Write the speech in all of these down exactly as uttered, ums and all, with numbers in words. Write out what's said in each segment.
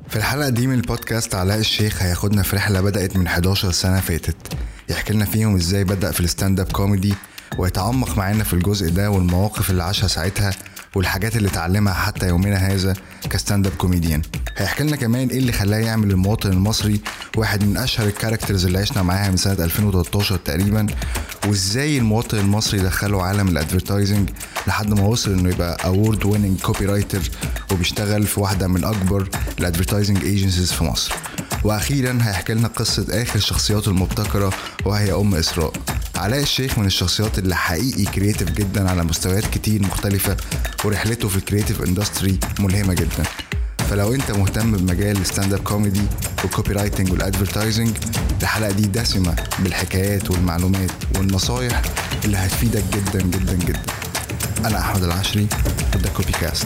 في الحلقة دي من البودكاست علاء الشيخ هياخدنا في رحلة بدأت من حداشر سنة فاتت، يحكي لنا فيهم ازاي بدأ في الستاند اب كوميدي ويتعمق معانا في الجزء ده والمواقف اللي عاشها ساعتها والحاجات اللي اتعلمها حتى يومنا هذا كستاند اب كوميديان. هيحكي لنا كمان ايه اللي خلاه يعمل المواطن المصري واحد من اشهر الكاركترز اللي عشنا معاها من سنة ألفين وتلتاشر تقريبا، وازاي المواطن المصري دخله عالم الادفيرتايزنج لحد ما وصل انه يبقى اوورد ويننج كوبي رايتر وبيشتغل في واحدة من اكبر الادفيرتايزنج ايجنسيز في مصر. واخيرا هيحكي لنا قصة اخر شخصياته المبتكرة وهي ام اسراء. علاء الشيخ من الشخصيات اللي حقيقي كرياتيف جدا على مستويات كتير مختلفة، ورحلته في الكرياتيف اندستري ملهمة جدا. فلو انت مهتم بمجال الستاند اب كوميدي والكوبي رايتنج والادفيرتايزنج، الحلقة دي دسمة بالحكايات والمعلومات والنصايح اللي هتفيدك جدا جدا جدا. انا احمد العشري وده كوبي كاست.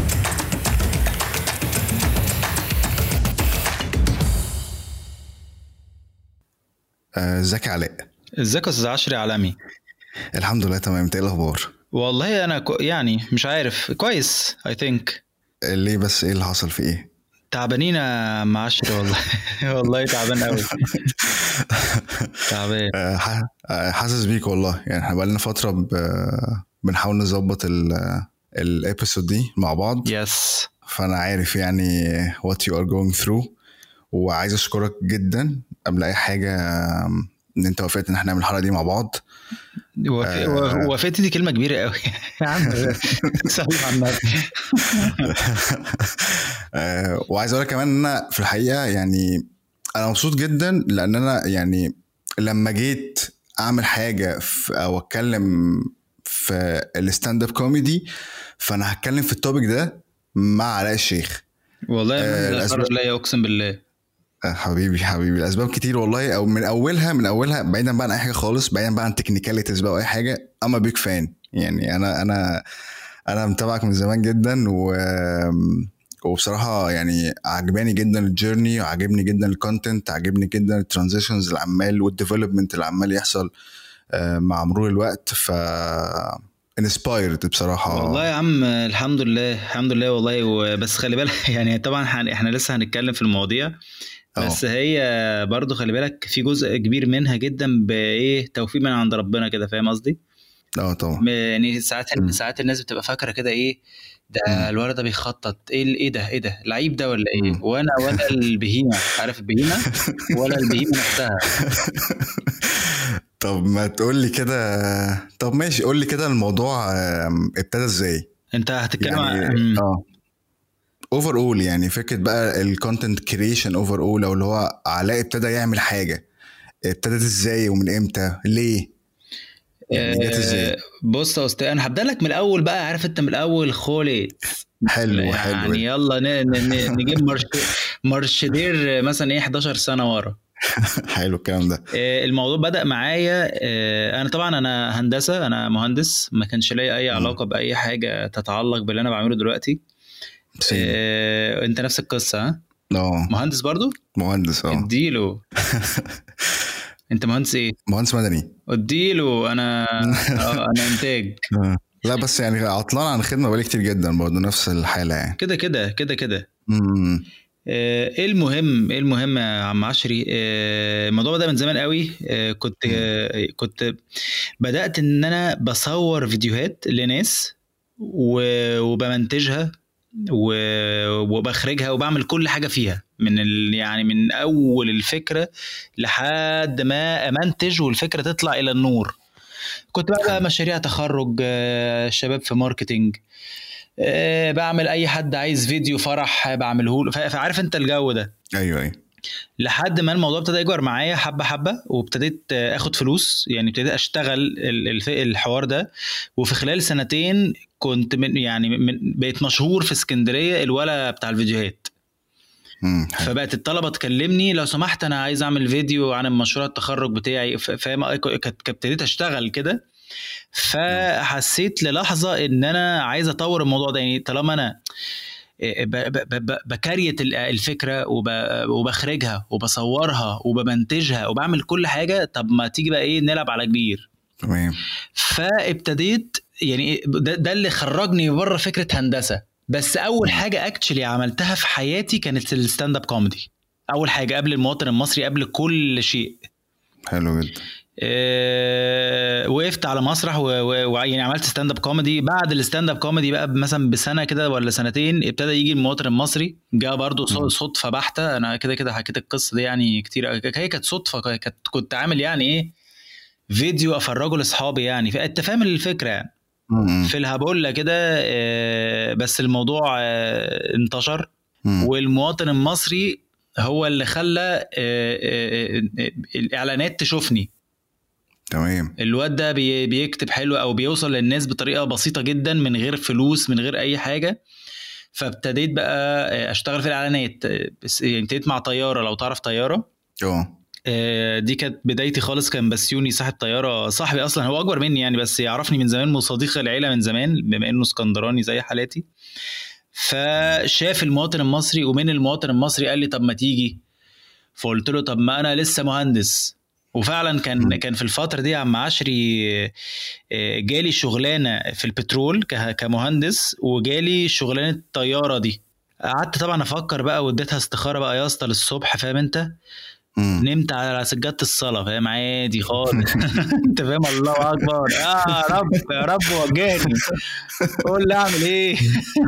ازيك يا علاء؟ ازيك يا استاذ عشري عالمي؟ الحمد لله تمام. انت ايه الاخبار؟ والله انا كو يعني مش عارف كويس اي ثينك. ليه بس؟ ايه اللي حصل؟ في ايه؟ تعبانين يا عم عشري والله. والله تعبان قوي. تعبان. حاسس بيك والله. يعني احنا بقالنا فتره ب... بنحاول نظبط الابيسود دي مع بعض. يس. فانا عارف يعني what you are going through، وعايز اشكرك جدا قبل اي حاجه ان انت وافقت ان احنا نعمل الحلقه دي مع بعض. وافقت آه وافقت دي كلمه كبيره قوي يا عم. صلي على النبي. وعايز اقول كمان ان انا في الحقيقه يعني انا مبسوط جدا، لان انا يعني لما جيت اعمل حاجه او اتكلم في الستاند اب كوميدي، فانا هتكلم في التوبيك ده مع علاء الشيخ. والله ده خرج ليا اقسم بالله. حبيبي حبيبي الاسباب كتير والله، او من اولها من اولها بعيدا بقى عن اي حاجه خالص، بعيدا بقى عن تكنيكاليتيز بقى اي حاجه. اما بيك فان يعني انا انا انا متابعك من زمان جدا، و وبصراحه يعني عجباني جدا الجيرني، وعجبني جدا الكونتنت، عجبني جدا الترانزيشنز العمال والديفلوبمنت اللي عمال يحصل مع مرور الوقت. ف انسبايرد بصراحه والله يا عم. الحمد لله الحمد لله والله. بس خلي بالك يعني طبعا احنا لسه هنتكلم في المواضيع، بس أوه. هي برضو خلي بالك في جزء كبير منها جدا بايه توفيق من عند ربنا كده، فاهم قصدي؟ اه طبعا. يعني ساعات ساعات الناس بتبقى فاكره كده ايه ده الولد ده بيخطط ايه ايه ده ايه ده لعيب ده ولا ايه، مم. وانا ولا البهيمه، عارف البهيمه ولا البهيمه نفسها. طب ما تقول لي كده. طب ماشي قول لي كده الموضوع ابتدى ازاي؟ انت هتتكلم يعني عن اه اوفر اول، يعني فكره بقى الكونتنت كرييشن اوفر اول، او اللي هو علاء ابتدى يعمل حاجه، ابتدت ازاي ومن امتى ليه يعني جت ازاي؟ بص يا استاذ انا هبدا لك من الاول بقى، عارف انت من الاول خالص. حلو يعني حلو. يلا نجيب مرش مرشدير مثلا ايه حداشر سنه ورا. حلو الكلام ده. الموضوع بدأ معايا انا طبعا انا هندسه، انا مهندس، ما كانش لي اي علاقه م. باي حاجه تتعلق باللي انا بعمله دلوقتي. إيه انت نفس القصه؟ ها اه مهندس برضو. مهندس اه اديله. انت مهندس ايه؟ مهندس مدني. اديله. انا اه انا انتاج. لا بس يعني عطلان عن خدمه بقالي كتير جدا برضو نفس الحاله يعني. كده كده كده كده. امم ايه المهم ايه المهم يا عم عشري؟ الموضوع ده من زمان قوي. كنت كنت بدأت ان انا بصور فيديوهات لناس وبمنتجها وبخرجها وبعمل كل حاجة فيها، من ال يعني من اول الفكرة لحد ما امنتج والفكرة تطلع الى النور. كنت بقى مشاريع تخرج شباب في ماركتينج، بعمل اي حد عايز فيديو فرح بعمله له، فعارف انت الجو ده. ايوه ايوه. لحد ما الموضوع ابتدى يكبر معايا حبه حبه، وابتديت اخد فلوس، يعني ابتديت اشتغل الحوار ده. وفي خلال سنتين كنت من يعني من بقيت مشهور في اسكندريه، الولا بتاع الفيديوهات. فبقت الطلبه تكلمني لو سمحت انا عايز اعمل فيديو عن مشروع التخرج بتاعي، فاهم؟ ابتديت اشتغل كده. فحسيت للحظه ان انا عايز اطور الموضوع ده، يعني طالما انا بكريت الفكره وبخرجها وبصورها وبمنتجها وبعمل كل حاجه، طب ما تيجي بقى ايه نلعب على كبير. تمام. فابتديت يعني ده, ده اللي خرجني بره فكره هندسه. بس اول حاجه اكتشلي عملتها في حياتي كانت الستاند اب كوميدي. اول حاجه قبل المواطن المصري، قبل كل شيء. حلو جدا. أه وقفت على مسرح ويعني عملت ستاند اب كوميدي. بعد الستاند اب كوميدي بقى مثلا بسنه كده ولا سنتين ابتدى يجي المواطن المصري. جاء برضو صدفه بحته. انا كده كده حكيت القصه دي يعني كتير. هي كانت صدفه. كانت كنت عامل يعني ايه فيديو افرجه لاصحابي يعني. فانت فاهم الفكره يعني. في الهبولة كده. أه بس الموضوع أه انتشر. والمواطن المصري هو اللي خلى أه أه أه الاعلانات تشوفني. تمام. الواد ده بي بيكتب حلو او بيوصل للناس بطريقه بسيطه جدا من غير فلوس من غير اي حاجه. فابتديت بقى اشتغل في الاعلانات. ابتديت مع طياره، لو تعرف طياره. اه دي كانت بدايتي خالص. كان بسيوني صاحب طياره، صاحبي اصلا، هو اكبر مني يعني بس يعرفني من زمان، صديق العيله من زمان بما انه اسكندراني زي حالاتي. فشاف المواطن المصري، ومن المواطن المصري قال لي طب ما تيجي. فقلت له طب ما انا لسه مهندس. وفعلا كان كان في الفتره دي عم عشري جالي شغلانه في البترول كمهندس، وجالي شغلانه الطياره دي. قعدت طبعا افكر بقى واديتها استخاره بقى يا اسطى للصبح، فاهم انت. مم. نمت على سجادة الصلاة، فاهم، عادي خالص. انت فاهم. الله اكبر يا رب يا رب وجهني، قول لي اعمل ايه.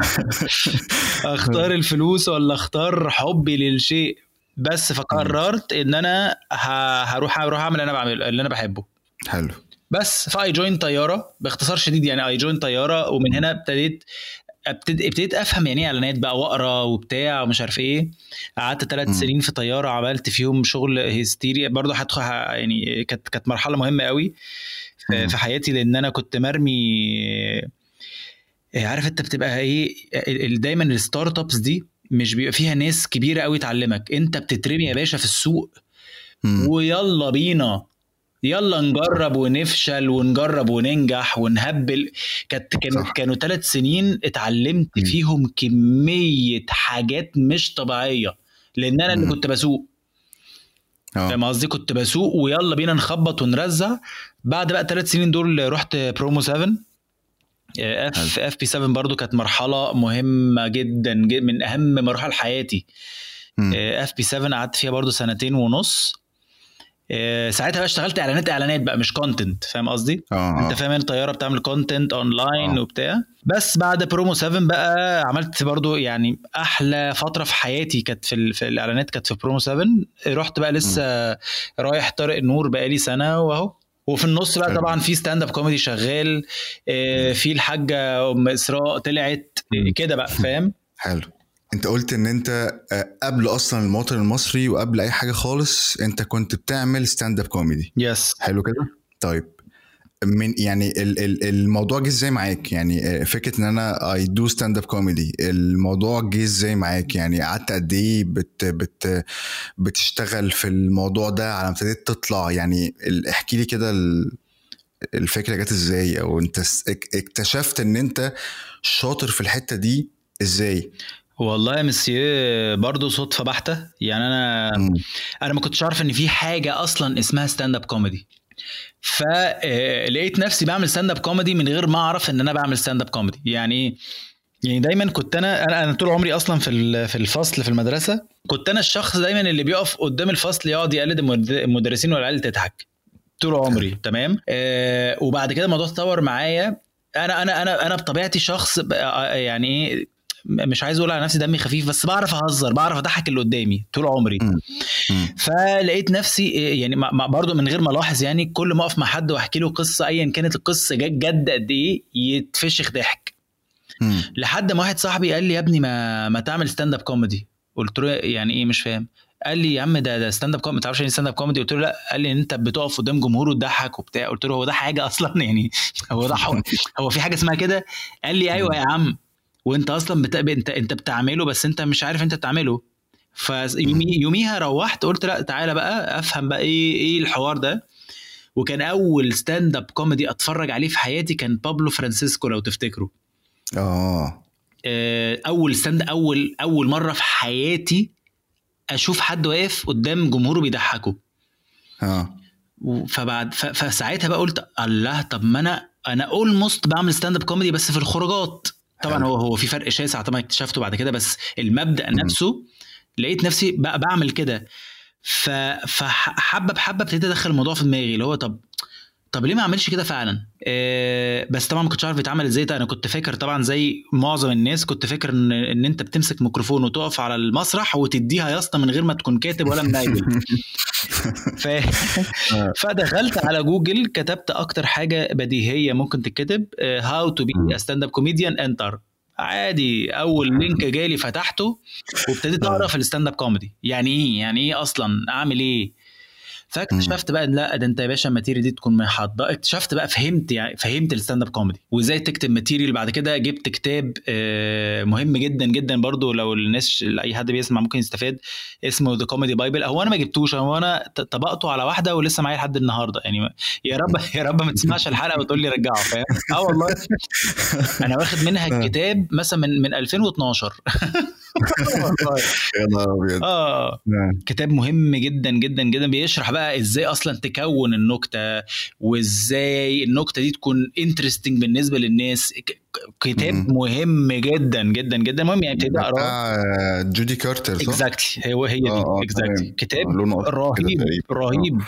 اختار الفلوس ولا اختار حبي للشيء بس. فقررت ان انا هروح هروح اعمل اللي انا بعمله اللي انا بحبه. حلو. بس فاي جوين طياره باختصار شديد يعني. اي جوين طياره، ومن هنا ابتديت ابتديت افهم يعني ايه اعلانات بقى، واقرا وبتاع ومش عارف ايه. قعدت ثلاث سنين في طياره، عملت فيهم شغل هيستيري برضو. هدخل يعني كانت كانت مرحله مهمه قوي في, في حياتي، لان انا كنت مرمي. عارف انت بتبقى ايه دايما الستارت ابس دي مش بيبقى فيها ناس كبيره قوي تعلمك. انت بتترمي يا باشا في السوق ويلا بينا، يلا نجرب ونفشل ونجرب وننجح ونهبل. كانت كانوا كانوا ثلاث سنين اتعلمت م. فيهم كمية حاجات مش طبيعية، لان انا م. اللي كنت بسوق. فاهم قصدي؟ كنت بسوق ويلا بينا نخبط ونرزع. بعد بقى ثلاث سنين دول رحت برومو سبعة. اف اف بي سبعة برضو كانت مرحلة مهمة جدا، من اهم مراحل حياتي. اف بي سبعة قعدت فيها برضو سنتين ونص. ساعتها بقى اشتغلت اعلانات اعلانات بقى مش كونتنت، فاهم قصدي؟ انت فاهم الطياره بتعمل كونتنت اونلاين وبتاع. بس بعد برومو سبعة بقى عملت برضو يعني احلى فتره في حياتي كانت في, في الاعلانات، كانت في برومو سبعة. رحت بقى لسه م. رايح طارق النور بقى لي سنه واهو. وفي النص بقى طبعا في ستاند اب كوميدي شغال. في الحاجه ام اسراء طلعت كده بقى، فاهم. حلو. انت قلت ان انت قبل اصلا المواطن المصري وقبل اي حاجه خالص انت كنت بتعمل ستاند اب كوميدي. يس. حلو كده. طيب من يعني الموضوع جه ازاي معاك؟ يعني فكره ان انا اي دو ستاند اب كوميدي، الموضوع جه ازاي معاك؟ يعني قعدت قد ايه بت بت بتشتغل في الموضوع ده على ما ابتديت تطلع؟ يعني احكي لي كده الفكره جت ازاي، او انت اكتشفت ان انت شاطر في الحته دي ازاي؟ والله يا مسيو برضو صدفة بحتة يعني. أنا م. أنا ما كنتش عارف إن في حاجة أصلا اسمها ستاند اب كوميدي. فلقيت نفسي بعمل ستاند اب كوميدي من غير ما أعرف إن أنا بعمل ستاند اب كوميدي. يعني يعني دايما كنت أنا أنا, أنا طول عمري أصلا في في الفصل في المدرسة كنت أنا الشخص دايما اللي بيقف قدام الفصل يقعد يقلد المدرسين والعيال تضحك طول عمري. تمام. آه وبعد كده الموضوع تطور معايا. أنا أنا أنا أنا بطبيعتي شخص يعني إيه، مش عايز اقول على نفسي دمي خفيف، بس بعرف اهزر، بعرف اضحك اللي قدامي طول عمري. م. م. فلقيت نفسي يعني برضو من غير ما الاحظ يعني كل ما اقف مع حد واحكي له قصه ايا كانت القصه جد قد ايه يتفشخ ضحك. م. لحد ما واحد صاحبي قال لي يا ابني ما ما تعمل ستاند اب كوميدي. قلت له يعني ايه مش فاهم. قال لي يا عم ده ده ستاند اب كوميدي، ما تعرفش ايه ستاند اب كوميدي؟ قلت له لا. قال لي ان انت بتقف قدام جمهور وتضحك وبتاع. قلت له هو ده حاجه اصلا يعني؟ هو ده هو في حاجه اسمها كده؟ قال لي ايوه يا عم، وانت اصلا بت... انت انت بتعمله بس انت مش عارف انت بتعمله. فيوميها روحت قلت لا تعالى بقى افهم بقى ايه ايه الحوار ده. وكان اول ستاند اب كوميدي اتفرج عليه في حياتي كان بابلو فرانسيسكو، لو تفتكروا. اه اول ستاند اول اول مره في حياتي اشوف حد واقف قدام جمهوره بيضحكه. اه فبعد ف... فساعتها بقى قلت الله، طب ما انا انا اولموست بعمل ستاند اب كوميدي بس في الخروجات. طبعا هو هو في فرق شاسع طبعا اكتشفته بعد كده، بس المبدأ نفسه لقيت نفسي بقى بعمل كده. ف فحبه بحبه ابتديت ادخل الموضوع في دماغي اللي هو طب طب ليه ما اعملش كده فعلا. آه بس طبعا ما كنتش عارف بيتعمل ازاي. انا كنت فاكر طبعا زي معظم الناس كنت فاكر ان ان انت بتمسك ميكروفون وتقف على المسرح وتديها يا اسطى من غير ما تكون كاتب ولا مناجل. ف... فدخلت على جوجل كتبت اكتر حاجه بديهيه ممكن تتكتب هاو تو بي ا ستاند اب كوميديان انتر، عادي اول لينك جالي فتحته وابتديت اقرا في الستاند اب كوميدي يعني ايه يعني ايه اصلا اعمل ايه. فاكتشفت بقى لا ده انت يا باشا الماتيريال دي تكون محضره. اكتشفت بقى فهمت يعني فهمت الستاند اب كوميدي وازاي تكتب ماتيريال. بعد كده جبت كتاب مهم جدا جدا برضو لو الناس اي حد بيسمع ممكن يستفاد، اسمه ذا كوميدي بايبل. هو انا ما جبتوش، هو انا طبقته على واحده ولسه معايا لحد النهارده يعني. يا رب يا رب ما تسمعش الحلقه وتقول لي رجعه، فاهم؟ اه والله انا واخد منها الكتاب مثلا من من ألفين واثناشر. يا نهار ابيض. اه كتاب مهم جدا جدا جدا، بيشرح بقى ازاي اصلا تكون النكته وازاي النكته دي تكون انترستنج بالنسبه للناس. كتاب م- مهم جدا جدا جدا. المهم يعني ابتدي اقراه. جودي كارتر صح؟ اكزاكتلي هو هي دي اكزاكتلي كتاب رهيب رهيب.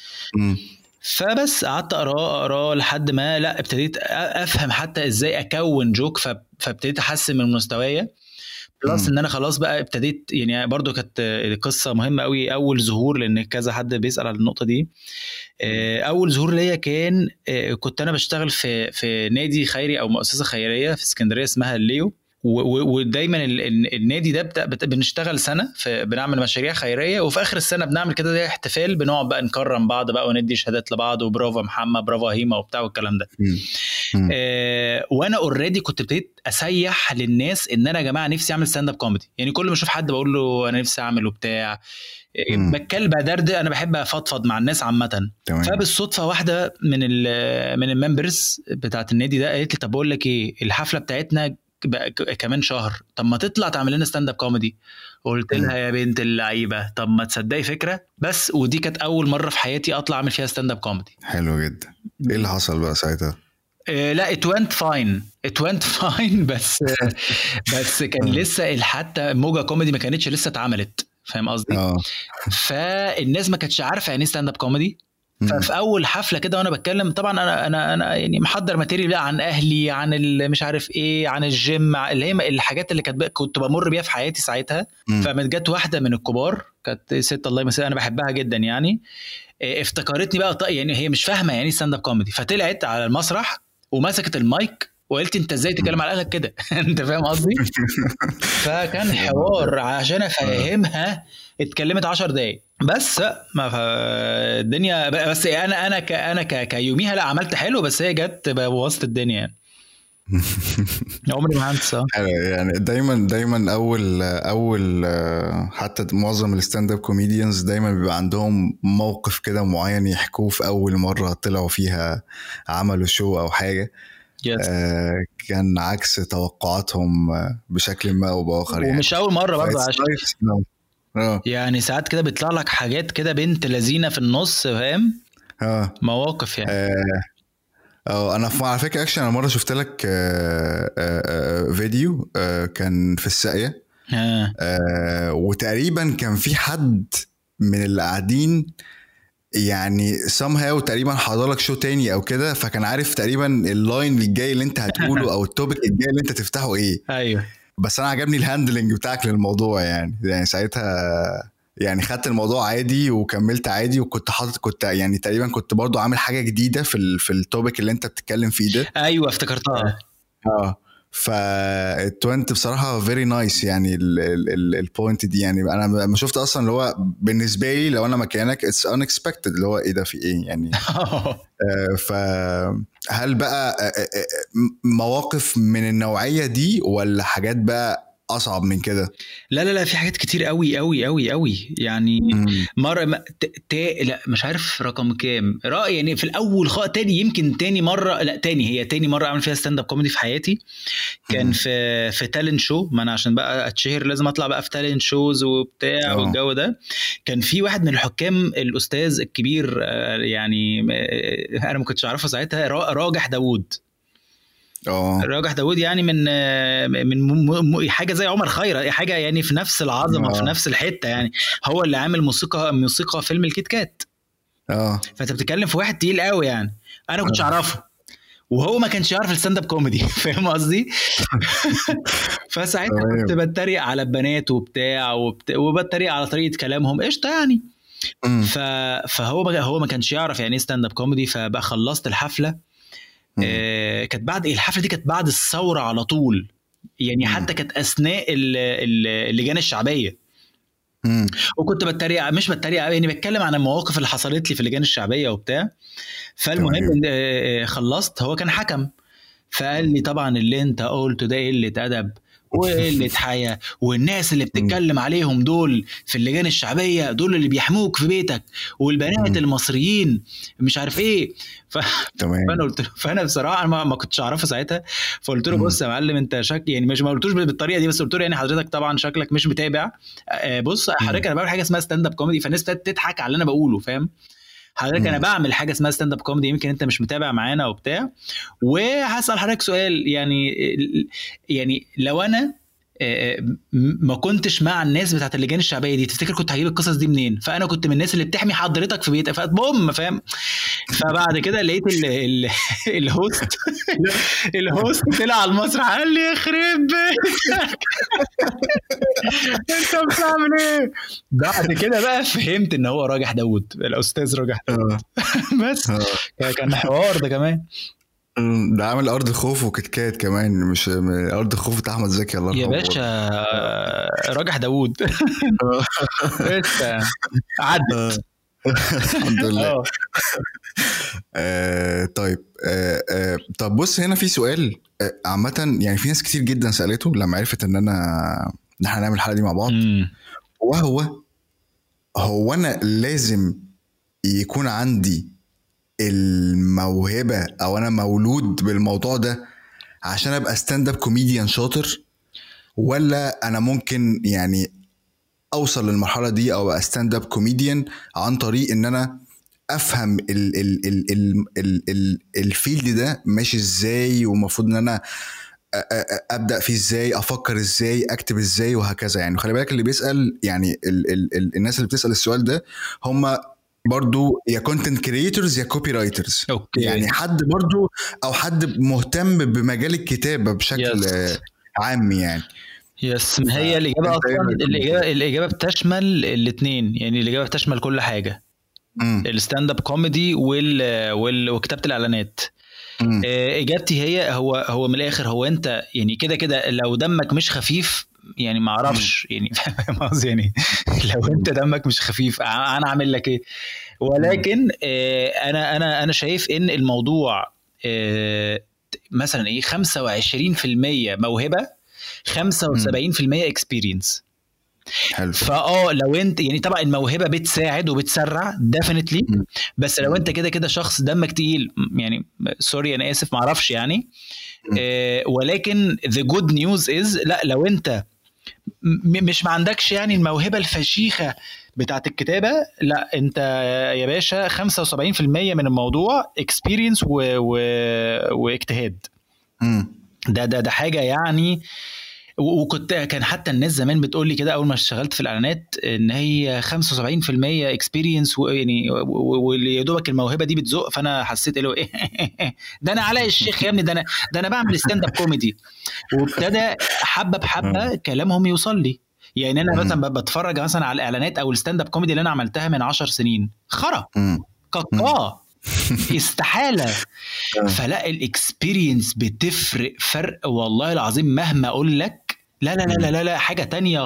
فبس قعدت اقراه اقراه لحد ما لا ابتديت افهم حتى ازاي اكون جوك. فابتديت احسن من مستوايا بلس ان انا خلاص بقى ابتديت يعني. برضو كانت قصه مهمه قوي اول ظهور، لان كذا حد بيسال على النقطه دي. اول ظهور ليا كان كنت انا بشتغل في في نادي خيري او مؤسسه خيريه في اسكندريه اسمها الليو. ودايما النادي ده بنشتغل سنه بنعمل مشاريع خيريه، وفي اخر السنه بنعمل كده زي احتفال، بنقعد بقى نكرم بعض بقى وندي شهادات لبعض وبرافو محمد برافو هيما وبتاع والكلام ده. آه وانا اوريدي كنت ابتديت اسيح للناس ان انا يا جماعه نفسي اعمل ستاند اب كوميدي. يعني كل ما اشوف حد بقول له انا نفسي اعمل وبتاع بتكلم بدرد، انا بحب افضفض مع الناس عامه. فبالصدفه واحده من من الممبرز بتاعه النادي ده قالت لي طب بقول لك ايه، الحفله بتاعتنا كمان شهر، طب ما تطلع تعمل لنا ستاند اب كوميدي. قلت لها يا بنت اللعيبه طب ما تصدقي فكره. بس ودي كانت اول مره في حياتي اطلع اعمل فيها ستاند اب كوميدي. حلو جدا. ايه اللي حصل بقى ساعتها؟ آه لا it went fine it went fine بس بس كان لسه حتى موجة كوميدي ما كانتش لسه اتعملت، فاهم قصدي؟ فالناس ما كانتش عارفه يعني ستاند اب كوميدي. ففي اول حفله كده وانا بتكلم طبعا انا انا انا يعني محضر ماتيريال بقى عن اهلي، عن مش عارف ايه، عن الجيم، اللي هي الحاجات اللي كانت كنت بمر بيها في حياتي ساعتها. فمن جت واحده من الكبار كانت ست الله يمسيها انا بحبها جدا يعني، افتكرتني بقى يعني هي مش فاهمه يعني ستاند اب كوميدي، فطلعت على المسرح ومسكت المايك وقلت انت ازاي تتكلم على اهلك كده؟ انت فاهم قصدي؟ فكان حوار عشان افهمها اتكلمت عشر دقايق بس. ما الدنيا بس انا انا ك انا ك كيوميها لا عملت حلو، بس هي جت بوسط الدنيا يعني. عمري ما هنسى. يعني دايما دايما اول اول حتى معظم الستاند اب كوميديانز دايما بيبقى عندهم موقف كده معين يحكوه في اول مره طلعوا فيها عملوا شو او حاجه. yes. آه كان عكس توقعاتهم بشكل ما او باخر يعني. ومش اول مره برضه عشان يعني ساعات كده بيطلع لك حاجات كده بنت لذينه في النص، فاهم؟ اه مواقف يعني. اه اه انا على فكره اكشن انا مره شفت لك آه آه فيديو آه كان في الساقيه آه. آه وتقريبا كان في حد من اللي قاعدين يعني somehow تقريبا حضر لك شو تاني او كده، فكان عارف تقريبا اللاين الجاي اللي انت هتقوله او التوبيك الجاي اللي انت تفتحه ايه. ايوه بس انا عجبني الهاندلنج بتاعك للموضوع يعني. يعني ساعتها يعني خدت الموضوع عادي وكملت عادي، وكنت حاطط كنت يعني تقريبا كنت برضو عامل حاجه جديده في ال في التوبيك اللي انت بتتكلم فيه ده. ايوه افتكرتها. اه فالتوينت بصراحه فيري نايس يعني البوينت دي. يعني انا ما شفت اصلا اللي هو بالنسبه لي لو انا مكانك اتس unexpected اللي هو ايه ده في ايه يعني. آه فهل بقى مواقف من النوعيه دي ولا حاجات بقى اصعب من كده؟ لا لا لا في حاجات كتير قوي قوي قوي قوي يعني. مم. مره ما ت... لا مش عارف رقم كام رأي يعني في الاول خ... تاني يمكن تاني مره لا تاني هي تاني مره اعمل فيها ستاند اب كوميدي في حياتي. كان مم. في في تالنت شو. ما انا عشان بقى اتشهر لازم اطلع بقى في تالنت شوز وبتاع أوه. والجو ده. كان في واحد من الحكام الاستاذ الكبير يعني انا ما كنتش اعرفه ساعتها، راجح داوود. اه راجح داوود يعني من من م- م- حاجه زي عمر خيرت، حاجه يعني في نفس العظمه، في اه نفس الحته يعني. هو اللي عامل موسيقى موسيقى فيلم الكيت كات. اه فانت بتتكلم في واحد تقيل قوي يعني. انا كنتش اعرفه وهو ما كانش يعرف الستاند اب كوميدي فاهم قصدي؟ فساعتها كنت تمام. بتريق على البنات وبتاع وبت... وبتريق على طريقه كلامهم قشطه يعني. مم. ف... فهو ما... هو ما كانش يعرف يعني ايه ستاند اب كوميدي. فبقى خلصت الحفله، مم. آه... كانت بعد الحفله دي كانت بعد الثوره على طول يعني. مم. حتى كانت اثناء ال- ال- اللجان الشعبيه. مم. وكنت بتريق، مش بتريق قوي يعني، بتكلم عن المواقف اللي حصلت لي في اللجان الشعبيه وبتاع. فالمهم تمام. إن- آه، آه، خلصت، هو كان حكم. فقال لي طبعا اللي انت قلته ده قله ادب وقله حياه، والناس اللي مم. بتتكلم عليهم دول في اللجان الشعبيه دول اللي بيحموك في بيتك، والبنات مم. المصريين مش عارف ايه. ف... تمام. فانا قلت له، فانا بصراحه أنا ما ما كنتش اعرفه ساعتها. فقلت له مم. بص يا معلم انت شك يعني، مش ما قلتوش بالطريقه دي، بس قلت له يعني حضرتك طبعا شكلك مش متابع. آه، بص حضرتك انا بعمل حاجه اسمها ستاند اب كوميدي، فالناس ابتدت تضحك على اللي انا بقوله فاهم. حضرتك انا مم. بعمل حاجه اسمها ستاند اب كوميدي، يمكن انت مش متابع معانا وبتاع. وهسال حضرتك سؤال يعني، يعني لو انا آه، م- ما كنتش مع الناس بتاعت اللجان الشعبيه دي، تفتكر كنت هجيب القصص دي منين؟ فانا كنت من الناس اللي بتحمي حضرتك في بيتك، فبوم فاهم. فبعد كده لقيت ال ال الهوست الهوست طلع على المسرح قال لي يخرب بيتك انت بتعمل ايه. بعد كده بقى فهمت ان هو راجح داوود، الاستاذ راجح داوود. اه بس اه كان حوار ده كمان. مم. ده عامل ارض خوف وكتكات كمان، مش م- ارض خوف بتاع احمد زكي الله يا يرحمه باشا برضه. راجح داوود آه. لسه عدت. آه. الحمد لله. اه آه طيب آه آه طب بص هنا في سؤال آه، عامة يعني في ناس كتير جدا سألته لما عرفت ان انا ان احنا هنعمل الحلقة دي مع بعض، أمم. وهو هو انا لازم يكون عندي الموهبة او انا مولود بالموضوع ده عشان ابقى ستاند اب كوميديان شاطر، ولا انا ممكن يعني اوصل للمرحلة دي او ابقى ستاند اب كوميديان عن طريق ان انا افهم ال ال ال ال ال ال الفيلد ده ماشي ازاي، ومفروض ان انا أ- أ- ابدا فيه ازاي، افكر ازاي، اكتب ازاي، وهكذا يعني. خلي بالك اللي بيسال يعني ال ال ال الناس اللي بتسال السؤال ده هم برضو يا كونتنت كرييتورز يا كوبي رايترز، اوكي يعني حد برضو او حد مهتم بمجال الكتابه بشكل يس عام يعني. يس ما هي الاجابه فانت ايه اصلا، رايك في الموضوع الاجابه الاجابه بتشمل الاثنين يعني. الاجابه بتشمل كل حاجه، ده؟ امم الستاند اب كوميدي وال... وال... وكتابه الاعلانات. امم آه، اجابتي هي هو هو من الاخر، هو انت يعني كده كده لو دمك مش خفيف يعني ما اعرفش يعني فاهم قصدي يعني. لو انت دمك مش خفيف ع- انا اعمل لك ايه. ولكن آه، انا انا انا شايف ان الموضوع آه، مثلا ايه خمسة وعشرين في المية موهبه، خمسة وسبعين في المية اكسبيرينس. حلو. فاه لو انت يعني طبعا الموهبه بتساعد وبتسرع ديفينتلي، مم. بس لو انت كده كده شخص دمك تقيل يعني، سوري انا اسف معرفش يعني. آه، ولكن the good news is لا، لو انت م- مش ما عندكش يعني الموهبه الفشيخه بتاعت الكتابه، لا انت يا باشا خمسة وسبعين في المية من الموضوع اكسبيرينس و... و... واجتهاد. مم. ده ده ده حاجه يعني. و- وكنت كان حتى الناس زمان بتقول لي كده اول ما اشتغلت في الاعلانات ان هي خمسة وسبعين في المية اكسبيرينس يعني، واللي يا دوبك الموهبه دي بتزق. فانا حسيت ايه ايه ده انا علاء الشيخ يا ابني، ده انا ده انا بعمل ستاند اب كوميدي. وابتدى حبه بحبه كلامهم يوصل لي. يعني انا مثلا ب- بتفرج مثلا على الاعلانات او الستاند اب كوميدي اللي انا عملتها من عشر سنين، خرا مم. كاكا استحاله. فلا الاكسبيرينس بتفرق فرق والله العظيم مهما اقول لك. لا لا لا لا لا, لا حاجه تانية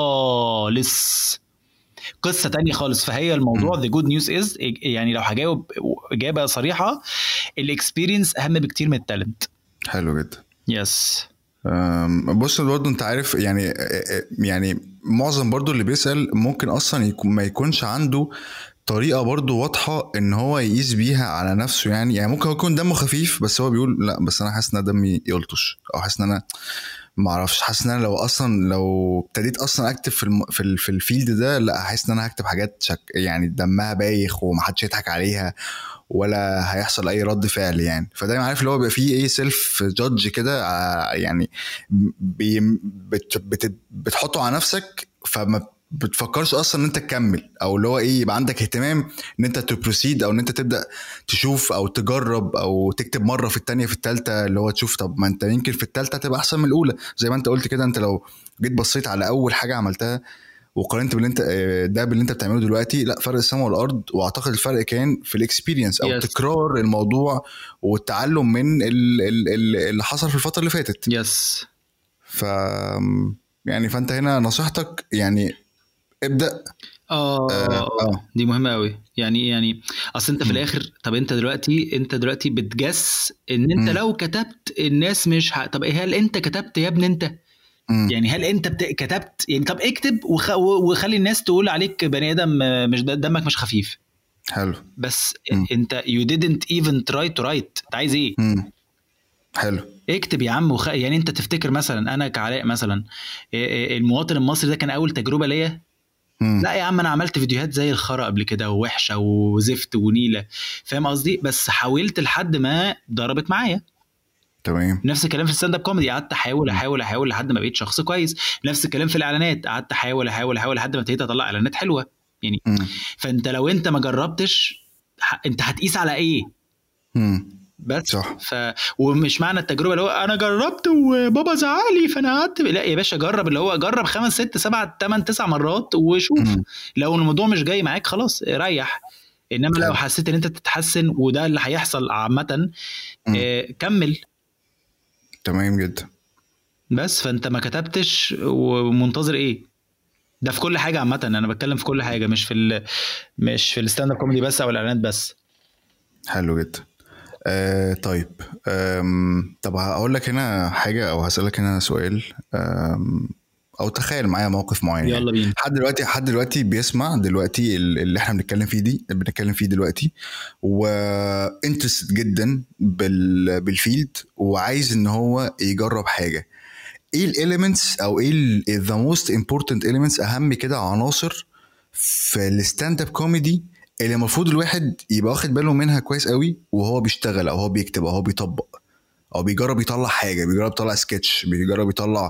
خالص، قصه تانية خالص. فهي الموضوع the good news is يعني لو هجاوب اجابه صريحه، الاكسبيرينس اهم بكتير من التالنت. حلو جدا. يس أم، بص برضو انت عارف يعني يعني معظم برضو اللي بيسأل ممكن اصلا يكون ما يكونش عنده طريقه برضو واضحه ان هو يقيس بيها على نفسه. يعني يعني ممكن يكون دمه خفيف بس هو بيقول لا بس انا حاسس ان دمي يلطش، او حاسس ان انا ما اعرفش، حاسس ان انا لو اصلا لو ابتديت اصلا اكتب في الم... في, ال... في الفيلد ده لا احس ان انا هكتب حاجات شك... يعني دمها بايخ ومحدش يضحك عليها ولا هيحصل اي رد فعل يعني. فدايما عارف اللي هو بيبقى فيه ايه سيلف جادج كده يعني بي... بت... بت... بتحطه على نفسك فما بتفكرش اصلا ان انت تكمل، او اللي هو ايه يبقى عندك اهتمام ان انت تبروسيد او ان انت تبدا تشوف او تجرب او تكتب مره في التانية في التالتة، اللي هو تشوف طب ما انت يمكن في التالتة تبقى احسن من الاولى. زي ما انت قلت كده، انت لو جيت بصيت على اول حاجه عملتها وقارنت باللي انت ده باللي انت بتعمله دلوقتي، لا فرق السماء والارض. واعتقد الفرق كان في الاكسبيرينس او Yes. تكرار الموضوع والتعلم من ال- ال- ال- اللي حصل في الفتره اللي فاتت. يس ف يعني فانت هنا نصيحتك يعني ابدا. اه اه, آه. دي مهمه قوي. يعني يعني اصل انت في مم. الاخر، طب انت دلوقتي انت دلوقتي بتجس ان انت مم. لو كتبت الناس مش ح... طب إيه، هل انت كتبت يا ابني انت؟ مم. يعني هل انت بت... كتبت يعني؟ طب اكتب وخ... وخلي الناس تقول عليك بني ادم مش دمك مش خفيف، حلو. بس مم. انت you didn't even try to write. انت عايز ايه؟ مم. حلو. اكتب يا عم وخ... يعني انت تفتكر مثلا انا كعلاء مثلا إيه إيه المواطن المصري ده كان اول تجربه ليا؟ مم. لا يا عم، انا عملت فيديوهات زي الخرا قبل كده ووحشه وزفت ونيله، فاهم قصدي؟ بس حاولت لحد ما ضربت معايا. تمام. نفس الكلام في الستاند اب كوميدي، قعدت احاول احاول احاول لحد ما بقيت شخص كويس. نفس الكلام في الاعلانات، قعدت احاول احاول احاول لحد ما ابتديت اطلع اعلانات حلوه يعني. مم. فانت لو انت ما جربتش ح- انت هتقيس على ايه؟ مم. بس صح. ف ومش معنى التجربه اللي هو انا جربت وبابا زعلي فانا قعدت، لا يا باشا، جرب اللي هو جرب خمس ست سبع ثمان تسع مرات وشوف. مم. لو الموضوع مش جاي معاك خلاص ريح. انما لو حلو. حسيت ان انت تتحسن وده اللي هيحصل عامه، مم. آه، كمل. تمام جدا. بس فانت ما كتبتش ومنتظر ايه؟ ده في كل حاجه عامه، انا بتكلم في كل حاجه، مش في ال... مش في الستاند اب كوميدي بس او الاعلانات بس. حلو جدا. آه طيب. آم، طب هقول لك هنا حاجة أو هسألك هنا سؤال. آم، أو تخيل معايا موقف معين. يلا بينا. حد دلوقتي حد دلوقتي بيسمع دلوقتي اللي احنا بنتكلم فيه دي بنتكلم فيه دلوقتي، وانترست جدا بال بالفيلد وعايز ان هو يجرب حاجة. ايه الاليمنتس او ايه ذا موست امبورتنت اليمنتس، اهم كده عناصر في الستاند اب كوميدي اللي المفروض الواحد يبقى واخد باله منها كويس قوي وهو بيشتغل او هو بيكتب او هو بيطبق او بيجرب يطلع حاجه، بيجرب يطلع سكتش، بيجرب يطلع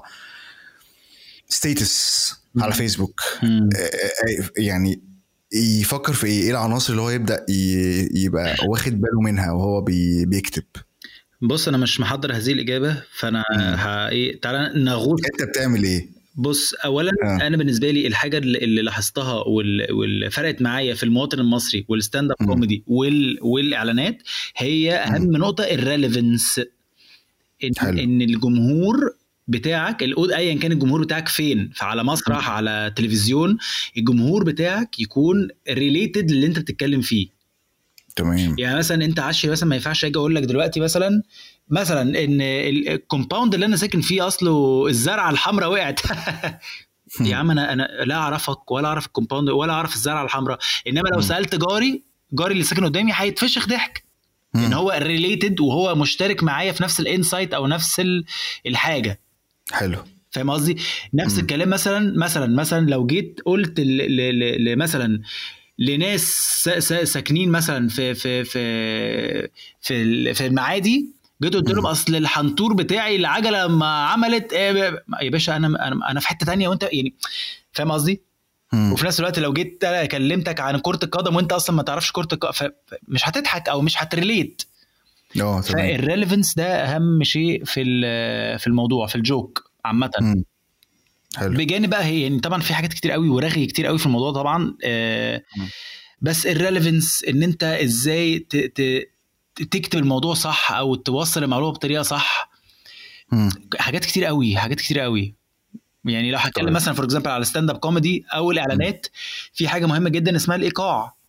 ستيتس على فيسبوك. مم. يعني يفكر في ايه ايه العناصر اللي هو يبدا يبقى واخد باله منها وهو بي بيكتب. بص انا مش محضر هذه الاجابه، فانا ه... ايه تعالى نغوص. انت بتعمل ايه؟ بص اولا آه. انا بالنسبه لي الحاجه اللي اللي لاحظتها وال- واللي فرقت معايا في المواطن المصري والستاند اب مم. كوميدي وال... والاعلانات هي اهم مم. نقطه الريليفنس. ان, حلو. إن الجمهور بتاعك الأود- ايا كان الجمهور بتاعك فين، فعلى مسرح على تلفزيون، الجمهور بتاعك يكون ريليتد للي انت بتتكلم فيه. تمام. يعني مثلا انت عشري مثلا ما ينفعش اجي اقول لك دلوقتي مثلا مثلا ان ال- الكومباوند اللي انا ساكن فيه اصله الزرعه الحمراء وقعت. يا عم انا انا لا اعرفك ولا اعرف الكومباوند ولا اعرف الزرعه الحمراء، انما لو مم. سالت جاري جاري اللي ساكن قدامي هيتفشخ ضحك، مم. ان هو ريليتد وهو مشترك معايا في نفس الانسايت او نفس ال- الحاجه. حلو. فاهم قصدي؟ نفس مم. الكلام مثلا مثلا مثلا لو جيت قلت ل- ل- ل- ل- مثلا لناس س- س- ساكنين مثلا في في في في ال- في المعادي، جيت قلت لهم مم. اصل الحنطور بتاعي العجله لما عملت إيه، يا باشا انا انا انا في حته تانية وانت يعني فاهم قصدي؟ مم. وفي نفس الوقت لو جيت كلمتك عن كره القدم وانت اصلا ما تعرفش كره القدم، مش هتضحك او مش هتريليت. اه تمام. فالريليفنس ده اهم شيء في ال- في الموضوع، في الجوك عامه. مم. حلو. بجانب بقى هي يعني طبعا في حاجات كتير قوي ورغي كتير قوي في الموضوع طبعا، آه مم. بس الريليفنس ان انت ازاي ت- ت- تكتب الموضوع صح او توصل المعلومه بطريقه صح. مم. حاجات كتير قوي حاجات كتير قوي يعني لو هتكلم طيب. مثلا فور اكزامبل على ستاند اب كوميدي او الاعلانات، في حاجه مهمه جدا اسمها الايقاع.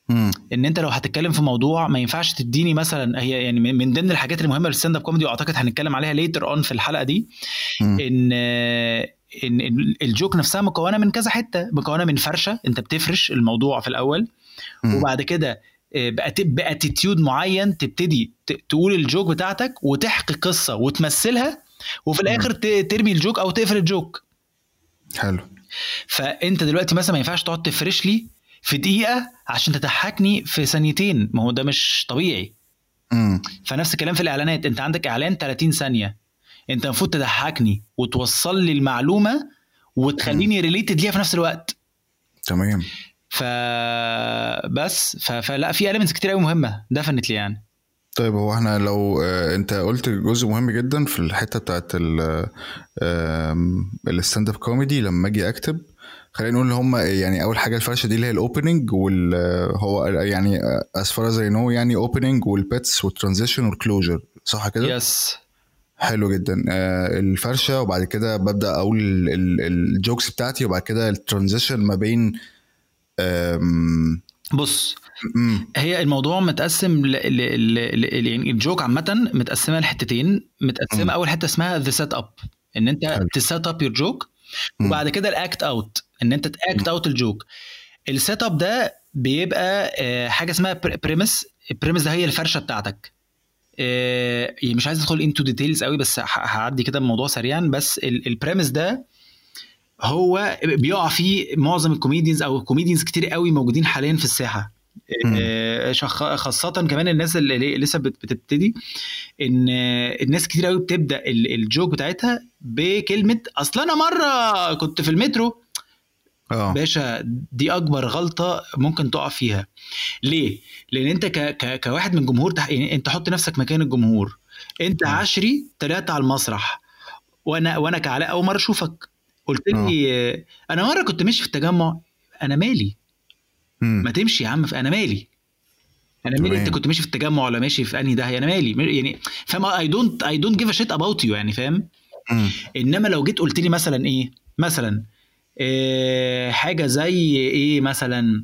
مم. ان انت لو هتتكلم في موضوع ما ينفعش تديني مثلا، هي يعني من من ضمن الحاجات المهمه للستاند اب كوميدي، واعتقد هنتكلم عليها ليتر اون في الحلقه دي، مم. ان ان إن الجوك نفسها مكونه من كذا حته، مكونه من فرشه، انت بتفرش الموضوع في الاول، مم. وبعد كده باتيتيود معين تبتدي ت- تقول الجوك بتاعتك وتحكي قصه وتمثلها، وفي الاخر ت- ترمي الجوك او تقفل الجوك. حلو. فانت دلوقتي مثلا ما ينفعش تقعد تفرش لي في دقيقه عشان تضحكني في ثانيتين، ما هو ده مش طبيعي. مم. فنفس الكلام في الاعلانات، انت عندك اعلان ثلاثين ثانيه، انت المفروض تضحكني وتوصل لي المعلومه وتخليني ريليتد ليها في نفس الوقت. تمام. فبس ف... فلا في elements كتير قوي مهمه ديفنتلي يعني. طيب هو احنا لو آه، انت قلت جزء مهم جدا في الحته بتاعت الستاند اب كوميدي، لما اجي اكتب خلينا نقول ان هم يعني اول حاجه الفرشه دي اللي هي الاوبننج، وال هو يعني as far as I know يعني اوبننج والبيتس والترانزيشن والكلوجر، صح كده؟ يس حلو جدا. آه، الفرشه، وبعد كده ببدا اقول الجوكس بتاعتي، وبعد كده الترانزيشن ما بين آم، بص، مم، هي الموضوع متقسم ل... ل... ل... ل... يعني الجوك عامه متقسمه لحتتين. متقسمه مم. اول حته اسمها ذا سيت اب، ان انت حلو. تسيت اب يور جوك، مم. وبعد كده الاكت اوت، ان انت تاكت اوت الجوك. السيت اب ده بيبقى آه، حاجه اسمها بريمس. البريمس ده هي الفرشه بتاعتك. آه، يعني مش عايز ادخل انتو ديتيلز قوي، بس ه- هعدي كده الموضوع سريعا. بس البريمس ده هو بيقع فيه معظم الكوميديانز او كوميديانز كتير قوي موجودين حاليا في الساحه. مم. آه، شخ- خاصه كمان الناس اللي لسه بت- بتبتدي، ان آه، الناس كتير قوي بتبدا ال- الجوك بتاعتها بكلمه اصل انا مره كنت في المترو. اه باشا دي اكبر غلطه ممكن تقع فيها. ليه؟ لان انت ك... ك... كواحد من جمهور تح... يعني انت حط نفسك مكان الجمهور. انت آه. عشري طلعت على المسرح، وانا وانا كعلاء اول مره اشوفك قلت لي آه، انا مره كنت ماشي في التجمع. انا مالي؟ مم. ما تمشي يا عم، في انا مالي؟ انا مالي تمام. انت كنت ماشي في التجمع ولا ماشي في انهي داهيه؟ انا مالي يعني؟ فاهم؟ اي دونت اي دونت جيف ا شيت اباوت يو يعني، فاهم؟ مم. انما لو جيت قلت لي مثلا ايه، مثلا إيه حاجه زي ايه مثلا،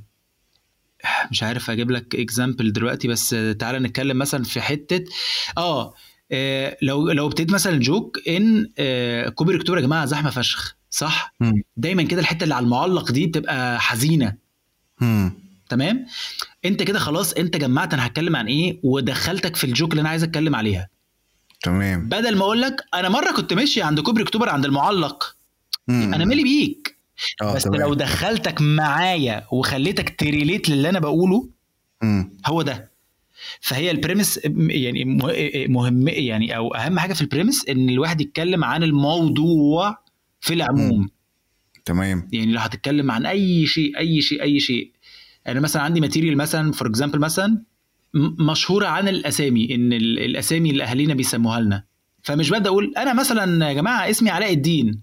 مش عارف اجيب لك اكزامبل دلوقتي، بس تعالى نتكلم مثلا في حته اه آه، لو لو ابتديت مثلا جوك ان آه، كوبري اكتوبر يا جماعه زحمه فشخ، صح؟ مم. دايما كده الحته اللي على المعلق دي بتبقى حزينه. مم. تمام، انت كده خلاص انت جمعت انا هتكلم عن ايه ودخلتك في الجوك اللي انا عايز اتكلم عليها. تمام. بدل ما اقول لك انا مره كنت ماشي عند كوبري اكتوبر عند المعلق، مم. انا مالي بيك؟ اه بس تمام. لو دخلتك معايا وخليتك تريليت للي انا بقوله، مم. هو ده. فهي البريمس يعني مهم يعني، او اهم حاجه في البريمس ان الواحد يتكلم عن الموضوع في العموم. مم. تمام. يعني لو هتتكلم عن اي شيء اي شيء اي شيء، انا مثلا عندي ماتيريال مثلا فور اكزامبل مثلا م- مشهوره عن الاسامي، ان ال- الاسامي اللي اهالينا بيسموها لنا، فمش ببدا اقول انا مثلا يا جماعه اسمي علاء الدين.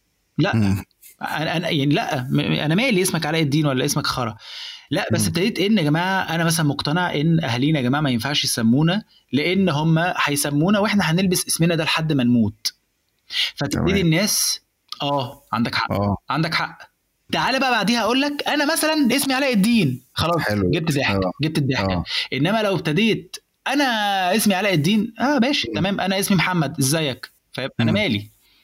لا مم. انا أنا- يعني لا م- انا مالي اسمك علاء الدين ولا اسمك خرا. لا بس مم. ابتديت ان يا جماعه انا مثلا مقتنع ان اهالينا يا جماعه ما ينفعش يسمونا، لان هم هيسمونا واحنا هنلبس اسمنا ده لحد ما نموت. فتبتدي تمام. الناس اه عندك حق، اه عندك حق. تعالى بقى بعديها اقول لك انا مثلا اسمي علاء الدين، خلاص حلو. جبت ضحك، اه جبت الضحكه. اه انما لو ابتديت انا اسمي علاء الدين، اه ماشي مم. تمام، انا اسمي محمد ازيك، فاهم؟ انا مم. مالي؟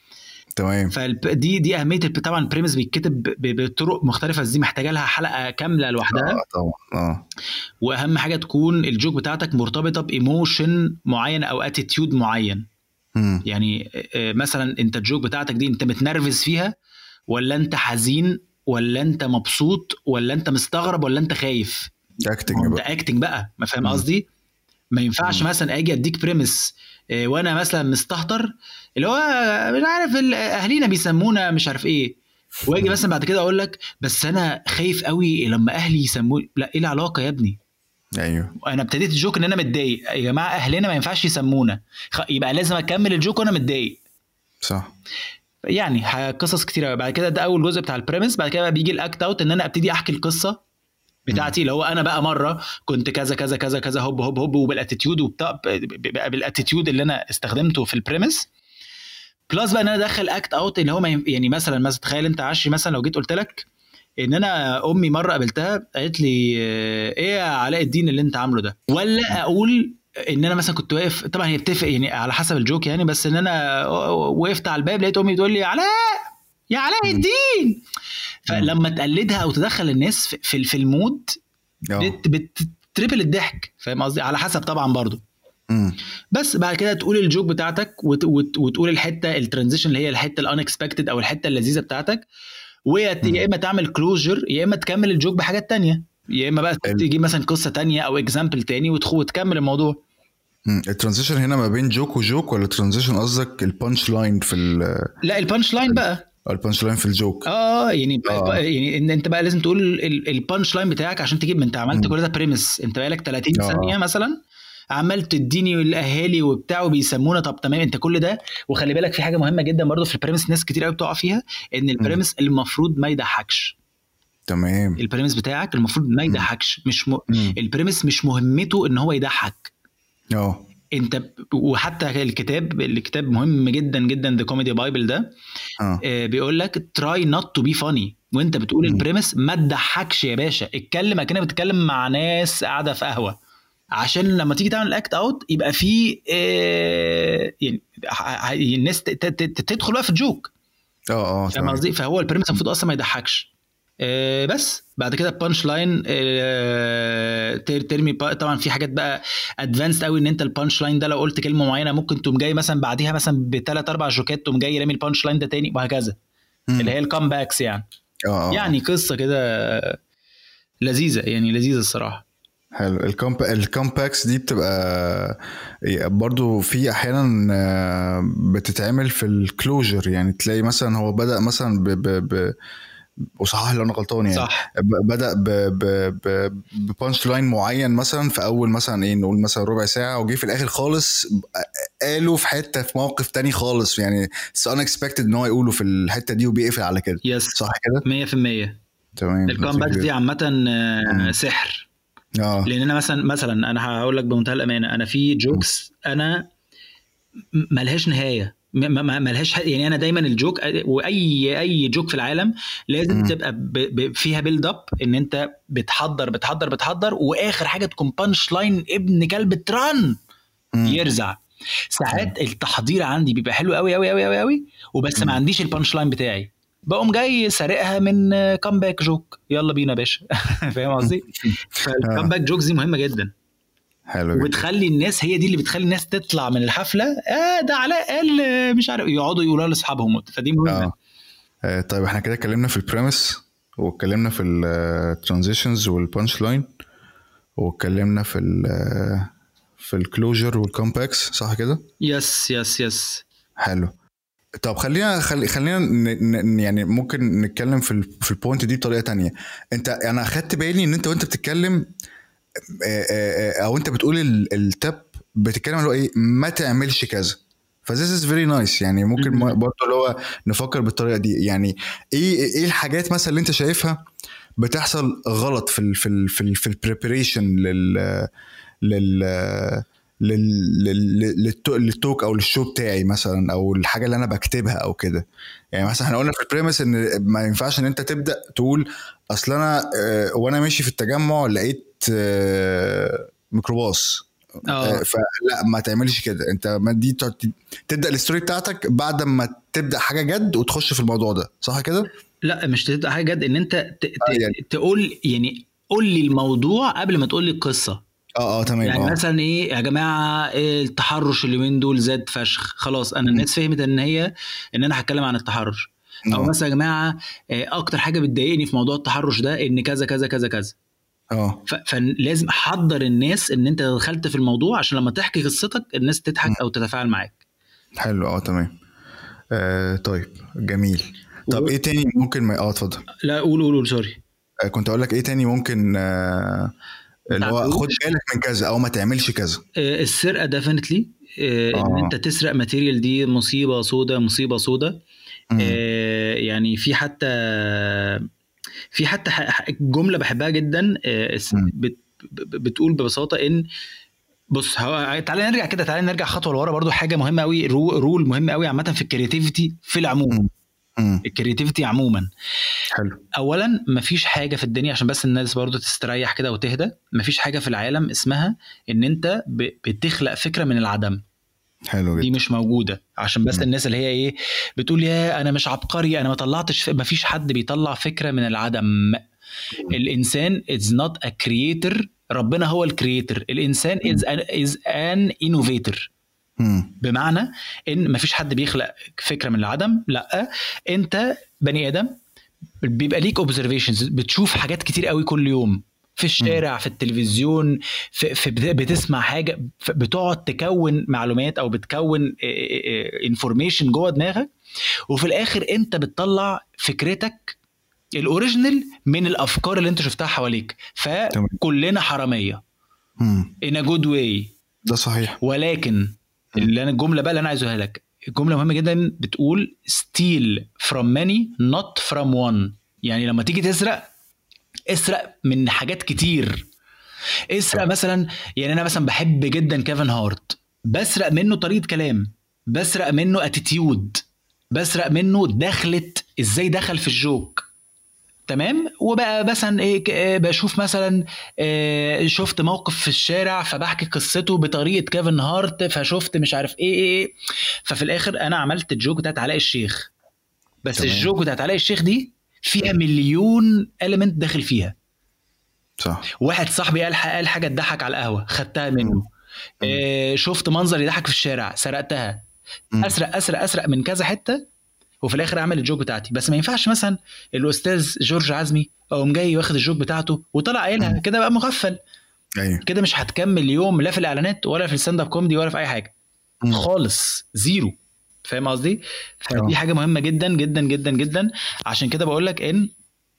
تمام. فدي دي اهميه الب- طبعا البريمس بيتكتب ب- ب- بطرق مختلفه، دي محتاجه لها حلقه كامله لوحدها. اه طبعا. اه واهم حاجه تكون الجوك بتاعتك مرتبطه بايموشن معين او اتيتيود معين. مم. يعني آه، مثلا انت الجوك بتاعتك دي انت متنرفز فيها، ولا انت حزين، ولا انت مبسوط، ولا انت مستغرب، ولا انت خايف؟ اكتنج انت بقى. اكتنج بقى، ما فاهم مم. قصدي؟ ما ينفعش مم. مثلا اجي اديك بريمس آه، وانا مثلا مستهتر، اللي هو مش عارف ال- اهالينا بيسمونا مش عارف ايه، واجي مثلا بعد كده اقول لك بس انا خايف قوي لما اهلي يسموني. لا ايه العلاقه يا ابني؟ ايوه انا ابتديت الجوك ان انا متضايق يا جماعه اهلنا ما ينفعش يسمونا، خ... يبقى لازم اكمل الجوك وانا متضايق. صح. يعني ح- قصص كتير قوي. بعد كده ده اول جزء بتاع البريمس. بعد كده بقى بيجي الاكت اوت، ان انا ابتدي احكي القصه بتاعتي، اللي هو انا بقى مره كنت كذا كذا كذا كذا هوب هوب هوب، وبالاتيتيود وبتاع، بقى بالاتيتيود اللي انا استخدمته في البريمس. بلس بقى ان انا ادخل اكت اوت اللي هو ما ين- يعني مثلا مثلا تخيل انت عشري مثلا لو جيت قلت لك ان انا امي مره قابلتها قالت لي آه، ايه يا علاء الدين اللي انت عامله ده، ولا اقول ان انا مثلا كنت واقف، طبعا هي بتفق يعني على حسب الجوك يعني، بس ان انا وقفت على الباب لقيت امي بتقول لي علاء يا علاء الدين. فلما تقلدها او تدخل الناس في في في المود بت بتريبل الضحك، فاهم قصدي؟ على حسب طبعا برضو. مم. بس بعد كده تقول الجوك بتاعتك وت وت وتقول الحته الترانزيشن اللي هي الحته الانكسبكتد او الحته اللذيذه بتاعتك، ويا اما تعمل كلوجر يا اما تكمل الجوك بحاجات تانية، يا اما بقى تجيب مثلا قصه تانية او اكزامبل تاني وتكمل الموضوع. الترانزيشن هنا ما بين جوك وجوك، ولا الترانزيشن قصدك البانش لاين في ال لا البانش لاين بقى البانش لاين في الجوك. اه يعني آه. يعني ان انت بقى لازم تقول البانش لاين بتاعك عشان تجيب، انت عملت كل ده بريمس، انت بقالك ثلاثين آه. ثانيه مثلا عمال تديني الاهالي وبتاع وبيسمونا، طب تمام انت كل ده. وخلي بالك في حاجه مهمه جدا برضو في البريمس، ناس كتير قوي بتقع فيها، ان البريمس المفروض ما يضحكش. تمام. البريمس بتاعك المفروض ما يضحكش، مش م... البريمس مش مهمته ان هو يضحك. اه انت وحتى الكتاب الكتاب مهم جدا جدا The Comedy Bible ده اه آه بيقول لك try not to be funny، وانت بتقول البريمس ما تضحكش يا باشا، اتكلم اكنك بتتكلم مع ناس قاعده في قهوه، عشان لما تيجي تعمل الاكت اوت يبقى في آه يعني الناس تدخل بقى في الجوك. اه اه فاهم قصدي؟ فهو البريمس المفروض اصلا ما يضحكش. آه بس بعد كده البانش لاين آه ترمي طبعا في حاجات بقى ادفانسد قوي، ان انت البانش لاين ده لو قلت كلمه معينه ممكن تقوم جاي مثلا بعديها مثلا بثلاث اربع جوكات تقوم جاي رامي البانش لاين ده تاني وهكذا، اللي هي الكامباكس يعني. اه يعني قصه كده لذيذه يعني، لذيذه الصراحه. حلو. الكومب الكومباكس دي بتبقى برضو في احيانا بتتعمل في الكلوجر، يعني تلاقي مثلا هو بدأ مثلا ب ب ب وصحح لو انا غلطان يعني صح. بدأ ب ب ب ببانش لاين معين مثلا في اول مثلا ايه نقول مثلا ربع ساعه، وجي في الاخر خالص قالوا في حته في موقف تاني خالص، يعني it's unexpected ان هو يقوله في الحته دي وبيقفل على كده. يس. صح كده مية في المية. تمام. الكومباكس دي عامه سحر. اه لان انا مثلا مثلا انا هقول لك بمنتهى الامانه، انا في جوكس انا ملهاش نهايه، ملهاش يعني. انا دايما الجوك واي اي جوك في العالم لازم م. تبقى ب ب فيها بيلد اب، ان انت بتحضر بتحضر بتحضر واخر حاجه تكون بانش لاين ابن كلب تران م. يرزع. ساعات التحضير عندي بيبقى حلو قوي قوي قوي قوي قوي، وبس م. ما عنديش البانش لاين بتاعي، بقوم جاي سارقها من كامباك جوك، يلا بينا يا باشا. فاهم قصدي؟ فالكامباك جوكس دي مهمه جدا. حلو. وبتخلي الناس، هي دي اللي بتخلي الناس تطلع من الحفله اه ده علاء قال مش عارف، يقعدوا يقولوا لاصحابهم، فدي مهمه. اه طيب احنا كده اتكلمنا في البريمس، واتكلمنا في الترانزيشنز والبانش لاين، واتكلمنا في ال في الكلوجر والكومباكس، صح كده؟ يس يس يس. حلو. طب خلينا خلي خلينا ن... يعني ممكن نتكلم في ال... في البوينت دي بطريقه تانية. انت انا اخدت بالي ان انت وانت بتتكلم او انت بتقول التاب بتتكلم اللي هو ايه ما تعملش كذا، فذيس از فيري نايس. يعني ممكن برضه اللي هو نفكر بالطريقه دي، يعني ايه ايه الحاجات مثلا اللي انت شايفها بتحصل غلط في ال في ال في, ال في البريبريشن لل لل للتوك او للشو بتاعي مثلا، او الحاجه اللي انا بكتبها او كده. يعني مثلا احنا قلنا في البريمس ان ما ينفعش ان انت تبدا تقول اصل انا وانا ماشي في التجمع لقيت ميكروباص، اه فلا ما تعملش كده. انت ما دي تبدا الستوري بتاعتك بعد ما تبدا حاجه جد وتخش في الموضوع ده، صح كده؟ لا مش تبدا حاجه جد، ان انت ت... آه يعني. تقول يعني قول لي الموضوع قبل ما تقول لي القصه. اه اه تمام. يعني أوه. مثلا ايه يا جماعه إيه التحرش اليومين دول زاد فشخ، خلاص انا الناس فهمت ان هي ان انا هتكلم عن التحرش. او مثلا يا جماعه إيه اكتر حاجه بتضايقني في موضوع التحرش ده ان كذا كذا كذا كذا. اه فلازم احضر الناس ان انت دخلت في الموضوع عشان لما تحكي قصتك الناس تضحك او تتفاعل معاك. حلو. اه تمام. آه طيب جميل. طب و... ايه تاني ممكن ما اه اتفضل. لا قول قول سوري. آه كنت اقول لك ايه تاني ممكن آه اللي هو خد بالك من كذا او ما تعملش كذا. آه السرقه ديفينتلي آه آه. ان انت تسرق ماتيريال دي مصيبه سودا مصيبه سودا. آه يعني في حتى في حتى جمله بحبها جدا آه بت بتقول ببساطه ان بص تعالى نرجع كده تعالى نرجع خطوه لورا برضو. حاجه مهمه قوي، رول مهم قوي عامه في الكرياتيفيتي في العموم. الكرياتيفيتي عموما. حلو. اولا مفيش حاجه في الدنيا، عشان بس الناس برضو تستريح كده وتهدى، مفيش حاجه في العالم اسمها ان انت بتخلق فكره من العدم. حلو جدا. دي مش موجوده، عشان بس م. الناس اللي هي ايه بتقول يا انا مش عبقري انا ما طلعتش، مفيش حد بيطلع فكره من العدم. م. الانسان is not a creator، ربنا هو الكرييتر. الانسان is an, is an innovator. بمعنى ان مفيش حد بيخلق فكره من العدم، لا انت بني ادم بيبقى ليك observations، بتشوف حاجات كتير قوي كل يوم في الشارع، في التلفزيون، في, في بتسمع حاجه، بتقعد تكون معلومات او بتكون information جوه دماغك، وفي الاخر انت بتطلع فكرتك الاوريجينال من الافكار اللي انت شفتها حواليك. فكلنا حراميه in a good way. ده صحيح. ولكن اللي انا الجمله بقى اللي انا عايزها لك، الجمله مهمه جدا، بتقول steal from many not from one. يعني لما تيجي تسرق، اسرق من حاجات كتير. اسرق مثلا، يعني انا مثلا بحب جدا كيفن هارت، بسرق منه طريقه كلام، بسرق منه اتيتيود، بسرق منه دخلت ازاي دخل في الجوك، تمام. وبقى مثلا ايه، بشوف مثلا إيه، شفت موقف في الشارع فبحكي قصته بطريقه كيفن هارت، فشفت مش عارف ايه ايه، ففي الاخر انا عملت الجوك بتاعت علاء الشيخ. بس تمام. الجوك بتاعت علاء الشيخ دي فيها مليون إليمنت داخل فيها. صح. واحد صاحبي قال قال حاجه تضحك على القهوه، خدتها منه. إيه، شفت منظر يضحك في الشارع، سرقتها. م. اسرق اسرق اسرق من كذا حته، وفي الاخر اعمل الجوك بتاعتي. بس ما ينفعش مثلا الاستاذ جورج عزمي او جاي واخد الجوك بتاعته وطلع قايلها كده بقى مغفل. ايوه كده مش هتكمل يوم لا في الاعلانات ولا في الستاند اب كوميدي ولا في اي حاجه م. خالص، زيرو. فاهم قصدي؟ فدي حاجه مهمه جدا جدا جدا جدا. عشان كده بقول لك ان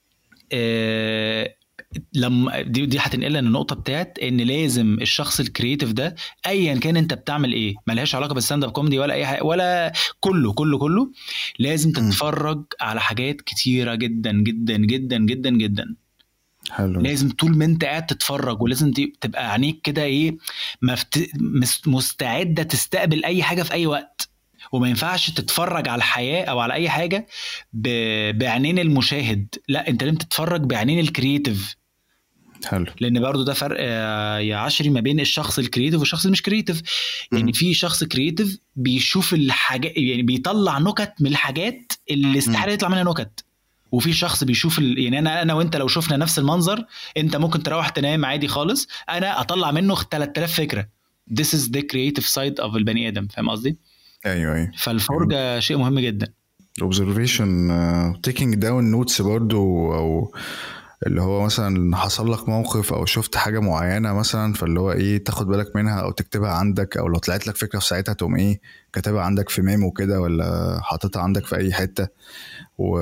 آه لما دي دي هتنقلنا للنقطه بتاعت ان لازم الشخص الكرييتيف ده ايا كان انت بتعمل ايه، ملهاش علاقه بالستاند اب كوميدي ولا اي حاجه ولا كله كله كله لازم تتفرج على حاجات كتيره جدا جدا جدا جدا جدا. حلو. لازم طول ما انت قاعد تتفرج، ولازم تبقى عينيك كده ايه مفت... مستعده تستقبل اي حاجه في اي وقت. وما ينفعش تتفرج على الحياة او على اي حاجة ب... بعينين المشاهد، لا انت لازم تتفرج بعينين الكرييتيف. حلو. لان برضو ده فرق يا عشري ما بين الشخص الكرييتيف والشخص اللي مش كرييتيف. يعني في شخص كرييتيف بيشوف الحاجة، يعني بيطلع نكت من الحاجات اللي استحالة يطلع منها نكت. وفي شخص بيشوف ال... يعني انا انا وانت لو شفنا نفس المنظر، انت ممكن تروح تنام عادي خالص، انا اطلع منه ثلاثة آلاف فكرة. This is the creative side of البني ادم. فاهم قصدي؟ ايوه ايوه. فالفرجة أيوة. شيء مهم جدا. observation uh, taking down notes برضو، او اللي هو مثلا حصل لك موقف او شفت حاجة معينة مثلا، فاللي هو ايه تاخد بالك منها او تكتبها عندك، او لو طلعت لك فكرة في ساعتها تقوم ايه كتبها عندك في ميمو كده ولا حاططها عندك في اي حتة. و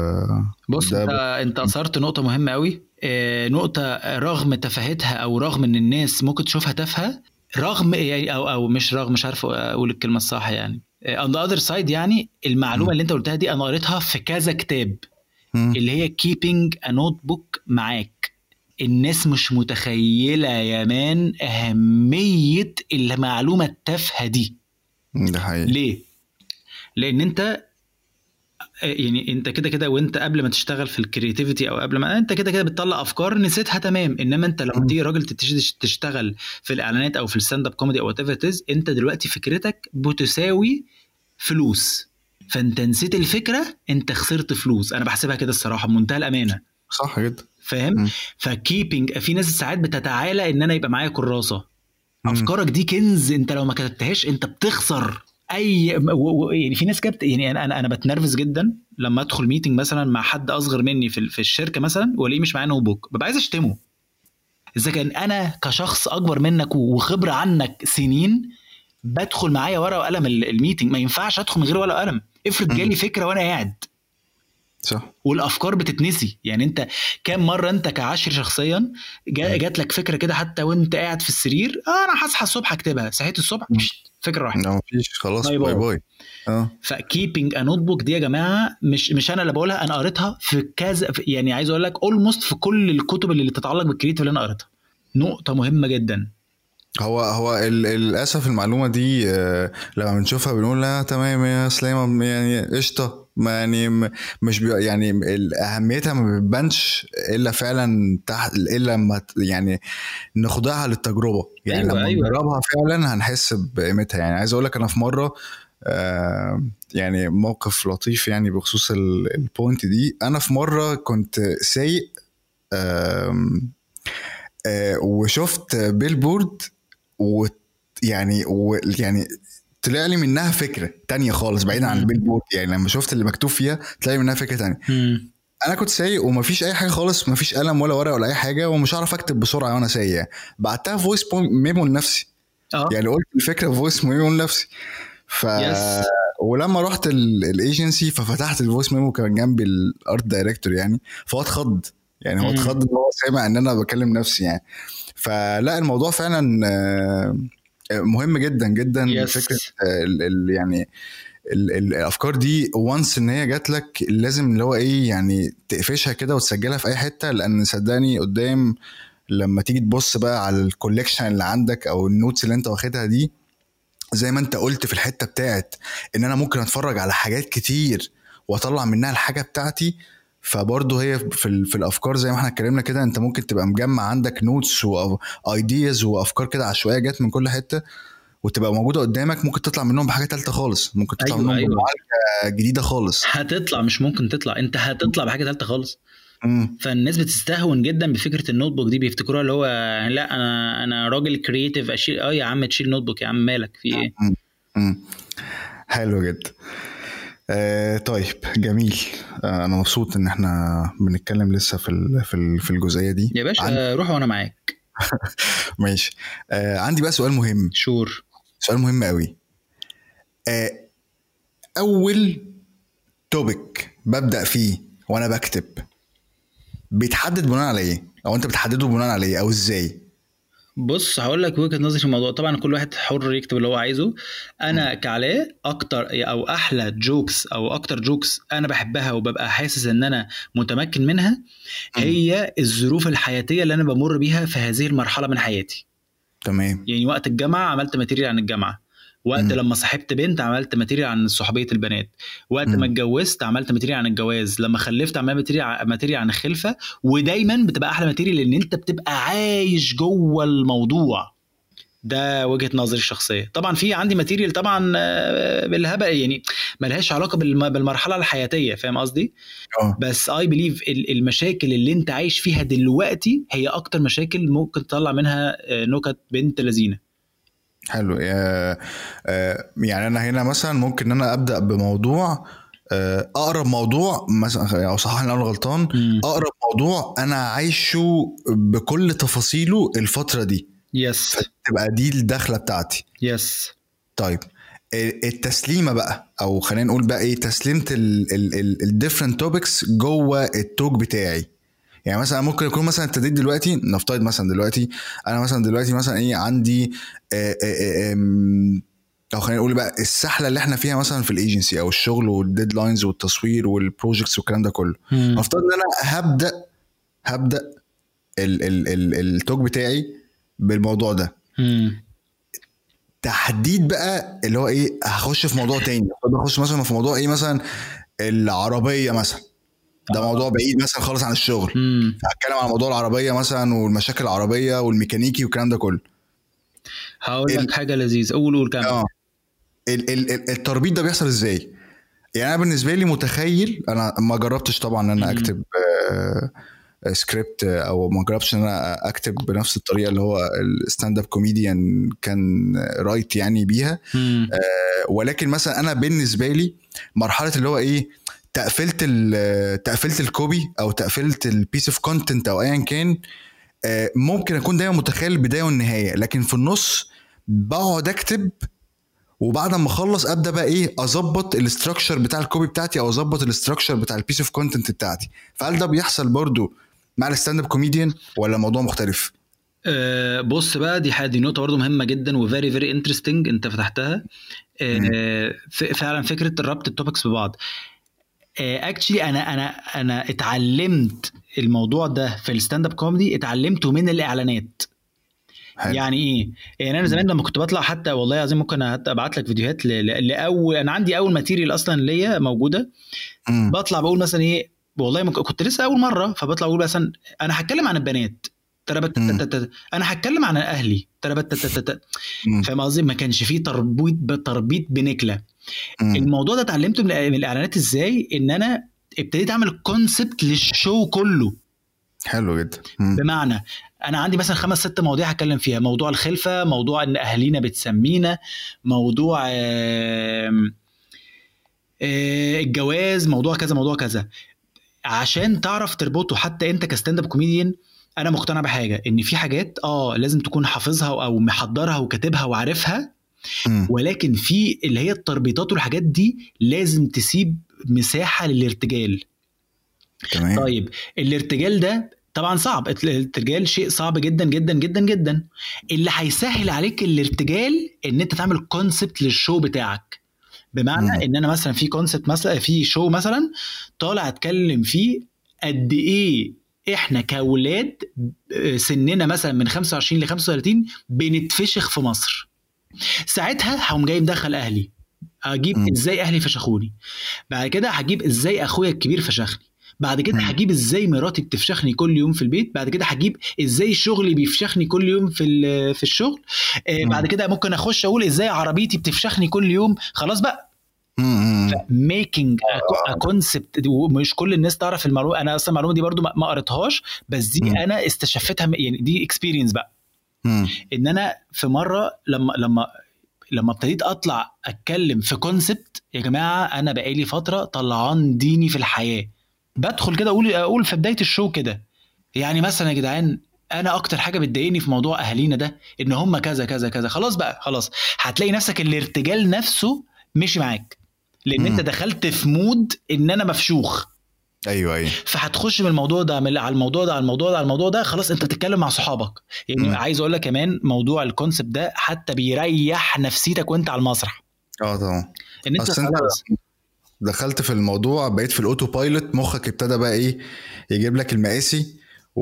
بص انت, ب... انت اثرت نقطة مهمة قوي، اه نقطة رغم تفاهتها او رغم ان الناس ممكن تشوفها تافهة، رغم يعني او او مش رغم، مش عارف اقول الكلمه الصح يعني on the other side. يعني المعلومه م. اللي انت قلتها دي انا قريتها في كذا كتاب، م. اللي هي keeping a notebook معاك. الناس مش متخيله يا مان اهميه المعلومه التافهه دي. ده حقيقي. ليه؟ لان انت يعني انت كده كده وانت قبل ما تشتغل في الكرياتيفيتي او قبل ما انت كده كده بتطلع افكار نسيتها تمام. انما انت لما تيجي راجل تشتغل في الاعلانات او في الستاند اب كوميدي او whatever it is، انت دلوقتي فكرتك بتساوي فلوس، فانت نسيت الفكره انت خسرت فلوس. انا بحسبها كده الصراحه بمنتهى الامانه. صح جدا. فاهم؟ فكيبينج، في ناس ساعات بتتعالى ان انا يبقى معايا كراسه. افكارك دي كنز، انت لو ما كتبتهاش انت بتخسر. اي يعني في ناس كبت يعني انا انا انا بتنرفز جدا لما ادخل ميتنج مثلا مع حد اصغر مني في في الشركه مثلا، والاقيه مش معايا نوت بوك، ببقى عايز اشتمه. اذا كان انا كشخص اكبر منك وخبره عنك سنين بدخل معايا ورقه وقلم الميتنج، ما ينفعش ادخل من غير ورقه وقلم. افرض جالي فكره وانا قاعد، صح، والافكار بتتنسي. يعني انت كام مره انت كعشر شخصيا جات لك فكره كده حتى وانت قاعد في السرير، اه انا هصحى الصبح اكتبها، صحيت الصبح فكره راحت، لا مفيش، خلاص باي باي, باي. اه فكيبينج ا نوت بوك دي يا جماعه مش مش انا اللي بقولها، انا قريتها في كذا، يعني عايز اقول لك اولموست في كل الكتب اللي تتعلق بالكرياتيف اللي انا قريتها. نقطه مهمه جدا. هو هو للاسف المعلومه دي لما بنشوفها بنقول لا تمام يا سليمه يعني قشطه، ما يعني م- مش بي يعني ال- اهميتها ما بتبانش الا فعلا تحت، الا لما ت- يعني نخضعها للتجربه، يعني ايوه لما ايوه. نجربها فعلا هنحس بقيمتها. يعني عايز اقول لك انا في مره، آه يعني موقف لطيف يعني بخصوص ال- البوينت دي. انا في مره كنت سايق، آم، آه وشفت بيلبورد، ويعني ويعني طلع لي منها فكره تانية خالص بعيدا عن مم. البيلبورد. يعني لما شفت اللي مكتوب فيها طلع لي منها فكره تانية. مم. انا كنت سايق ومفيش اي حاجه خالص، مفيش قلم ولا ورقه ولا اي حاجه، ومش عارف اكتب بسرعه وانا سايق. بعتها فويس ميمو لنفسي، اه. يعني قلت الفكره فويس ميمو لنفسي. ف يس. ولما رحت الايجنسي ففتحت الفويس ميمو، كان جنبي الارت دايركتور يعني، فهو اتخض. يعني هو اتخض ان هو سامع ان انا بكلم نفسي يعني. فلا الموضوع فعلا آه، مهم جدا جدا. يس. فكره آه، ال ال يعني ال ال الافكار دي وانس ان هي جات لك لازم اللي هو ايه يعني تقفشها كده وتسجلها في اي حته، لان صدقني قدام لما تيجي تبص بقى على الكوليكشن اللي عندك او النوتس اللي انت واخدها دي، زي ما انت قلت في الحته بتاعت ان انا ممكن اتفرج على حاجات كتير واطلع منها الحاجه بتاعتي. فبرضه هي في, ال- في الافكار زي ما احنا اتكلمنا كده، انت ممكن تبقى مجمع عندك نوتس وايدياز وافكار كده عشوائيه جت من كل حته وتبقى موجوده قدامك، ممكن تطلع منهم بحاجه تالته خالص، ممكن تطلع ايوه منهم ايوه. بمعالجه جديده خالص. هتطلع، مش ممكن تطلع، انت هتطلع بحاجه ثالثه خالص. امم فالناس بتستهون جدا بفكره النوت بوك دي، بيفتكروها اللي هو لا انا انا راجل كرييتيف اشيل. اه يا عم تشيل نوت بوك يا عم، مالك في ايه؟ امم حلو جدا. آه طيب جميل. آه انا مبسوط ان احنا بنتكلم لسه في ال- في ال- في الجزئيه دي. يا باشا عن... روح وانا معاك. ماشي. آه عندي بقى سؤال مهم، شور. سؤال مهم قوي. آه اول توبيك ببدا فيه وانا بكتب بيتحدد بناء على ايه، او انت بتحدده بناء على ايه او ازاي؟ بص هقول لك وجهة نظري في الموضوع. طبعا كل واحد حر يكتب اللي هو عايزه. انا كعلاء اكتر او احلى جوكس او اكتر جوكس انا بحبها وببقى حاسس ان انا متمكن منها، هي الظروف الحياتية اللي انا بمر بيها في هذه المرحلة من حياتي. تمام. يعني وقت الجامعة عملت ماتيريال عن الجامعة، وقت مم. لما صاحبت بنت عملت ماتيريال عن صحوبية البنات، وقت ما مم. اتجوزت عملت ماتيريال عن الجواز، لما خلفت عملت ماتيريال ماتيريال عن الخلفة. ودايما بتبقى احلى ماتيريال لان انت بتبقى عايش جوه الموضوع ده. وجهة نظري الشخصية. طبعا في عندي ماتيريال طبعا آه، بالهبل يعني ملهاش علاقة بالم- بالمرحلة الحياتية، فاهم قصدي؟ اه بس اي بليف المشاكل اللي انت عايش فيها دلوقتي هي اكتر مشاكل ممكن تطلع منها آه، نكت بنت لذينة. حلو. آه آه يعني انا هنا مثلا ممكن ان انا ابدا بموضوع آه اقرب موضوع مثلا، او صححني لو انا غلطان، مم. اقرب موضوع انا عايشه بكل تفاصيله الفتره دي، يس. فتبقى دي الدخله بتاعتي. يس. طيب التسليمه بقى، او خلينا نقول بقى ايه، تسليمه الديفرنت توبكس جوه التوك بتاعي. يعني مثلا ممكن يكون مثلا ابتديت دلوقتي، نفترض مثلا دلوقتي انا مثلا دلوقتي مثلا ايه عندي آه، آه، آم، او خلينا نقول بقى السحله اللي احنا فيها مثلا في الايجنسي او الشغل والديدلاينز والتصوير والبروجكتس والكلام ده كله. مم. نفترض ان انا هبدا هبدا ال ال ال التوك بتاعي بالموضوع ده. مم. تحديد بقى اللي هو ايه، هخش في موضوع تاني، بخش مثلا في موضوع ايه، مثلا العربيه مثلا، ده موضوع بعيد مثلا خالص عن الشغل. مم. فهتكلم عن موضوع العربيه مثلا والمشاكل العربيه والميكانيكي والكلام ده كله. هقول ال... لك حاجة لذيذة. قول قول كمل. اه ال... ال... ال- التربيط ده بيحصل ازاي؟ يعني انا بالنسبه لي متخيل، انا ما جربتش طبعا ان انا مم. اكتب آه سكريبت، او ما جربتش ان انا اكتب بنفس الطريقه اللي هو الستاند اب كوميديان كان رايت يعني بيها. مم. آه ولكن مثلا انا بالنسبه لي مرحله اللي هو ايه، تقفلت ال تقفلت الكوبي او تقفلت البيس اوف كونتنت او ايا كان. آه ممكن اكون دايما متخيل البدايه والنهايه، لكن في النص بقعد اكتب، وبعد ما اخلص ابدا بقى ايه اظبط الاستراكشر بتاع الكوبي بتاعتي او اظبط الاستراكشر بتاع البيس اوف كونتنت بتاعتي. فهل ده بيحصل برضو مع الستاند اب كوميديان ولا موضوع مختلف؟ أه بص بقى، دي حاجة، دي نقطة برضو مهمة جدا وفيري فيري انترستنج انت فتحتها. أه فعلا فكرة الربط التوبكس ببعض. اكشلي uh, انا انا انا اتعلمت الموضوع ده في الستاند اب كوميدي، اتعلمته من الاعلانات. حلو. يعني ايه؟ يعني انا زمان لما كنت بطلع حتى والله العظيم ممكن حتى ابعت لك فيديوهات ل- ل- لاول انا عندي اول ماتيريال اصلا ليا موجوده. مم. بطلع بقول مثلا ايه، والله ممكن كنت لسه اول مره، فبطلع بقول مثلا انا هتكلم عن البنات تربت مم. تتتت. انا هتكلم عن اهلي تربت تتتت. مم. فاهم قصدي؟ ما كانش فيه تربيط بتربيط بنكله. مم. الموضوع ده اتعلمته من من الاعلانات ازاي، ان انا ابتديت اعمل كونسبت للشو كله. حلو جدا. مم. بمعنى انا عندي مثلا خمس ست مواضيع هتكلم فيها: موضوع الخلفه، موضوع ان اهالينا بتسمينا، موضوع آم، آه، الجواز، موضوع كذا موضوع كذا، عشان تعرف تربطه. حتى انت كستاند اب كوميديان انا مقتنع بحاجه، ان في حاجات اه لازم تكون حافظها او محضرها وكاتبها وعارفها، مم. ولكن في اللي هي التربيطات والحاجات دي لازم تسيب مساحه للارتجال. تمام. طيب الارتجال ده طبعا صعب، الارتجال شيء صعب جدا جدا جدا جدا. اللي هيسهل عليك الارتجال ان انت تعمل كونسبت للشو بتاعك. بمعنى مم. ان انا مثلا في كونسبت مثلا في شو مثلا طالع اتكلم فيه قد ايه احنا كاولاد سننا مثلا من خمسة وعشرين ل خمسة وثلاثين بنتفشخ في مصر. ساعتها هقوم جاي مدخل اهلي، هجيب مم. ازاي اهلي فشخوني، بعد كده هجيب ازاي اخويا الكبير فشخني، بعد كده مم. هجيب ازاي مراتي بتفشخني كل يوم في البيت، بعد كده هجيب ازاي شغلي بيفشخني كل يوم في ال- في الشغل، آه، بعد مم. كده ممكن اخش اقول ازاي عربيتي بتفشخني كل يوم. خلاص بقى مم. ميكينج ا كونسبت. ومش كل الناس تعرف المعلومه، انا اصلا المعلومه دي برضو ما ما قريتهاش، بس دي مم. انا استشفتها، يعني دي اكسبيرينس بقى. مم. ان انا في مره لما لما لما ابتديت اطلع اتكلم في كونسبت، يا جماعه انا بقالي فتره طلعان ديني في الحياه، بدخل كده اقول اقول في بدايه الشو كده، يعني مثلا يا جدعان انا اكتر حاجه بتضايقني في موضوع اهالينا ده ان هم كذا كذا كذا. خلاص بقى خلاص، هتلاقي نفسك الارتجال نفسه مشي معاك، لان انت مم. دخلت في مود ان انا مفشوخ. ايوه ايوه. فهتخش من الموضوع ده من على الموضوع ده على الموضوع ده على الموضوع ده، خلاص انت بتتكلم مع صحابك. يعني مم. عايز اقول لك كمان موضوع الكونسبت ده حتى بيريح نفسيتك وانت على المسرح، اه طبعا. ان انت اصل انت خلاص دخلت في الموضوع، بقيت في الاوتو بايلوت، مخك ابتدى بقى ايه، يجيب لك المقاسي،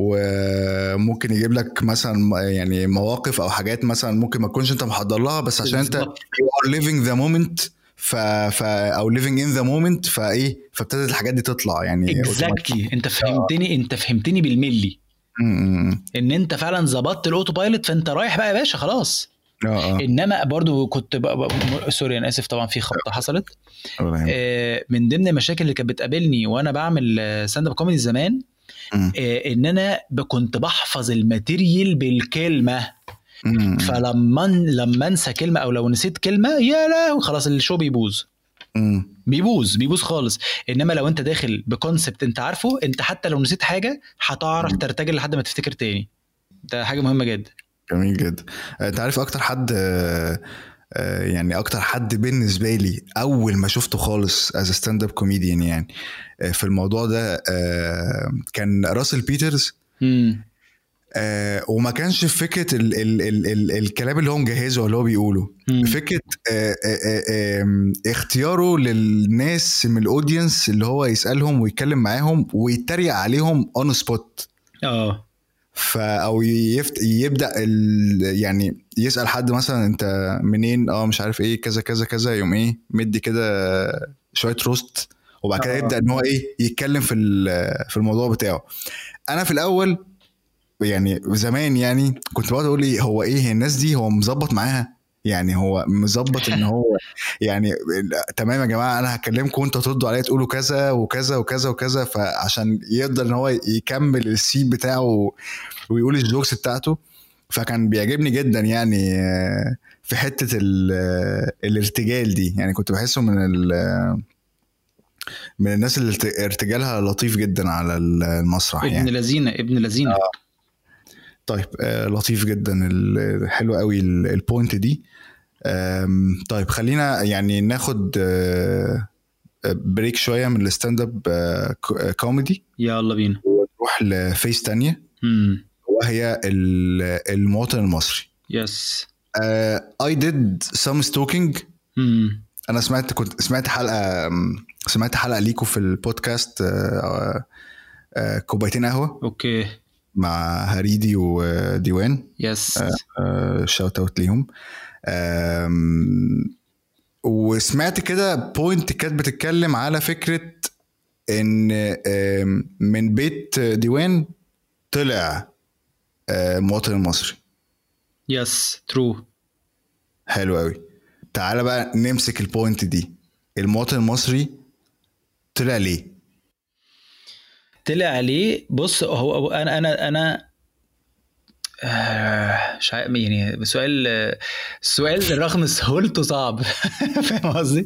وممكن يجيب لك مثلا يعني مواقف او حاجات مثلا ممكن ما تكونش انت محضر لها، بس عشان انت بالظبط. you are living the moment ف... ف او living in the moment فايه، فابتدت الحاجات دي تطلع يعني اكزاكتلي انت فهمتني، انت فهمتني بالملي، امم ان انت فعلا ظبطت الاوتو بايلوت، فانت رايح بقى يا باشا خلاص. اه اه انما برضو كنت بقى بقى سوري انا اسف طبعا في خبطه حصلت. ولا يهمك. آه، من ضمن المشاكل اللي كانت بتقابلني وانا بعمل ستاند اب كوميدي زمان، مم. آه، ان انا ب- كنت بحفظ الماتيريال بالكلمه. مم. فلما لما انسى كلمه او لو نسيت كلمه يا لا خلاص الشو بيبوظ مم. بيبوظ بيبوظ خالص. انما لو انت داخل بكونسبت انت عارفه، انت حتى لو نسيت حاجه هتعرف ترتجل لحد ما تفتكر تاني. ده حاجه مهمه جدا. جميل جدا. انت عارف اكتر حد آه، آه، يعني اكتر حد بالنسبه لي اول ما شفته خالص از ستاند اب كوميديان يعني آه، في الموضوع ده آه، كان راسل بيترز. امم آه، وما كانش في فكره ال ال ال ال الكلام اللي هو مجهزه اللي هو بيقوله، مم. فكره آه، آه، آه، آم، اختياره للناس من الاودينس اللي هو يسالهم ويتكلم معاهم ويتريق عليهم اون سبوت. اه فا او يفت... يبدا ال... يعني يسال حد مثلا انت منين، اه مش عارف ايه كذا كذا كذا، يوم ايه مدي كده شويه روست، وبعد كده آه. يبدا ان هو ايه يتكلم في ال- في الموضوع بتاعه. انا في الاول يعني زمان يعني كنت بقعد اقول لي هو ايه الناس دي، هو مظبط معاها يعني، هو مظبط ان هو يعني تمام يا جماعه انا هكلمكم وانتوا تردوا عليا تقولوا كذا وكذا وكذا وكذا، فعشان يقدر ان هو يكمل السيب بتاعه ويقول الجوكس بتاعته. فكان بيعجبني جدا يعني آه، في حته ال- آه، الارتجال دي، يعني كنت بحسه من ال- من الناس اللي ارت- ارتجالها لطيف جدا على المسرح ابن يعني. لذينه ابن لذينه. طيب آه، لطيف جدا، ال- حلو قوي ال- البوينت دي. آم، طيب خلينا يعني ناخد آه، بريك شويه من الستاند اب آه، كو- آه، كوميدي، يلا بينا. ونروح لفيس تانية امم وهي ال- المواطن المصري. يس. uh, I did some stalking. امم انا سمعت كنت سمعت حلقه سمعت حلقه ليكو في البودكاست uh, uh, كوبايتين قهوه. اوكي. مع هريدي وديوان. يس شاوت اوت ليهم. وسمعت كده بوينت كانت بتتكلم على فكرة ان من بيت ديوان طلع مواطن مصري. يس ترو. حلو قوي. تعالى بقى نمسك البوينت دي. المواطن المصري طلع ليه؟ طلع ليه؟ بص هو انا انا انا آه مش عارف يعني سؤال السؤال رغم سهولته صعب. فاهم قصدي؟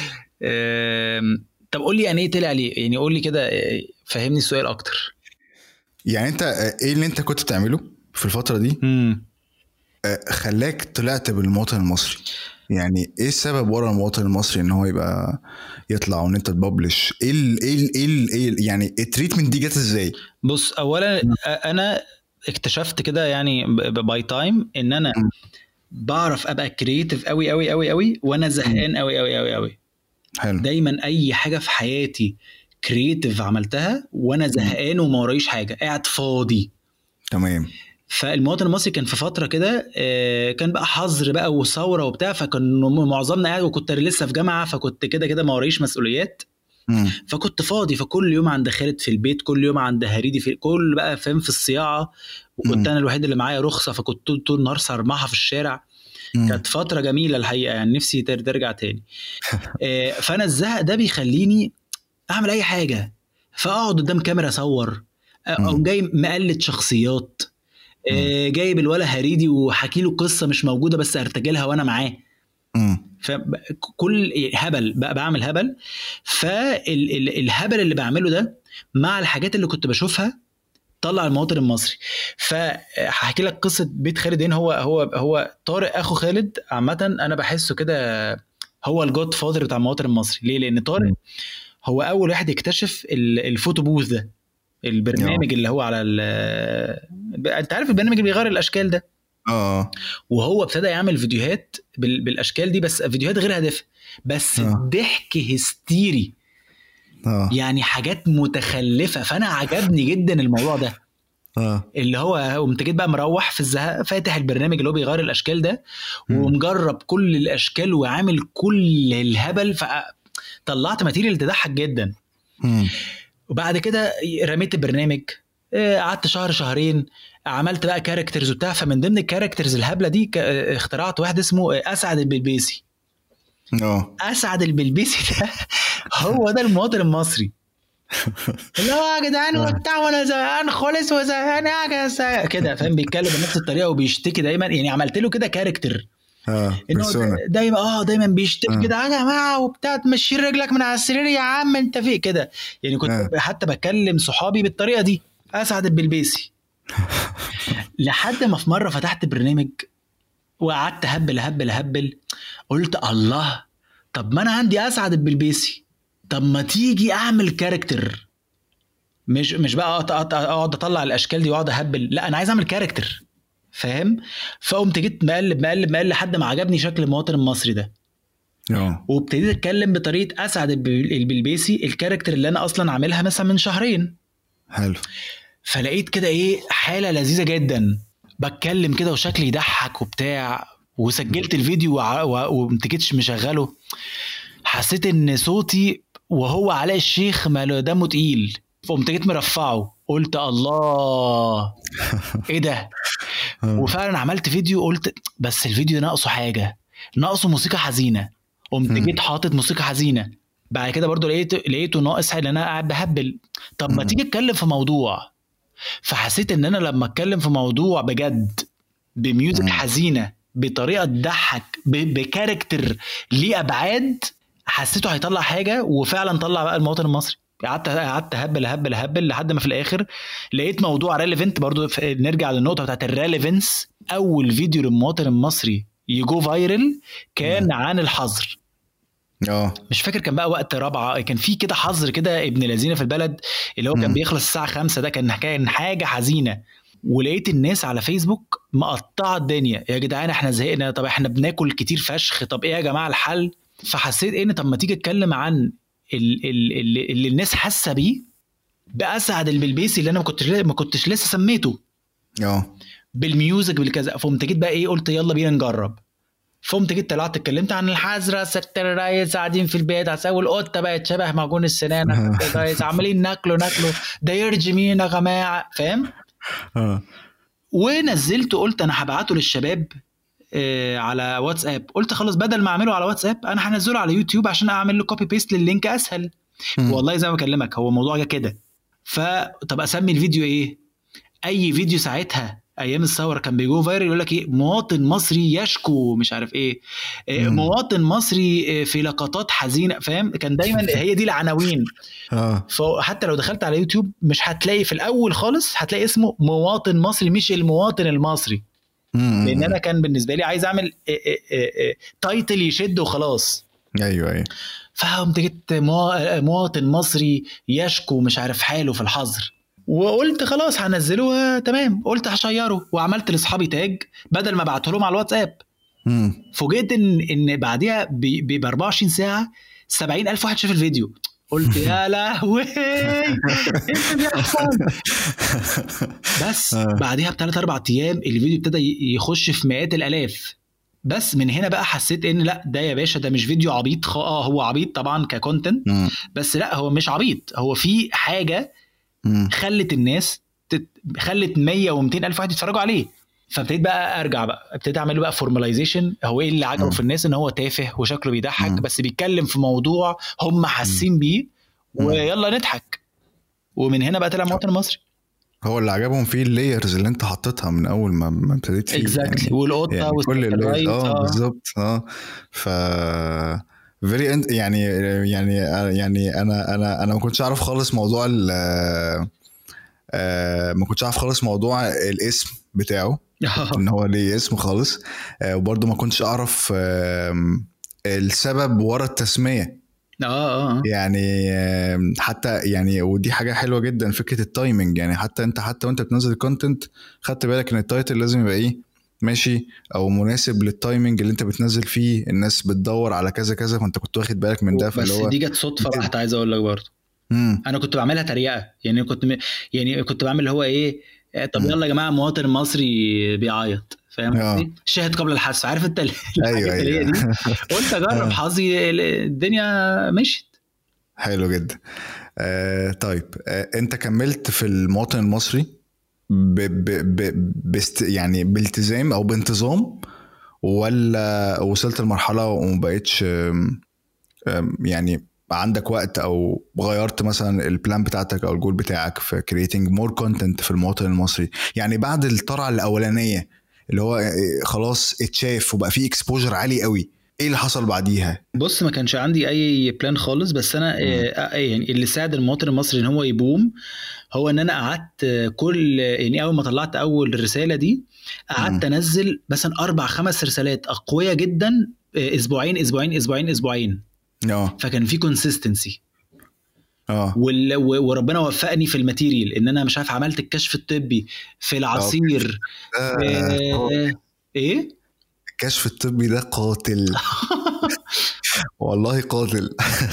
طب قول لي يعني ايه طلع ليه؟ يعني قول لي كده فهمني السؤال اكتر. يعني انت ايه اللي انت كنت تعمله في الفترة دي امم خلاك طلعت بالمواطن المصري؟ يعني ايه السبب ورا المواطن المصري ان هو يبقى يطلع وان انت تببلش؟ ايه ال ايه ال ايه, ال إيه يعني التريتمنت دي جت ازاي؟ بص اولا م. انا اكتشفت كده يعني باي تايم ان انا م. بعرف ابقى كرييتيف قوي قوي قوي قوي وانا زهقان قوي قوي قوي قوي. حلو. دايما اي حاجه في حياتي كرييتيف عملتها وانا زهقان وما ورايش حاجه قاعد فاضي. تمام. فالمواطن المصري كان في فتره كده كان بقى حظر بقى وثوره وبتاع، فكان معظمنا قاعد وكنت لسه في جامعه، فكنت كده كده ما ورايش مسؤوليات. مم. فكنت فاضي، فكل يوم عند خالد في البيت، كل يوم عند هريدي في كل بقى فاهم في الصياعه، وكنت مم. انا الوحيد اللي معايا رخصه، فكنت طول النهار صرمحه في الشارع. مم. كانت فتره جميله الحقيقه، يعني نفسي ترجع تاني. فانا الزهق ده بيخليني اعمل اي حاجه، فاقعد قدام كاميرا اصور او جاي مقلد شخصيات، مم. جايب الولا هريدي وحكي له قصه مش موجوده بس ارتجلها وانا معاه. فكل هبل بقى بعمل هبل. فالهبل اللي بعمله ده مع الحاجات اللي كنت بشوفها طلع المواطن المصري. فهحكي لك قصه بيت خالدين. هو هو هو طارق اخو خالد عامه، انا بحسه كده هو الجود فاذر بتاع المواطن المصري. ليه؟ لان طارق هو اول واحد يكتشف الفوتو بوث ده، البرنامج اللي هو على انت عارف البرنامج اللي بيغير الاشكال ده. اه وهو ابتدى يعمل فيديوهات بالاشكال دي، بس فيديوهات غير هادفه، بس أوه. ضحك هستيري. أوه. يعني حاجات متخلفه. فانا عجبني جدا الموضوع ده. أوه. اللي هو قمت جيت بقى مروح في الزهق فاتح البرنامج اللي هو بيغير الاشكال ده، ومجرب كل الاشكال وعامل كل الهبل، فطلعت ماتيريال تضحك جدا. م. وبعد كده رميت البرنامج، قعدت شهر شهرين عملت بقى كاركترز وبتاع. فمن ضمن الكاركترز الهبله دي اخترعت واحد اسمه اسعد البلبيسي. اه اسعد البلبيسي ده هو ده المواطن المصري. اللي هو يا جدعان وبتاع وانا زهقان خالص وزهقان كده، فاهم؟ بيتكلم بنفس الطريقه وبيشتكي دايما. يعني عملت له كده كاركتر اه دايما اه دايما بيشتكي كده يا جماعه وبتاع، تمشي رجلك من على السرير يا عم انت في كده. يعني كنت آه. حتى بكلم صحابي بالطريقه دي، اسعد البلبيسي. لحد ما في مره فتحت برنامج وقعدت هبل هبل هبل، قلت الله، طب ما انا عندي اسعد البلبيسي، طب ما تيجي اعمل كاركتر، مش مش بقى اقعد اطلع الاشكال دي واقعد اهبل، لا انا عايز اعمل كاركتر، فاهم؟ فقمت جيت مقلب مقلب مقلب لحد ما عجبني شكل المواطن المصري ده. اه وابتديت اتكلم بطريقه اسعد البلبيسي، الكاركتر اللي انا اصلا عاملها مثلا من شهرين. حلو. فلقيت كده ايه حاله لذيذه جدا، بتكلم كده وشكلي يضحك وبتاع، وسجلت الفيديو ومتكتش مشغله. حسيت ان صوتي وهو علاء الشيخ ما دمه تقيل، فقمت جيت مرفعه، قلت الله ايه ده. وفعلا عملت فيديو، قلت بس الفيديو ناقصه حاجه، ناقصه موسيقى حزينه. قمت جيت حاطط موسيقى حزينه. بعد كده برضو لقيت لقيته ناقص ان انا قاعد بهبل. طب ما تيجي اتكلم في موضوع. فحسيت ان انا لما اتكلم في موضوع بجد بميوزك حزينه بطريقه تضحك بكاركتر ليه ابعاد، حسيته هيطلع حاجه. وفعلا طلع بقى المواطن المصري. قعدت قعدت هبل هبل هبل لحد ما في الاخر لقيت موضوع ريليفنت. برضو نرجع للنقطه بتاعت الريليفنس. اول فيديو للمواطن المصري يجو فايرل كان عن الحظر. اه مش فاكر كان بقى وقت رابعه، كان في كده حظر كده ابن لذينه في البلد اللي هو كان بيخلص الساعه خمسة. ده كان كان حاجه حزينه. ولقيت الناس على فيسبوك مقطعه الدنيا، يا جدعان احنا زهقنا، طب احنا بناكل كتير فشخ، طب ايه يا جماعه الحل؟ فحسيت ان طب ما تيجي اتكلم عن اللي, اللي, اللي الناس حاسه بيه باسعد البلبيسي اللي انا ما كنتش ما كنتش لسه سميته اه بالميوزك بالكذا. فقمت جيت بقى ايه قلت يلا بينا نجرب. فقمت جيت طلعت اتكلمت عن الحزره ست الريس قاعدين في البيت هسوي القطه بقت شبه معجون السنان الريس عمالين ناكله ناكله ده يرجي مين يا جماعه فاهم. اه ونزلت قلت انا هبعته للشباب آه على واتساب. قلت خلاص بدل ما اعمله على واتساب انا هنزله على يوتيوب عشان اعمل له كوبي بيست لللينك اسهل. والله زي ما بكلمك هو الموضوع جه كده. فطب اسمي الفيديو ايه؟ اي فيديو ساعتها ايام الثوره كان بيجو فايرل يقول لك ايه مواطن مصري يشكو مش عارف ايه, إيه مواطن مصري في لقطات حزينه فاهم. كان دايما هي دي العناوين. فحتى لو دخلت على يوتيوب مش هتلاقي في الاول خالص هتلاقي اسمه مواطن مصري مش المواطن المصري. لان انا كان بالنسبه لي عايز اعمل إيه إيه إيه تايتل يشد وخلاص. ايوه ايوه. فقمت جبت مواطن مصري يشكو مش عارف حاله في الحظر وقلت خلاص هنزلوها تمام. قلت هشيره وعملت لاصحابي تاج بدل ما ابعته لهم على الواتساب. فوجئت ان ان بعديها ب أربعة وعشرين ساعه سبعين ألف واحد شاف الفيديو. قلت يا لهوي ايه اللي بيحصل. بس بعديها بثلاث اربع ايام الفيديو ابتدى يخش في مئات الالاف. بس من هنا بقى حسيت ان لا ده يا باشا ده مش فيديو عبيط. اه هو عبيط طبعا ككونتنت بس لا هو مش عبيط. هو في حاجه خلت الناس تت... خلت مية ومئتين ألف واحد يتفرجوا عليه. فابتديت بقى ارجع بقى ابتديت اعمل بقى فورماليزيشن. هو ايه اللي عجبه في الناس؟ ان هو تافه وشكله بيضحك بس بيتكلم في موضوع هم حاسين بيه ويلا نضحك. ومن هنا بقى طلع مواطن مصري. هو اللي عجبهم فيه اللايرز اللي انت حطيتها من اول ما ما ابتديت فيه exactly. يعني والقطه يعني كل اللايرز اه بالظبط اه ف فيري انت يعني يعني يعني انا انا انا ما كنتش اعرف خالص موضوع ال آه ما كنتش اعرف خالص موضوع الاسم بتاعه ان هو ليه اسم خالص. آه وبرضه ما كنتش اعرف آه السبب ورا التسميه. اه اه يعني حتى يعني ودي حاجه حلوه جدا فكره التايمنج. يعني حتى انت حتى وانت بتنزل الكونتنت خدت بالك ان التايتل لازم يبقى ايه ماشي او مناسب للتايمنج اللي انت بتنزل فيه. الناس بتدور على كذا كذا فانت كنت واخد بالك من ده. بس دي جت صدفه بحت. عايز اقول لك برضه مم. انا كنت بعملها تريقه. يعني كنت م... يعني كنت بعمل اللي هو ايه طب مم. يلا يا جماعه مواطن مصري بيعيط فاهم قصدي. شاهد قبل الحادث عارف انت ايوه ايوه دي. قلت اجرب حظي الدنيا مشيت حلو جدا. آه طيب آه انت كملت في المواطن المصري ب ب ب بست يعني بالتزام او بانتظام ولا وصلت لمرحله وما بقتش يعني عندك وقت او غيرت مثلا البلان بتاعتك او الجول بتاعك في creating more content في المواطن المصري؟ يعني بعد الطرعه الاولانيه اللي هو خلاص اتشاف وبقى فيه اكسبوجر عالي قوي ايه اللي حصل بعديها؟ بص ما كانش عندي اي بلان خالص. بس انا يعني اللي ساعد المواطن المصري ان هو يبوم هو ان انا قعدت كل يعني اول ما طلعت اول رساله دي قعدت انزل مثلا اربع خمس رسالات اقويه جدا اسبوعين اسبوعين اسبوعين اسبوعين. اه فكان في كونسيستنسي. اه وربنا وفقني في الماتيريال ان انا مش عارف عملت الكشف الطبي في العصير. آه. آه. ايه الكشف الطبي ده قاتل والله قاتل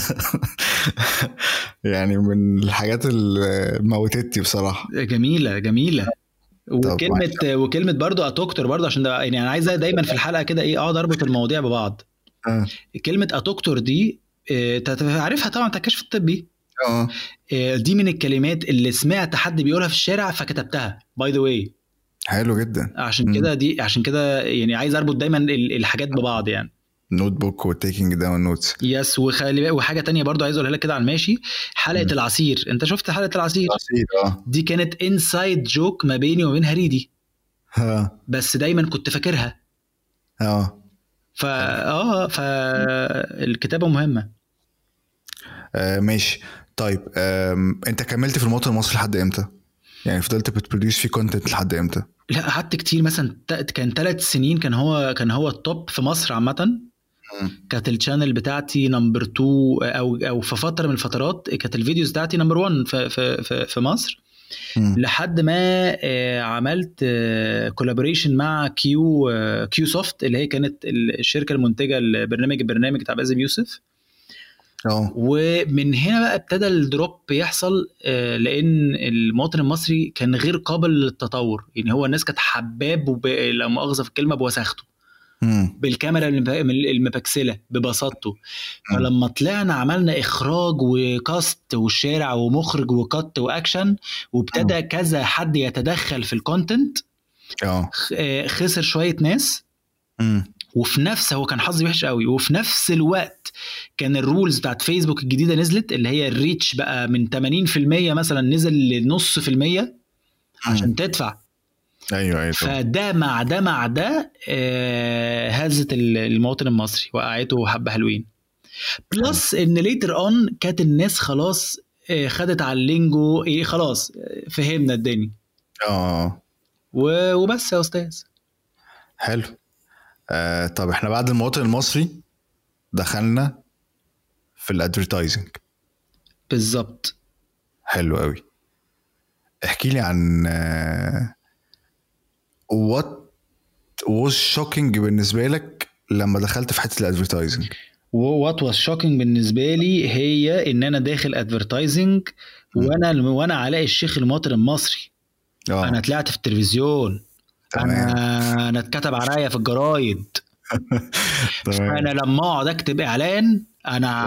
يعني من الحاجات اللي موتتني بصراحه. جميله جميله. وكلمه وكلمه برضو اتوكتور برضو عشان ده يعني انا عايز دايما في الحلقه كده ايه اقعد اربط المواضيع ببعض. آه. كلمه اتوكتور دي تعرفها طبعا انت الكشف الطبي. اه دي من الكلمات اللي سمعت حد بيقولها في الشارع فكتبتها باي ذا واي. حلو جدا. عشان كده دي عشان كده يعني عايز اربط دايما الحاجات ببعض يعني نوت بوك وتيكينج داون نوتس. يس. وخلي وحاجه تانية برضو عايز اقولها لك كده على الماشي. حلقه م. العصير انت شفت حلقه العصير؟ العصير اه دي كانت انسايد جوك ما بيني وبين هريدي. ها بس دايما كنت فاكرها. اه فا اه فالكتابه مهمه. آه ماشي. طيب انت كملت في المواطن المصري لحد امتى؟ يعني فضلت بتبروديوس في كونتنت لحد امتى؟ لا قعدت كتير مثلا كان ثلاث سنين. كان هو كان هو التوب في مصر عامه. كانت الشانل بتاعتي نمبر اتنين او او في فتره من الفترات كانت الفيديوز بتاعتي نمبر واحد في في في مصر. م. لحد ما عملت كولابوريشن مع كيو كيو سوفت اللي هي كانت الشركه المنتجه لبرنامج البرنامج بتاع باسم يوسف. اه ومن هنا بقى ابتدى الدروب يحصل، آه، لان المواطن المصري كان غير قابل للتطور. يعني هو الناس كانت حباب وب... لا مؤاخذه في الكلمه بوساخته، مم. بالكاميرا المب- المبكسله ببساطته. مم. فلما طلعنا عملنا اخراج وكاست وشارع ومخرج وكت واكشن، وابتدى كذا حد يتدخل في الكونتنت، اه خ- آه، خسر شويه ناس. مم. وفي نفس هو كان حظي وحش قوي، وفي نفس الوقت كان الرولز بتاعت فيسبوك الجديده نزلت، اللي هي الريتش بقى من ثمانين في المية مثلا نزل لنص في المية عشان تدفع. ايوه ايوه طبعا. فده مع ده مع ده آه هزت ال- المواطن المصري، وقعته حبه حلوين. بلس ان ليتر اون كانت الناس خلاص آه خدت على اللينجو، ايه خلاص آه، فهمنا الدنيا. اه و- وبس يا استاذ. حلو. آه طب احنا بعد المواطن المصري دخلنا في الادفيرتايزنج. بالظبط. حلو قوي. احكي لي عن آه what was shocking بالنسبة لك لما دخلت في حتة الادفيرتايزنج. وات واز شوكينج بالنسبه لي هي ان انا داخل ادفرتايزنج، وانا وانا علاء الشيخ المواطن المصري. اه انا طلعت في التلفزيون، تمام. انا انا اتكتب عليا في الجرايد. تمام. انا لما اقعد اكتب اعلان انا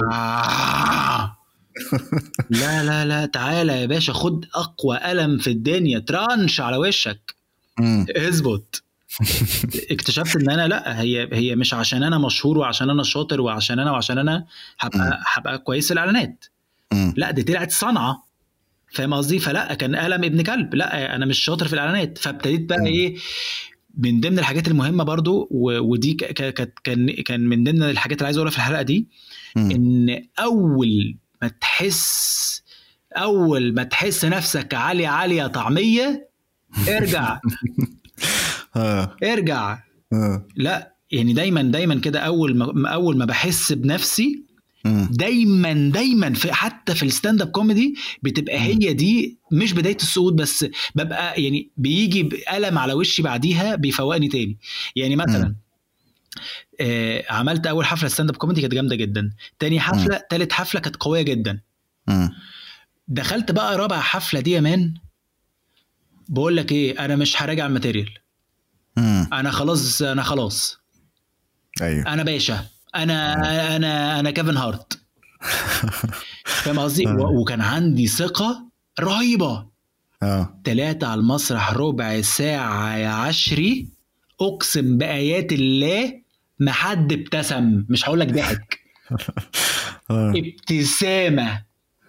لا لا لا تعالى يا باشا، خد اقوى قلم في الدنيا ترانش على وشك، مم. اثبت. اكتشفت ان انا لا، هي هي مش عشان انا مشهور وعشان انا شاطر وعشان انا وعشان انا هبقى هبقى كويس في الاعلانات. مم. لا دي طلعت صنعه، فاهم قصدي؟ فلا كان قلم ابن كلب، لا انا مش شاطر في الاعلانات. فابتديت بقى مم. ايه، من ضمن الحاجات المهمه برضو، و- ودي ك- ك- كانت كان كان من ضمن الحاجات اللي عايز اقولها في الحلقه دي، مم. ان اول ما تحس اول ما تحس نفسك عاليه عاليه طعميه، ارجع اه ارجع. اه لا يعني دايما دايما كده، اول ما اول ما بحس بنفسي مم. دايما دايما في حتى في الستاند اب كوميدي بتبقى هي دي مش بدايه الصعود بس، ببقى يعني بيجي بقلم على وشي بعديها بيفوقني تاني. يعني مثلا آه عملت اول حفله ستاند اب كوميدي كانت جامده جدا، تاني حفله تالت حفله كانت قويه جدا. مم. دخلت بقى رابع حفله دي يا مان، بقول لك ايه، انا مش هراجع الماتيريال، مم. انا خلاص انا خلاص ايوه انا باشا، انا انا انا كيفن هارت. فاهم قصدي؟ و- وكان عندي ثقه رهيبه. اه تلاتة على المسرح ربع ساعه يا عشري، اقسم بايات الله ما حد ابتسم، مش هقول لك ضحك، اه ابتسامه.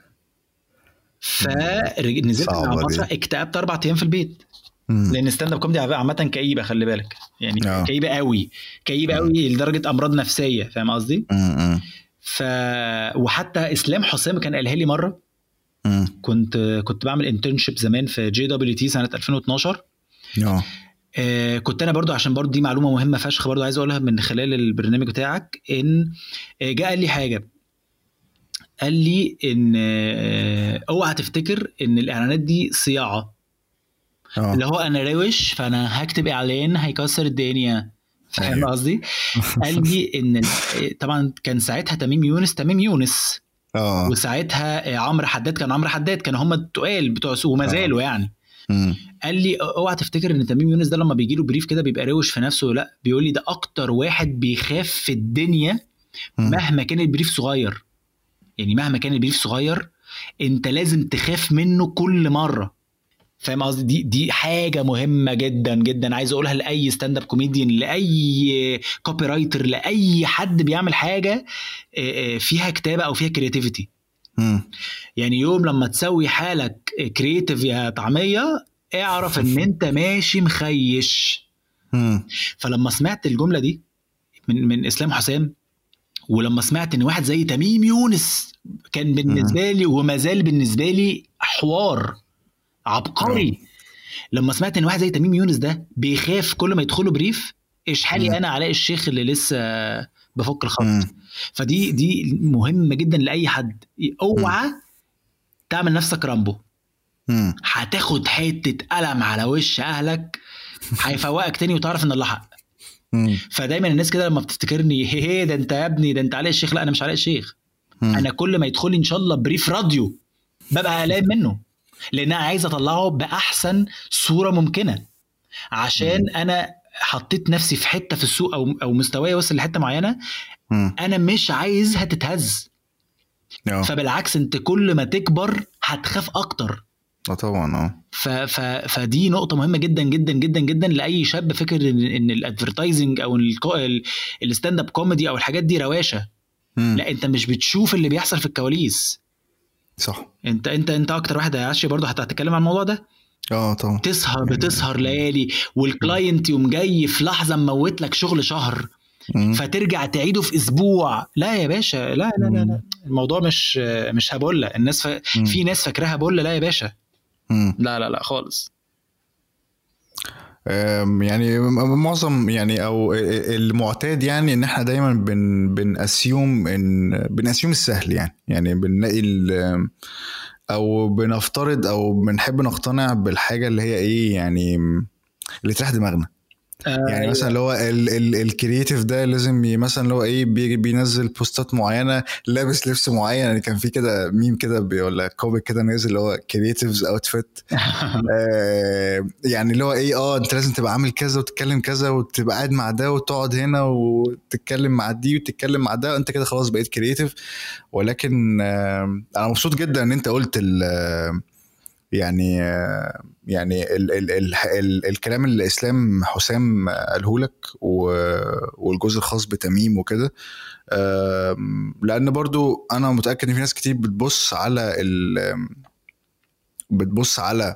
فنزلت صعبة على دي. المسرح اكتئبت اربع ايام في البيت، مم. لان ستاند اب كوميدي عامه كئيبه، خلي بالك يعني آه. كئيبه قوي، كئيبه قوي لدرجه امراض نفسيه، فاهم قصدي؟ مم. ف وحتى اسلام حسام كان قالها لي مره، مم. كنت كنت بعمل انترنشيب زمان في جي دبليو تي سنه ألفين واتناشر. اه آه كنت انا برضو، عشان برضو دي معلومه مهمه فشخ برضو عايز اقولها من خلال البرنامج بتاعك، ان آه، جاء قال لي حاجه، قال لي ان آه، اوعى تفتكر ان الاعلانات دي صياعه، اه اللي هو انا روش فانا هكتب اعلان هيكسر الدنيا، فاهم أيوه. قصدي؟ قال لي ان ال- طبعا كان ساعتها تميم يونس تميم يونس اه وساعتها آه، عمرو حداد كان عمرو حداد، كانوا هم التقال بتوع سوق وما زالوا يعني. مم. قال لي اوعى تفتكر ان تميم يونس ده لما بيجي له بريف كده بيبقى روش في نفسه، لا بيقول لي ده اكتر واحد بيخاف في الدنيا مم. مهما كان البريف صغير. يعني مهما كان البريف صغير انت لازم تخاف منه كل مره، فاهم قصدي؟ دي دي حاجه مهمه جدا جدا عايز اقولها لاي ستاند اب كوميديان، لاي كوبي رايتر، لاي حد بيعمل حاجه آه، آه، فيها كتابه او فيها كرياتيفيتي. مم. يعني يوم لما تسوي حالك كرياتيف يا طعميه، اعرف ان انت ماشي مخيش. مم. فلما سمعت الجمله دي من من اسلام حسام، ولما سمعت ان واحد زي تميم يونس كان بالنسبه لي وما زال بالنسبه لي حوار عبقري، لما سمعت ان واحد زي تميم يونس ده بيخاف كل ما يدخله بريف، ايش حالي انا علاء الشيخ اللي لسه بفك الخط. مم. فدي دي مهمه جدا لاي حد، اوعى تعمل نفسك رامبو، مم. هتاخد حته قلم على وش اهلك هيفوقك تاني وتعرف ان الله حق. مم. فدايما الناس كده لما بتفتكرني هي ده انت يا ابني ده انت علاء الشيخ، لا انا مش علاء الشيخ، م. انا كل ما يدخل لي ان شاء الله بريف راديو ببقى قلقان منه، لان انا عايز اطلعه باحسن صوره ممكنه، عشان م. انا حطيت نفسي في حته في السوق او او مستواي وصل لحته معينه م. انا مش عايزها تتهز. أوه. فبالعكس انت كل ما تكبر هتخاف اكتر. اه طبعا. اه ف ف فدي نقطه مهمه جدا جدا جدا جدا لاي شاب فكر ان, إن الادفرتايزنج او الستاند اب كوميدي او الحاجات دي رواشه. م. لا انت مش بتشوف اللي بيحصل في الكواليس. صح. انت انت انت اكتر واحد عاشي برضه هتتكلم عن الموضوع ده. اه طبعا. تسهر بتسهر ليالي والكلاينت يوم جاي في لحظه مموت لك شغل شهر م. فترجع تعيده في اسبوع. لا يا باشا، لا لا لا, لا. الموضوع مش مش هبوله. الناس ف... في ناس فاكراها بوله. لا يا باشا، م. لا لا لا خالص. يعني معظم يعني او المعتاد يعني ان احنا دايما بن بنأسيوم ان بنأسيوم السهل يعني يعني بنلاقي او بنفترض او بنحب نقتنع بالحاجه اللي هي ايه يعني اللي تريح دماغنا. آه يعني مثلا اللي هو الكرييتيف ده لازم مثلا اللي هو ايه بينزل بوستات معينه لابس لبس معين. يعني كان في كده ميم كده ولا كوبي كده نازل اللي هو كرييتيفز اوتفيت. آه يعني اللي هو ايه اه انت لازم تبقى عامل كذا وتتكلم كذا وتبقى قاعد مع ده وتقعد هنا وتتكلم مع دي وتتكلم مع ده، انت كده خلاص بقيت كرييتيف. ولكن آه انا مبسوط جدا ان انت قلت ال يعني يعني ال ال ال ال الكلام اللي اسلام حسام قاله لك والجزء الخاص بتميم وكده، لان برضو انا متاكد ان في ناس كتير بتبص على ال بتبص على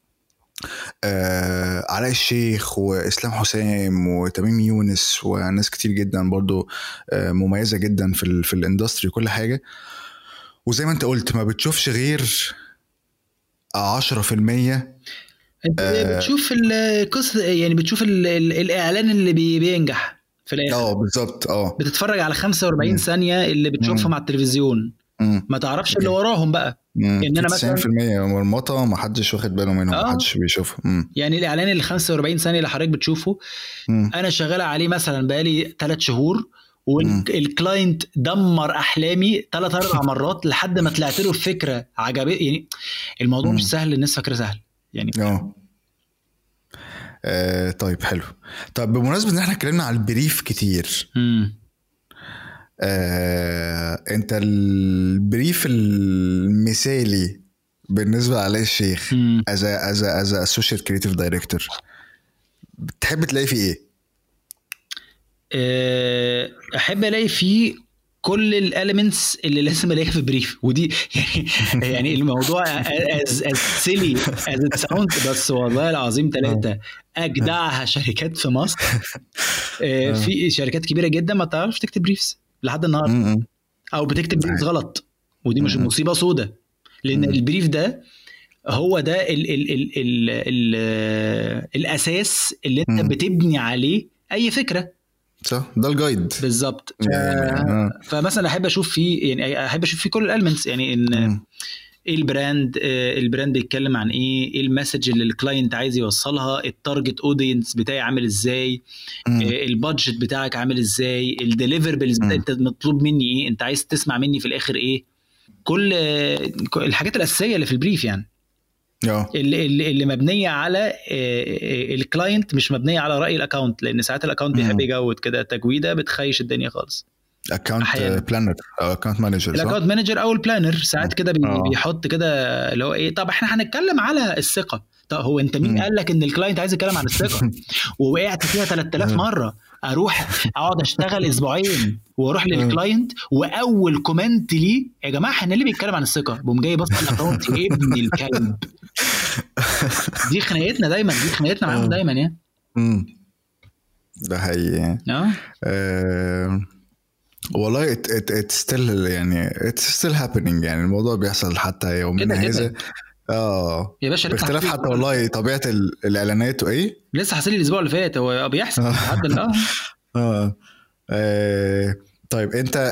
علاء الشيخ واسلام حسام وتميم يونس وناس كتير جدا برضو مميزه جدا في في الاندستري وكل حاجه، وزي ما انت قلت ما بتشوفش غير عشرة في المية. انت آه بتشوف القصة يعني بتشوف ال ال الاعلان اللي بي بينجح في الاخر. اه بالظبط. اه بتتفرج على خمسة وأربعين ثانية اللي بتشوفهم على التلفزيون. مم. ما تعرفش اللي وراهم بقى. ان انا مثلا تسعين في المية مرمطه ما حدش واخد باله منهم. ما حدش بيشوفه. يعني الاعلان اللي خمسة وأربعين ثانية اللي حضرتك بتشوفه مم. انا شغال عليه مثلا بقالي ثلاث شهور والكلاينت دمر احلامي ثلاث اربع مرات لحد ما طلعت له فكره عجبتني. يعني الموضوع مم. مش سهل، الناس فاكره سهل يعني. اه آه طيب حلو. طب بمناسبه ان احنا اتكلمنا على البريف كتير، امم آه انت البريف المثالي بالنسبه لعلاء الشيخ از از از اسوشيت كرييتيف دايركتور بتحب تلاقي فيه ايه؟ احب الاقي فيه كل الاليمنتس اللي لازم الاقيها في بريف. ودي يعني يعني الموضوع از از سيلي از ات ساوند، بس والله العظيم ثلاثه اجدعها شركات في مصر. في شركات كبيره جدا ما تعرفش تكتب بريفز لحد النهارده، او بتكتب بريفز غلط، ودي مش مصيبه سودة، لان البريف ده هو ده ال ال ال ال ال الاساس اللي انت بتبني عليه اي فكره. صح، ده الجايد بالظبط. ف... فمثلا احب اشوف فيه يعني احب اشوف فيه كل الاليمنتس، يعني ان ايه البراند، البراند بيتكلم عن ايه، ايه المسج اللي الكلاينت عايز يوصلها، التارجت اودينس بتاعي عامل ازاي، البادجت بتاعك عامل ازاي، الديليفربلز انت مطلوب مني ايه، انت عايز تسمع مني في الاخر ايه، كل الحاجات الاساسيه اللي في البريف يعني. اللي, اللي مبنيه على الكلاينت، مش مبنيه على راي الاكاونت، لان ساعات الاكاونت بيحب يجود كده تجويده بتخيش الدنيا خالص. اكاونت بلانر او اكاونت مانجر، الاكاونت مانجر او البلانر ساعات كده بيحط كده اللي هو ايه، طب احنا هنتكلم على الثقه. طب هو انت مين قال لك ان الكلاينت عايز يتكلم عن الثقه؟ ووقعت فيها ثلاثة آلاف مره. اروح اقعد اشتغل اسبوعين واروح للكلاينت واول كومنت لي يا جماعه احنا اللي بيتكلم عن الثقه، بقوم جاي بص على الاكونت ابن الكلب. دي خناقتنا دايما، دي خناقتنا معاهم دايما يعني. امم ده حقيقي. اه والله ات ات ات ستيل يعني اتس ستيل هابينج يعني الموضوع بيحصل حتى يومنا هذا. اه يا باشا باختلاف حتى والله طبيعه الاعلانات وايه لسه حاصل لي الاسبوع اللي فات، هو بيحصل لحد الان. اه آه طيب انت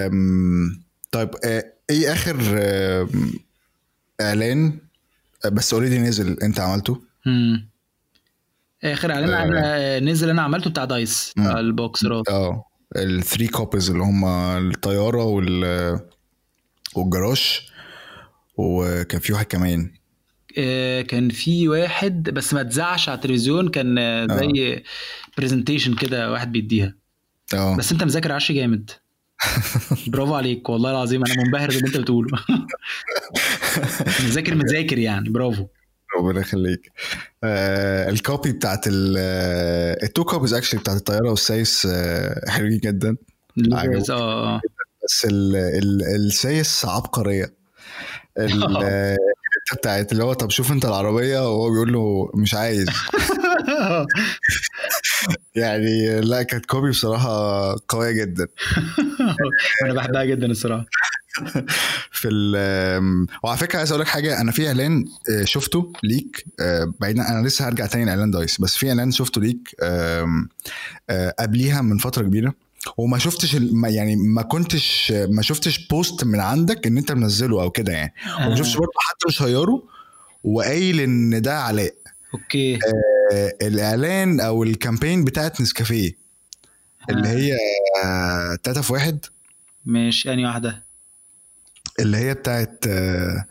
طيب آه ايه اخر آه اعلان بس اوريدي نزل انت عملته؟ امم اخر اعلان آه انا نزل انا عملته بتاع دايس بتاع البوكسرات. اه الثري كوبيز اللي هم الطياره وال والجراش، وكان في واحد كمان. آه، كان في واحد بس ما اتذاعش على التلفزيون، كان آه، زي برزنتيشن كده واحد بيديها. اه بس انت مذاكر عشري جامد. برافو عليك والله العظيم، انا منبهر باللي انت بتقوله. مذاكر مذاكر يعني، برافو. ربنا يخليك. آه الكوبي بتاعت ال آه، التو كوبيز اكشلي بتاعت الطياره والسايس آه حلوين جدا، لذيذ. عجبوا. اه اه بس ال ال السايس عبقريه. ال- آه، الحته بتاعت اللي هو طب شوف انت العربيه وهو بيقول له مش عايز. يعني لا كانت كوبي بصراحه قويه جدا. انا بحبها جدا الصراحه. في ال آم، وعلى فكره عايز اقول لك حاجه، انا في اعلان آه، شفته ليك آه، بعيدا، انا لسه هرجع تاني لاعلان دايس، بس في اعلان شفته ليك آم، آه، قبليها من فتره كبيره، وما شفتش ال- ما- يعني ما كنتش ما شفتش بوست من عندك ان انت منزله او كده يعني، وما شفتش آه. برضه حد مشيره وقايل ان ده علاء. اوكي. آه، الاعلان او الكامبين بتاعت نسكافيه اللي آه. هي آه، تلاتة في واحد، ماشي، اني واحده. اللي هي بتاعت آه،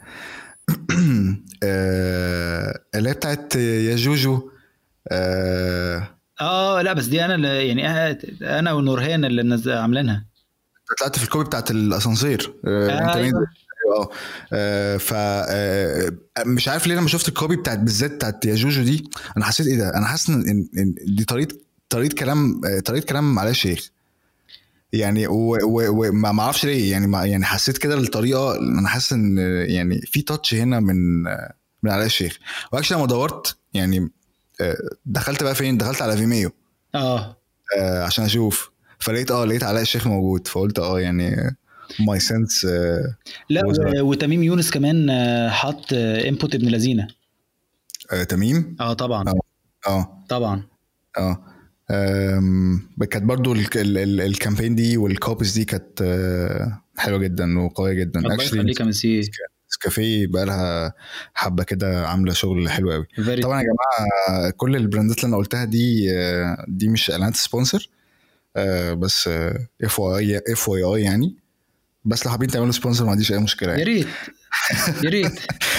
آه، اللي هي بتاعت يا جوجو. آه، اه لا بس دي انا اللي يعني آه، انا ونورهان اللي منزل- عاملينها. طلعت في الكوبي بتاعت الاسانسير آه، وانت نازل. ايوه. اه آه، ف آه، مش عارف ليه لما شفت الكوبي بتاعت بالذات بتاعت يا جوجو دي، انا حسيت ايه ده، انا حاسس ان إن- إن دي طريقه طريقه كلام آه، طريقه كلام معلش شيخ يعني، وما ما اعرفش ليه يعني، ما يعني حسيت كده الطريقه، انا حاسس ان يعني في تاتش هنا من آه، من علاء الشيخ. واكشلي لما دورت يعني آه، دخلت بقى فين، دخلت على فيميو اه آه، عشان اشوف، فلقيت اه لقيت علاء الشيخ موجود، فقلت اه يعني ماي سنس. لا و- وتميم يونس كمان آه، حط انبوت ابن لذينه. تميم. اه طبعا. اه اه طبعا. اه آم، كانت برضو ال- ال- ال- الكامبين دي والكوبيز دي كانت آه، حلوه جدا وقويه جدا الله اكشلي. يخليك يا مسيح. نسكافيه بقى لها حبه كده عامله شغل حلو قوي. Very طبعا يا جماعه كل البراندات اللي انا قلتها دي آه، دي مش اعلانات سبونسر، بس اف واي اف واي اي يعني، بس لو حابين تعملوا سبونسر ما عنديش اي مشكله يا يعني. ريت يا ريت.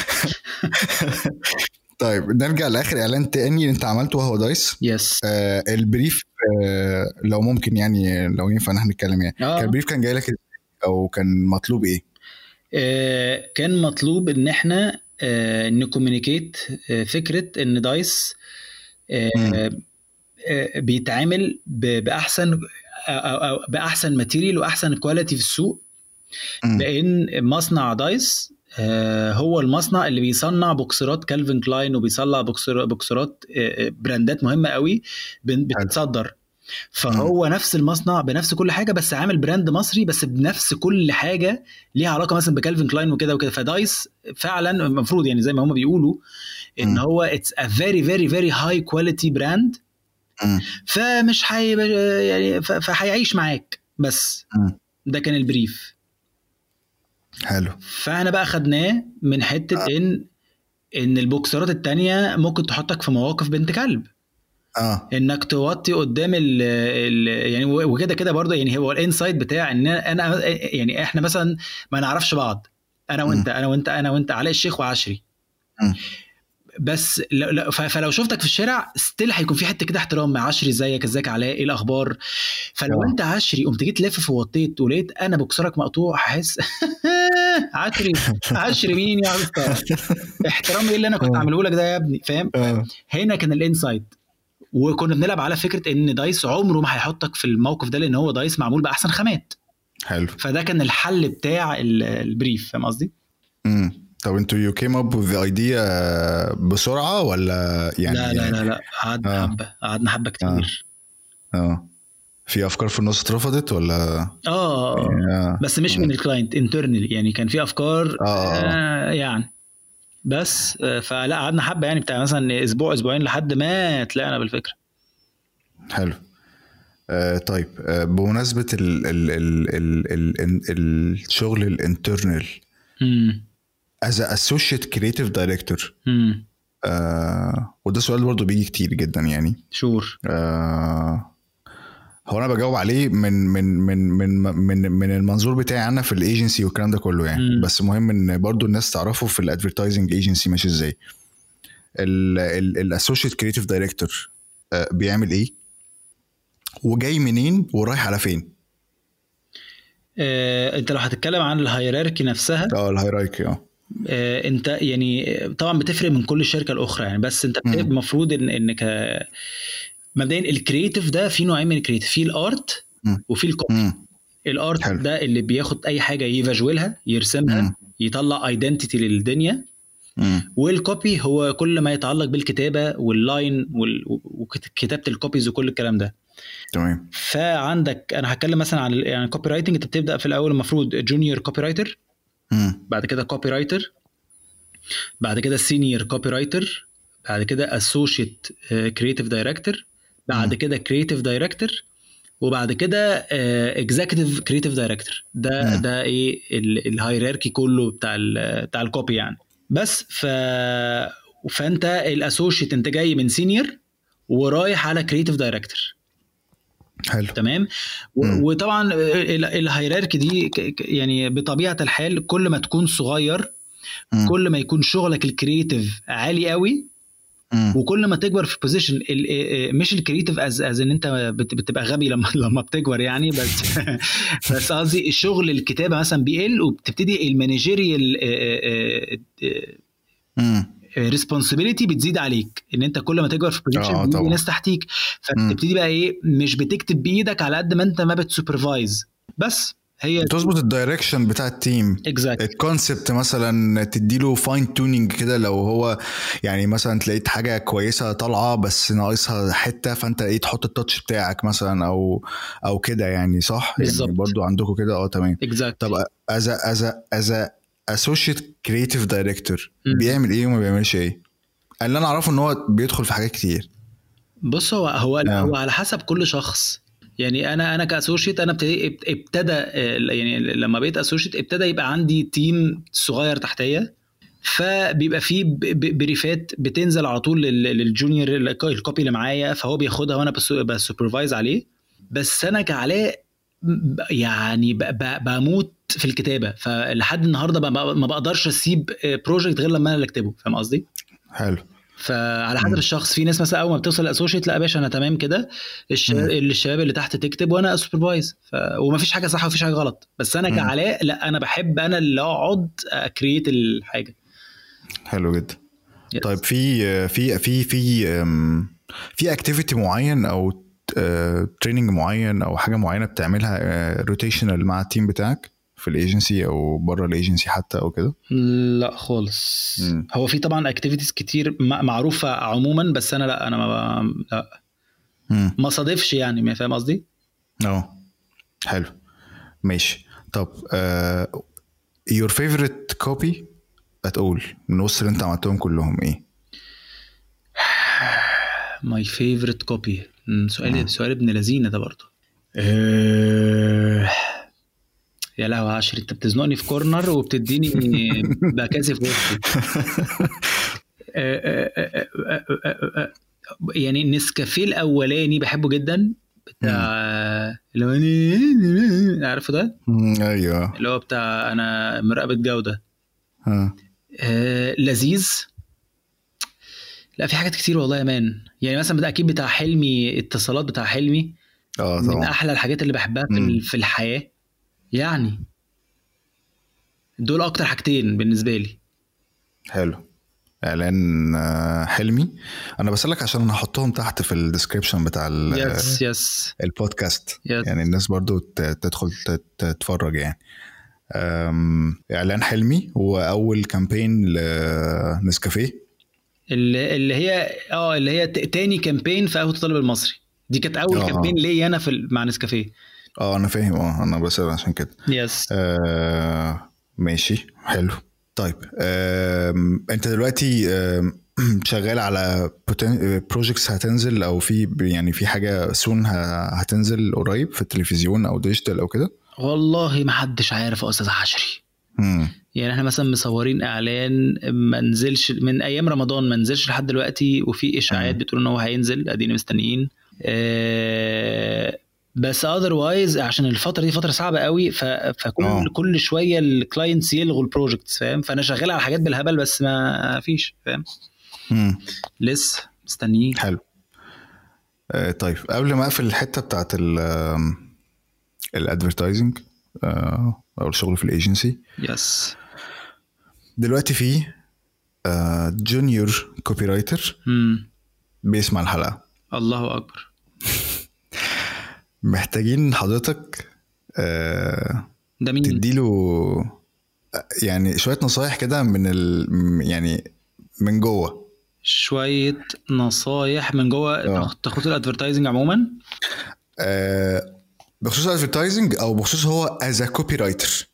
طيب نرجع لاخر اعلان تاني انت عملته وهو دايس. يس. آه البريف آه لو ممكن يعني لو ينفع ان احنا نتكلم يعني آه. كان البريف كان جاي لك إزاي؟ او كان مطلوب ايه؟ آه كان مطلوب ان احنا آه نكومينيكيت آه فكره ان دايس آه آه بيتعامل ب- باحسن أو أو باحسن ماتيريال واحسن كواليتي في السوق، مم. لان مصنع دايس آه، هو المصنع اللي بيصنع بوكسرات كالفين كلاين، وبيصنع بوكسر بوكسرات آه، براندات مهمه قوي بن- بتتصدر. فهو نفس المصنع بنفس كل حاجه، بس عامل براند مصري بس بنفس كل حاجه ليها علاقه مثلا بكالفين كلاين وكده وكده. فدايس فعلا المفروض يعني زي ما هم بيقولوا ان مم. هو اتس ا فيري فيري فيري هاي كواليتي براند، مم. فمش حي يعني ف- فهيعيش معاك بس. مم. ده كان البريف. حلو. فاحنا بقى خدناه من حته آه. ان ان البوكسرات التانية ممكن تحطك في مواقف بنت كلب، اه انك توطي قدام ال ال يعني وكده كده برضه. يعني هو الانسايت بتاع ان انا يعني احنا مثلا ما نعرفش بعض، انا وانت انا وانت انا وانت علاء الشيخ وعشري، مم. بس لو لو- ف- فلو شفتك في الشارع ستيل هيكون في حته كده احترام مع عشري، ازيك ازيك علاء ايه الاخبار. فلو آه. انت عشري قمت جيت لافف ووطيت ولقيت انا بوكسرك مقطوع، هحس عشري عشري مين يا اسطى، احترام ايه اللي انا كنت عامله لك ده يا ابني، فاهم. آه. هنا كان الانسايت، وكنا بنلعب على فكره ان دايس عمره ما هيحطك في الموقف ده، لان هو دايس معمول باحسن خامات. حلو. فده كان الحل بتاع ال- البريف، فاهم قصدي. امم طب انتوا يو كيم اب وذ ايديا بسرعه ولا يعني؟ لا لا لا لا قعدنا آه. حبه قعدنا حبه كتير. اه في افكار في النص اترفضت ولا؟ اه آه. بس مش من الكلاينت انترنالي يعني، كان في افكار آه. آه يعني بس آه فلا قعدنا حبه يعني بتاع مثلا اسبوع اسبوعين لحد ما طلعنا بالفكره. حلو. آه طيب آه بمناسبة ال ال ال ال ال ال الشغل الانترنال امم as a associate creative director، امم آه وده سؤال برضو بيجي كتير جدا يعني. شور. آه هو انا بجاوب عليه من من من من من من المنظور بتاعي انا في الايجنسي والكلام ده كله يعني. م. بس مهم ان برضو الناس تعرفوا في الادفيرتايزنج ايجنسي ماشي ازاي. الاسوشيت كرييتيف دايركتور بيعمل ايه وجاي منين ورايح على فين؟ آه، انت لو هتتكلم عن الهيراركي نفسها اه الهيراركي اه آه، انت يعني طبعا بتفرق من كل شركه الاخرى يعني. بس انت المفروض ان انك مبدئيا الكرييتيف ده في نوعين من الكرييتيف، في الارت وفي الكوبي. الارت حلو. ده اللي بياخد اي حاجه يفيجوالها يرسمها مم. يطلع ايدنتيتي للدنيا. مم. والكوبي هو كل ما يتعلق بالكتابه واللاين وكتابه الكوبيز وكل الكلام ده. تمام. فعندك انا هتكلم مثلا عن يعني كوبي رايتنج. انت بتبدا في الاول المفروض جونيور كوبي رايتر، بعد كده كوبي رايتر، بعد كده سينيور كوبي رايتر، بعد كده اسوشيت كرييتيف دايركتور، بعد كده كرييتيف دايركتور، وبعد كده اكزيكتيف كرييتيف دايركتور. ده م. ده ايه الهيراركي كله بتاع بتاع الكوبي يعني. بس ف فانت الاسوشيت انت جاي من سينيور ورايح على كرييتيف دايركتور. حلو تمام. و... وطبعا الهيراركي دي يعني بطبيعه الحال كل ما تكون صغير م. كل ما يكون شغلك الكرييتيف عالي قوي، م. وكل ما تكبر في بوزيشن مش الكرييتيف از از ان انت بتبقى غبي لما لما بتكبر يعني. بس بس قصدي الشغل الكتابه مثلا بيقل وبتبتدي المانجيريال ريسبونسبيلتي بتزيد عليك، ان انت كل ما تكبر في بوزيشن بيجي ناس تحتيك، فبتبتدي بقى ايه مش بتكتب بايدك على قد ما انت ما بتسوبرفايز، بس هي تظبط الدايركشن بتاع التيم. exactly. الكونسبت مثلا تديله فاين تونينج كده، لو هو يعني مثلا تلاقيت حاجه كويسه طالعه بس ناقصها حته، فانت ايه تحط التاتش بتاعك مثلا او او كده يعني. صح بالزبط. يعني برضو عندكم كده اه تمام exactly. طب از از از اسوشيت كرييتيف دايركتور بيعمل ايه وما بيعملش ايه؟ اللي انا اعرفه ان هو بيدخل في حاجات كتير. بص هو هو, آه. هو على حسب كل شخص يعني. انا انا كاسوشيت انا ابتدي ابتدى يعني لما بقيت اسوشيت ابتدى يبقى عندي تيم صغير تحتيه، فبيبقى فيه بريفات بتنزل على طول للجونيور الكوبي اللي معايا، فهو بياخدها وانا بسوبرفايز عليه. بس انا كعلاء يعني بموت في الكتابه، فلحد النهارده ما بقدرش اسيب بروجكت غير لما انا اللي اكتبه. فاهم قصدي؟ حلو. فعلى حسب الشخص. في ناس مثلا اول ما بتوصل اسوشيت لا يا باشا انا تمام كده، الشباب الشباب اللي تحت تكتب وانا سوبرفايز، ف... ومفيش حاجه صح ومفيش حاجه غلط. بس انا كعلاء لا، انا بحب انا اللي اقعد اكريت الحاجه. حلو جدا. yes. طيب في في في في في اكتيفيتي معين او تريننج معين او حاجه معينه بتعملها روتيشنال مع التيم بتاعك في الايجنسي او بره الايجنسي حتى او كده؟ لا خالص. م. هو في طبعا اكتيفيتيز كتير معروفه عموما، بس انا لا انا ما لا م. ما صادفش يعني. ما فاهم قصدي؟ اه حلو ماشي. طب uh, your favorite copy at all من وسط اللي انت عملتهم كلهم ايه؟ my favorite copy. سؤال سؤال ابن لذينه ده برضه. أه... يا لهوي عشري، انت بتزنقني في كورنر وبتديني بكاسف وسطي. يعني نسكافيه الاولاني بحبه جدا، بتاع اللي هو عارفه ده؟ ايوه اللي هو بتاع انا مراقبه جوده. ها آه لذيذ. لا في حاجات كتير والله يا مان. يعني مثلا بدا اكيد بتاع حلمي اتصالات، بتاع حلمي اه من احلى الحاجات اللي بحبها في في الحياه يعني. دول اكتر حاجتين بالنسبه لي. حلو. اعلان حلمي انا بسألك عشان انا هحطهم تحت في الديسكريبشن بتاع يس يس البودكاست يس. يعني الناس برضو تدخل تتفرج يعني. اعلان حلمي هو اول كامبين لنسكافيه، اللي اللي هي اه اللي هي تاني كامبين في قهوة الطالب المصري. دي كانت اول أوه. كامبين ليا انا في مع نسكافيه. اه انا فاهم. اه انا بسأل عشان كده. يس. آه ماشي حلو. طيب انت دلوقتي شغال على بروجيكتس هتنزل او في يعني في حاجه سون هتنزل قريب في التلفزيون او ديجيتال او كده؟ والله ما حدش عارف يا استاذ عشري. مم. يعني احنا مثلا مصورين اعلان ما نزلش من ايام رمضان، ما نزلش لحد دلوقتي، وفي اشاعات بتقول ان هو هينزل، ادينا مستنيين. اه بس اذروايز عشان الفتره دي فتره صعبه قوي، ف... فكل آه. كل شويه الكلاينتس يلغوا البروجكتس فاهم، فانا شغال على حاجات بالهبل بس ما فيش فاهم، مم. لسه مستنيين. حلو. آه طيب قبل ما اقفل الحته بتاعت الادفرتايزنج آه او الشغل في الايجنسي، يس دلوقتي في آه جونيور كوبي رايتر امم بيسمع الحلقه، الله اكبر. محتاجين حضرتك آه ده مين؟ تديله يعني شويه نصايح كده من ال يعني من جوه، شويه نصايح من جوه آه. تخص الادفرتايزنج عموما. آه بخصوص الادفرتايزنج او بخصوص هو از كوبي رايتر.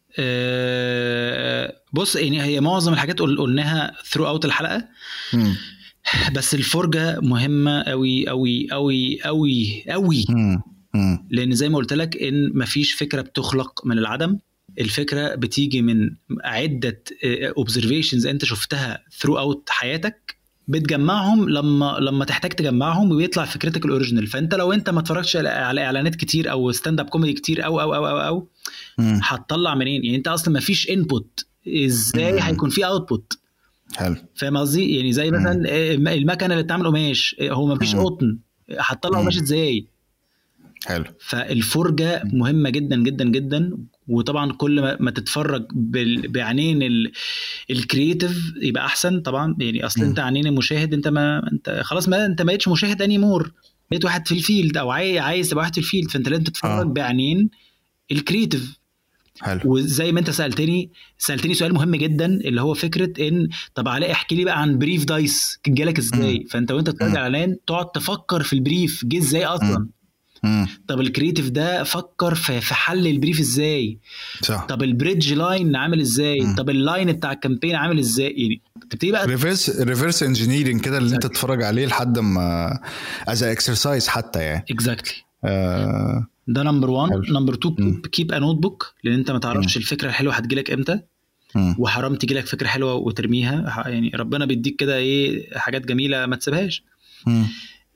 أه بص يعني هي معظم الحاجات قل- قلناها ثرو اوت الحلقه، مم. بس الفرجه مهمه قوي قوي قوي قوي قوي، مم. مم. لان زي ما قلت لك ان مفيش فكره بتخلق من العدم، الفكره بتيجي من عده اوبزرفيشنز انت شفتها ثرو اوت حياتك، بتجمعهم لما لما تحتاج تجمعهم وبيطلع فكرتك الاوريجينال. فانت لو انت ما اتفرجتش على على اعلانات كتير او ستاند اب كوميدي كتير او او او او, أو مم. هتطلع منين؟ يعني انت اصلا مفيش انبوت، ازاي مم. هيكون في اوتبوت؟ حلو. فاهم قصدي؟ يعني زي مثلا الم- المكنه اللي بتعمل قماش، هو مفيش مم. قطن، هتطلع مم. قماش ازاي؟ حلو. فالفرجه مهمه جدا جدا جدا، وطبعا كل ما, ما تتفرج بال- بعينين ال- الكرييتيف يبقى احسن طبعا. يعني اصل مم. انت عينين المشاهد، انت ما انت خلاص ما انت ما بقتش مشاهد اني مور، بقيت واحد في الفيلد او عايز عايز تبقى واحد في الفيلد، فانت لازم تتفرج آه. بعينين الكرييتيف. حلو. وزي ما انت سالتني سالتني سؤال مهم جدا اللي هو فكره ان طب علاء احكي لي بقى عن بريف دايس جالك ازاي. مم. فانت وانت بتتفرج مم. على اعلان تقعد تفكر في البريف جه ازاي اصلا. مم. مم. طب الكرييتيف ده فكر في في حل البريف ازاي. صح. طب البريدج لاين عامل ازاي. مم. طب اللاين بتاع الكامبين عامل ازاي. يعني تبتدي بقى ريفرس ريفرس انجينيرنج كده اللي انت Exactly. تتفرج عليه لحد ما از اكسرسايز حتى يعني. اكزاكتلي آه. ده نمبر واحد. حلو. نمبر اتنين مم. كيب ا نوت بوك، لان انت ما تعرفش مم. الفكره الحلوه هتجيلك امتى، مم. وحرام تجيلك فكره حلوه وترميها. ح- يعني ربنا بيديك كده ايه حاجات جميله ما تسيبهاش. مم.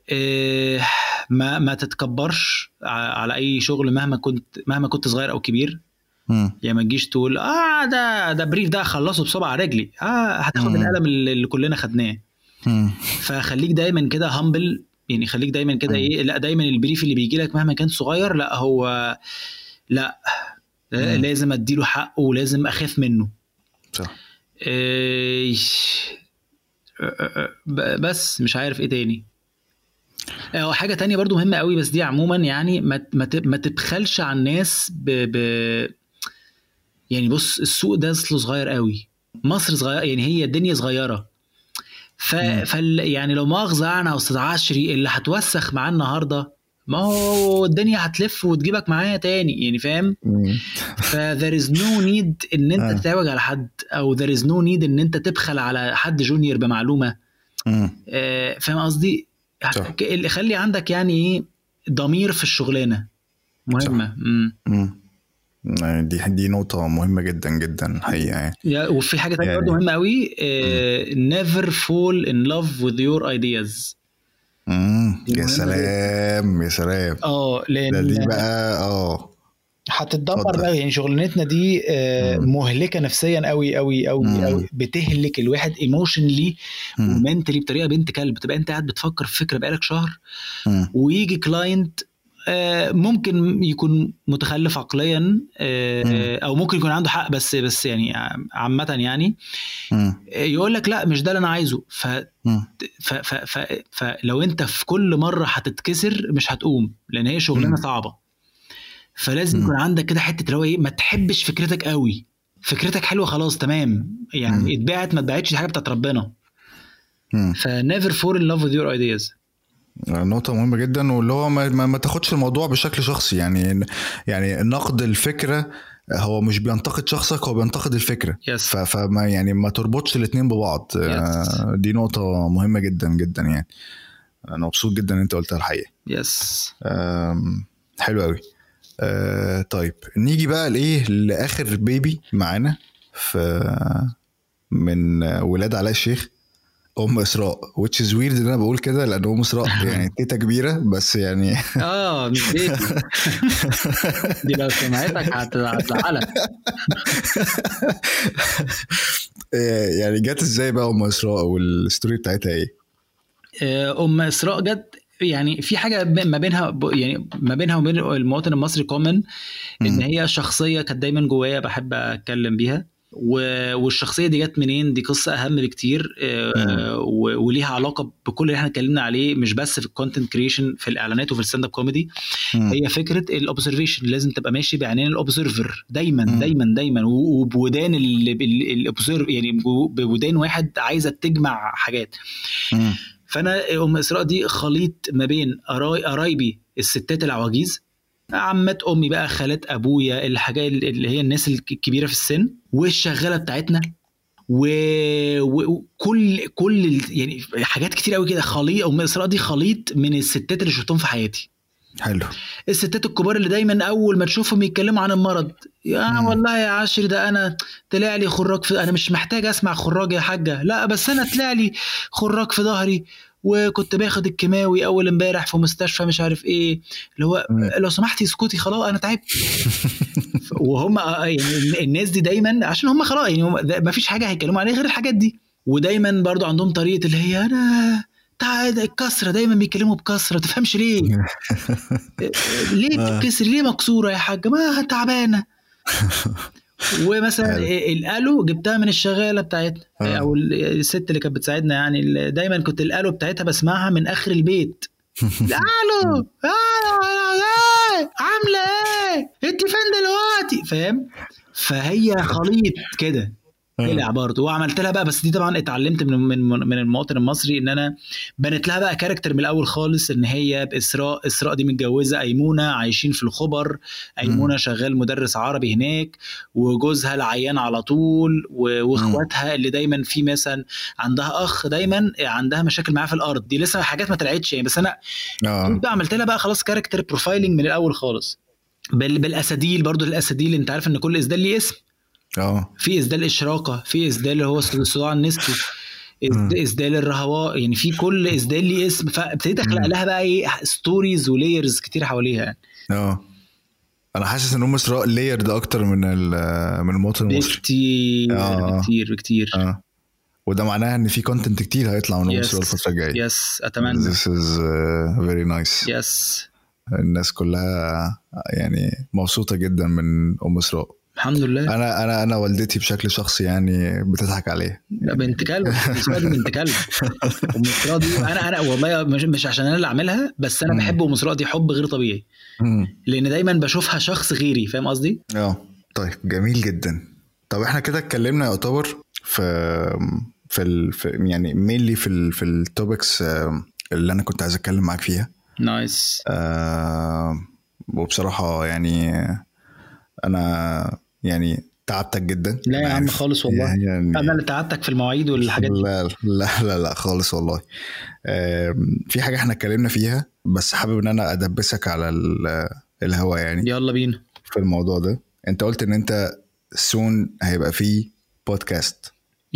إيه ما ما تتكبرش ع- على اي شغل مهما كنت مهما كنت صغير او كبير. مم. يعني ما تجيش تقول اه ده ده بريف ده خلصه بصبع رجلي، اه هتاخد مم. القلم اللي اللي كلنا خدناه. مم. فخليك دايما كده هامبل، يعني خليك دايما كده مم. ايه، لا دايما البريف اللي بيجي لك مهما كان صغير لا هو لا مم. لازم اديله حقه ولازم اخاف منه. صح. إيه ب- بس مش عارف ايه تاني. اه حاجه تانية برضو مهمه قوي، بس دي عموما يعني ما ما ت- ما تبخلش على الناس ب, ب يعني بص السوق ده اصله صغير قوي، مصر صغيره، يعني هي الدنيا صغيره. ف... مم. فال... يعني لو مؤاخذه انا استاذ عشري اللي هتوسخ معاه النهارده، ما هو الدنيا هتلف وتجيبك معايا تاني، يعني فاهم. مم. ف there is no need ان انت آه. تتعوج على حد، او there is no need ان انت تبخل على حد جونيور بمعلومه. مم. آه، فاهم قصدي. صح. اللي خلي عندك يعني ايه ضمير في الشغلانه مهمه. مم. مم. يعني دي دي نقطة مهمة جدا جدا حقيقة يعني. يا وفي حاجه تانية يعني- برضه مهمه قوي، آه، never fall in love with your ideas. مم. دي يا مهمة سلام يا سلام. اه ده دي لان بقى اه هتتدمر اتفضل. بقى. يعني شغلانتنا دي آه، مم. مهلكه نفسيا قوي قوي قوي مم. قوي، بتهلك الواحد ايموشنلي مم. ومنتلي بطريقه بنت كلب. تبقى انت قاعد بتفكر في فكره بقالك شهر، مم. ويجي كلاينت ممكن يكون متخلف عقليا، آه، مم. او ممكن يكون عنده حق، بس بس يعني عامه يعني مم. يقول لك لا مش ده اللي انا عايزه. ف مم. ف ف ف فلو انت في كل مره هتتكسر مش هتقوم، لان هي شغلانه مم. صعبه. فلازم مم. يكون عندك كده حته اللي هو ايه، ما تحبش فكرتك قوي، فكرتك حلوه خلاص تمام، مم. يعني اتباعت ما اتباعتش دي حاجه بتاعت ربنا. مم. فnever fall in love with your ideas. نقطة مهمة جدا، واللي هو ما, ما, ما تاخدش الموضوع بشكل شخصي. يعني يعني نقد الفكرة هو مش بينتقد شخصك، هو بينتقد الفكرة. Yes. ف- فما يعني ما تربطش الاتنين ببعض. Yes. دي نقطة مهمة جدا جدا يعني. أنا مبسوط جدا إن أنت قلتها الحقيقة. يس أم، حلو قوي. أه، طيب نيجي بقى لإيه لآخر بيبي معانا في من ولاد علاء الشيخ، ام اسراء which is weird ان انا بقول كده لان ام اسراء يعني تيتا كبيره بس يعني اه مش بيتي دي لو سمعتك هتزعلك. يعني جت ازاي بقى ام اسراء والستوري بتاعتها ايه؟ ام اسراء جت يعني في حاجه ما بينها يعني ما بينها وبين المواطن المصري كومن ان هي شخصيه كانت دايما جوايا بحب اتكلم بيها، والشخصيه دي جت منين؟ دي قصه اهم بكتير وليها علاقه بكل اللي احنا اتكلمنا عليه، مش بس في الكونتنت كريشن في الاعلانات وفي الستاند اب كوميدي. هي فكره الاوبزرفيشن، لازم تبقى ماشي بعينين الاوبزرفر دايما دايما دايما وبودان الاوبزرفر، يعني بودان واحد عايزه تجمع حاجات. فانا ام اسراء دي خليط ما بين قرايبي الستات العواجيز، عمات امي بقى، خالات ابويا، الحاجات اللي هي الناس الكبيره في السن، والشغاله بتاعتنا، وكل كل يعني حاجات كتير قوي كده. خليط ام اسراء دي خليط من الستات اللي شفتهم في حياتي. حلو. الستات الكبار اللي دايما اول ما تشوفهم يتكلموا عن المرض، يا والله يا عشري ده انا طلع لي خراج في، انا مش محتاج اسمع خراج يا حاجه، لا بس انا طلع لي خراج في ظهري وكنت باخد الكيماوي اول امبارح في مستشفى مش عارف ايه، اللي هو لو سمحتي اسكتي خلاص انا تعبت. وهم يعني الناس دي دايما عشان هم خلاص يعني ما فيش حاجه هيكلموا عليها غير الحاجات دي، ودايما برضو عندهم طريقه اللي هي انا تعال الكسره، دايما بيكلموا بكسره، تفهمش ليه ليه بتكسر، ليه مكسوره يا حاجه، ما تعبانه. ومثلا الالو جبتها من الشغاله بتاعتنا او الست اللي كانت بتساعدنا، يعني دايما كنت الالو بتاعتها بسمعها من اخر البيت. الو عامله ايه انت فين دلوقتي، فاهم؟ فهي خليط كده طلع برضه، وعملت لها بقى، بس دي طبعا اتعلمت من من من المواطن المصري ان انا بنت لها بقى كاركتر من الاول خالص، ان هي باسراء اسراء دي متجوزه ايمونه، عايشين في الخبر، ايمونه شغال مدرس عربي هناك، وجوزها العيان على طول، واخواتها اللي دايما في مثلا عندها اخ دايما عندها مشاكل معاه في الارض، دي لسه حاجات ما طلعتش يعني، بس انا بقى عملت لها بقى خلاص كاركتر بروفايلنج من الاول خالص. بالاسديل برضه، الاسديل انت عارف ان كل اسدال ليه اسم، اه في اسدال الاشراقه، في اسدال اللي هو الصداع النسبي، اسدال الرهواء، يعني في كل اسدال ليه اسم. فابتديت اخلق لها بقى ايه ستوريز ولايرز كتير حواليها يعني. اه انا حاسس ان ام اسراء لاير ده اكتر من من المواطن المصري كتير آه. كتير كتير اه وده معناه ان في كونتنت كتير هيطلع من ام اسراء الفتره الجايه. يس اتمنى. This is uh, very nice. يس الناس كلها يعني مبسوطه جدا من ام اسراء الحمد لله. انا انا انا والدتي بشكل شخصي يعني بتضحك عليه. لا بنت كلب، بنت كلب. ام اسراء دي انا انا والله مش, مش عشان انا اللي اعملها، بس انا بحب ام اسراء دي حب غير طبيعي، لان دايما بشوفها شخص غيري، فاهم قصدي؟ اه طيب جميل جدا. طب احنا كده اتكلمنا يعتبر في في, ال... في يعني مينلي في ال... في التوبكس اللي انا كنت عايز اتكلم معاك فيها. نايس. آه وبصراحه يعني انا يعني تعبتك جدا. لا يا عم خالص والله يعني انا اللي تعبتك في المواعيد والحاجات دي. لا لا لا لا خالص والله. في حاجه احنا اتكلمنا فيها بس حابب ان انا ادبسك على الهوا يعني. يلا بينا في الموضوع ده. انت قلت ان انت سون هيبقى فيه بودكاست.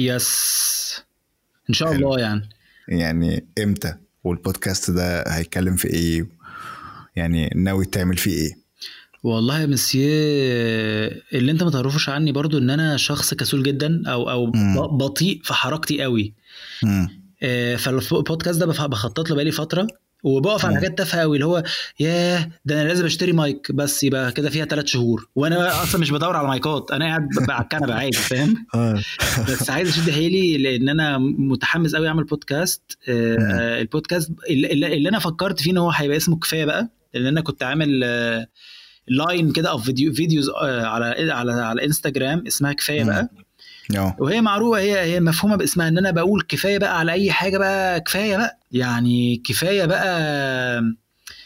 يس ان شاء الله. يعني يعني امتى؟ والبودكاست ده هيتكلم في ايه؟ يعني ناوي تعمل فيه ايه؟ والله يا مسيو اللي انت ما تعرفوش عني برضو ان انا شخص كسول جدا او او م. بطيء في حركتي قوي. آه فالبودكاست ده بخطط له بقالي فتره، وبقف على حاجات تافهه قوي، اللي هو ياه ده انا لازم اشتري مايك، بس يبقى كده فيها ثلاث شهور وانا اصلا مش بدور على مايكات، انا قاعد على الكنبه عادي فاهم. بس عايز اشد حيلي لان انا متحمس قوي اعمل بودكاست. آه البودكاست اللي, اللي انا فكرت فيه ان هو هيبقى اسمه كفايه بقى، لان انا كنت عامل آه لاين كده او فيديو فيديوز على على على انستجرام اسمها كفايه بقى. no. وهي معروفه، هي هي مفهومه باسمها ان انا بقول كفايه بقى على اي حاجه بقى، كفايه بقى يعني كفايه بقى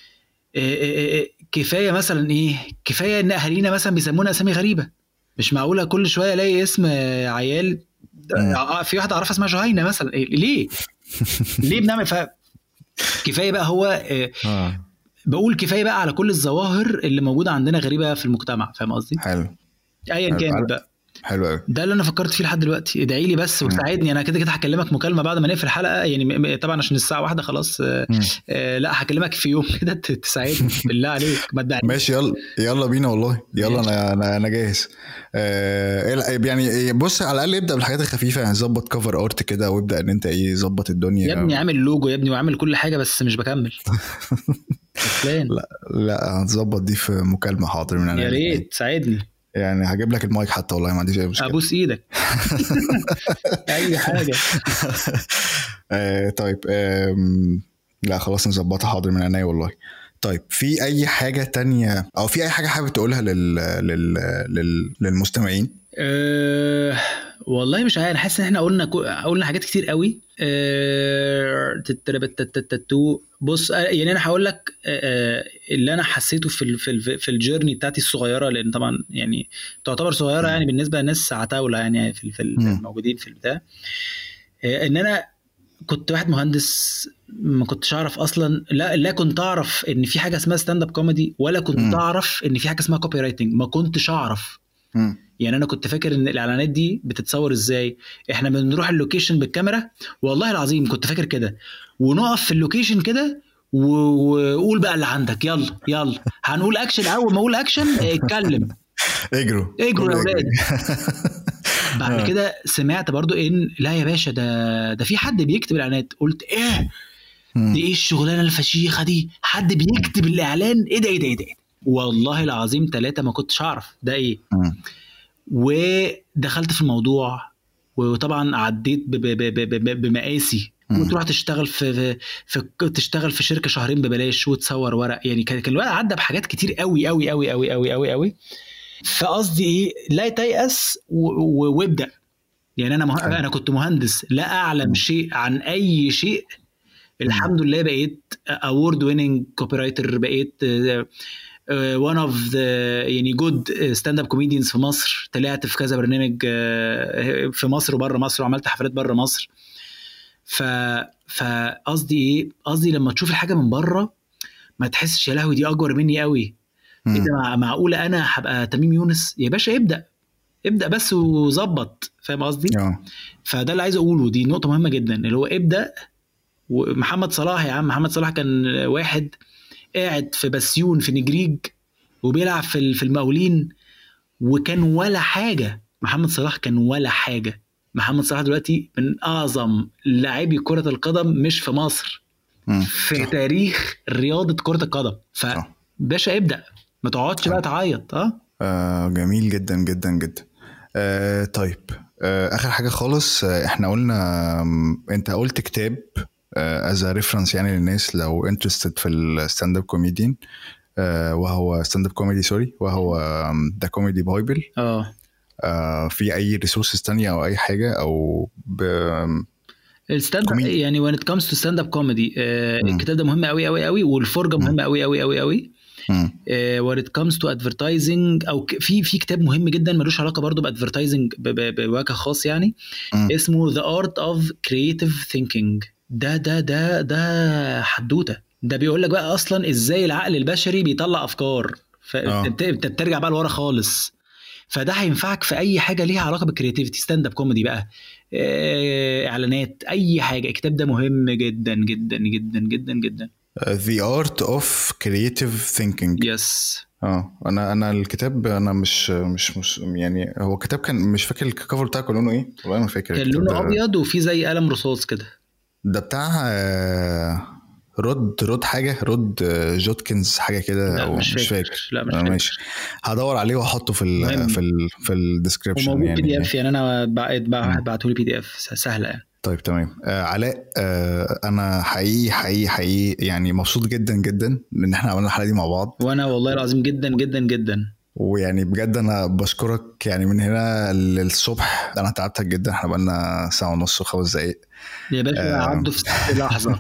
كفايه مثلا ايه، كفايه ان اهالينا مثلا بيسمونا اسامي غريبه، مش معقوله كل شويه الاقي اسم عيال في واحده اعرفها اسمها جهينه مثلا، ليه ليه بنعمل ف كفايه بقى هو بقول كفايه بقى على كل الظواهر اللي موجوده عندنا غريبه في المجتمع، فاهم قصدي؟ حلو. ايا كانت بقى. حلو قوي. ده اللي انا فكرت فيه لحد دلوقتي. ادعي لي بس وساعدني، انا كده كده هكلمك مكالمه بعد ما نقفل الحلقه يعني، طبعا عشان الساعه واحدة خلاص. آه لا هكلمك في يوم كده تساعدني بالله عليك ما تدعيش. ماشي يلا يلا بينا والله يلا. انا انا انا جاهز. آه يعني بص على الاقل ابدا بالحاجات الخفيفه يعني، ظبط كفر ارت كده وابدا ان انت ايه ظبط الدنيا يا ابني. عامل لوجو يا ابني وعامل كل حاجه بس مش بكمل. لا لا هتظبط دي في مكالمه. حاضر من انا يا ريت تساعدني يعني، هجيب لك المايك حتى والله ما عنديش اي مشكله. ابوس ايدك. اي حاجه. آه طيب آه لا خلاص نظبطها. حاضر من عينيا والله. طيب في اي حاجه تانية او في اي حاجه حابب تقولها لل... لل... لل... للمستمعين؟ أه... والله مش عارف، حاسس ان احنا قلنا قلنا حاجات كتير قوي. أه... تتربتتتتو بص يعني انا هقول لك أه... اللي انا حسيته في ال... في ال... في الجيرني بتاعتي الصغيره، لان طبعا يعني تعتبر صغيره يعني بالنسبه للناس عتاوله يعني في في الموجودين في البتاع. أه... ان انا كنت واحد مهندس ما كنتش اعرف اصلا، لا لا كنت اعرف ان في حاجه اسمها ستاند اب كوميدي، ولا كنت م. اعرف ان في حاجه اسمها كوبي رايتنج. ما كنتش اعرف. م. يعني انا كنت فاكر ان الاعلانات دي بتتصور ازاي، احنا بنروح اللوكيشن بالكاميرا، والله العظيم كنت فاكر كده، ونقف في اللوكيشن كده وقول بقى اللي عندك، يلا يلا هنقول اكشن، اول ما اقول اكشن اتكلم اجروا اجروا يا ولاد. بعد كده سمعت برضو ان لا يا باشا ده ده في حد بيكتب الاعلانات. قلت ايه دي، ايه الشغلانه الفشيخه دي، حد بيكتب الاعلان؟ ايه ده ايه ده ايه ده. والله العظيم ثلاثة ما كنتش اعرف ده ايه. ودخلت في الموضوع وطبعا عديت بمقاسي، وتروح تشتغل في في تشتغل في شركه شهرين ببلاش وتصور ورق يعني. كان الوقت عدى بحاجات كتير قوي قوي قوي قوي قوي قوي قوي. فقصدي ايه، لا تيأس وابدأ يعني. انا مه... انا كنت مهندس لا اعلم شيء عن اي شيء. الحمد لله بقيت award winning copywriter، بقيت one of the يعني good stand up comedians في مصر. طلعت في كذا برنامج في مصر وبره مصر، وعملت حفلات بره مصر. ف فقصدي ايه، قصدي لما تشوف الحاجه من بره ما تحسش يا لهوي دي اكبر مني قوي. ايه ده، معقوله انا هبقى تميم يونس؟ يا باشا ابدا ابدا بس وظبط، فاهم قصدي؟ فده اللي عايز اقوله، دي نقطه مهمه جدا اللي هو ابدا. ومحمد صلاح يا عم، محمد صلاح كان واحد قاعد في بسيون في نجريج وبيلعب في في المقاولين وكان ولا حاجه. محمد صلاح كان ولا حاجه. محمد صلاح دلوقتي من اعظم لاعبي كره القدم مش في مصر، في صح. تاريخ رياضه كره القدم. فباشا ابدا ما تقعدش بقى تعيط. اه آه جميل جدا جدا جدا. آه طيب آه اخر حاجه خالص، آه احنا قلنا انت قلت كتاب از ا ريفرنس يعني للناس لو انترستد في الستاند اب كوميديان، وهو ستاند اب كوميدي سوري وهو ذا كوميدي بايبل. اه في اي ريسورسز تانية او اي حاجه او الستاند اب يعني when it comes to stand up comedy آه الكتاب ده مهم قوي قوي قوي، والفرجه مهمه قوي قوي قوي قوي. when it comes to advertising او في في كتاب مهم جدا ملوش علاقه برضو بادفرتايزنج بوجه خاص يعني، م. اسمه The Art of Creative Thinking. ده ده ده ده حدوته. ده بيقول لك بقى اصلا ازاي العقل البشري بيطلع افكار، فانت بترجع بقى لورا خالص. فده هينفعك في اي حاجه ليها علاقه بالكرياتيفيتي، ستاند اب كوميدي بقى، اعلانات، اي حاجه. الكتاب ده مهم جدا جدا جدا جدا جدا. The Art of Creative Thinking. Yes. اه انا انا الكتاب انا مش مش مش يعني هو كتاب كان مش فاكر الكفر بتاعه لونه ايه والله ما فاكر. كان لونه ابيض وفي زي قلم رصاص كده. ده بتاع رود رود حاجه رود جوتكنز حاجه كده او مش, مش فاكر. لا مش فاكر. ماشي هدور عليه واحطه في ال في ال في الديسكريبشن يعني. موجود بي دي اف يعني انا بعته لي بي دي اف سهله يعني. طيب تمام. آه علاء، آه انا حقيقي حقيقي حقيقي يعني مبسوط جدا جدا ان احنا عملنا الحلقه دي مع بعض. وانا والله العظيم جدا جدا جدا. ويعني بجد انا بشكرك يعني من هنا للصبح. انا تعبتك جدا، احنا بقالنا ساعه ونص وخمس دقايق يا باشا. آه عدوا في لحظه.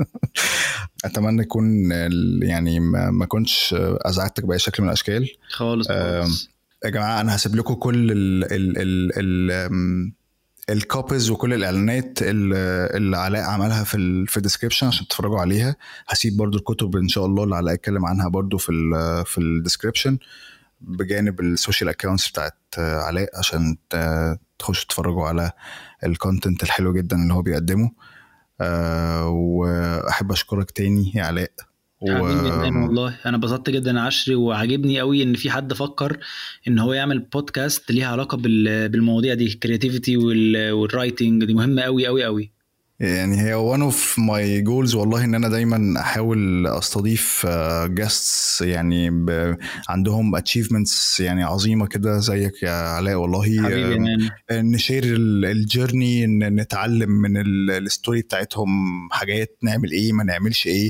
اتمنى يكون يعني ما, ما كنتش ازعجتك باي شكل من الاشكال خالص. آه يا جماعه انا هسيب لكم كل ال ال ال, ال الكوبيز وكل الاعلانات اللي علاء عملها في ال في الديسكريبشن عشان تتفرجوا عليها. هسيب برضو الكتب ان شاء الله اللي علاء اتكلم عنها برضو في ال في الديسكريبشن. بجانب السوشيال اكاونتس بتاعت علاء عشان تخش تتفرجوا على الكونتنت الحلو جدا اللي هو بيقدمه. واحب اشكرك تاني يا علاء. حبيبي و... والله انا انبسطت جدا يا عشري، وعجبني قوي ان في حد فكر ان هو يعمل بودكاست ليها علاقه بال... بالمواضيع دي، الكرياتيفيتي وال... والرايتنج دي مهمه قوي قوي قوي. يعني هي one of my goals والله ان انا دايما احاول استضيف guests يعني ب... عندهم achievements يعني عظيمة كده زيك يا علاء والله. نشير الجيرني، نتعلم من الستوري بتاعتهم حاجات، نعمل ايه ما نعملش ايه.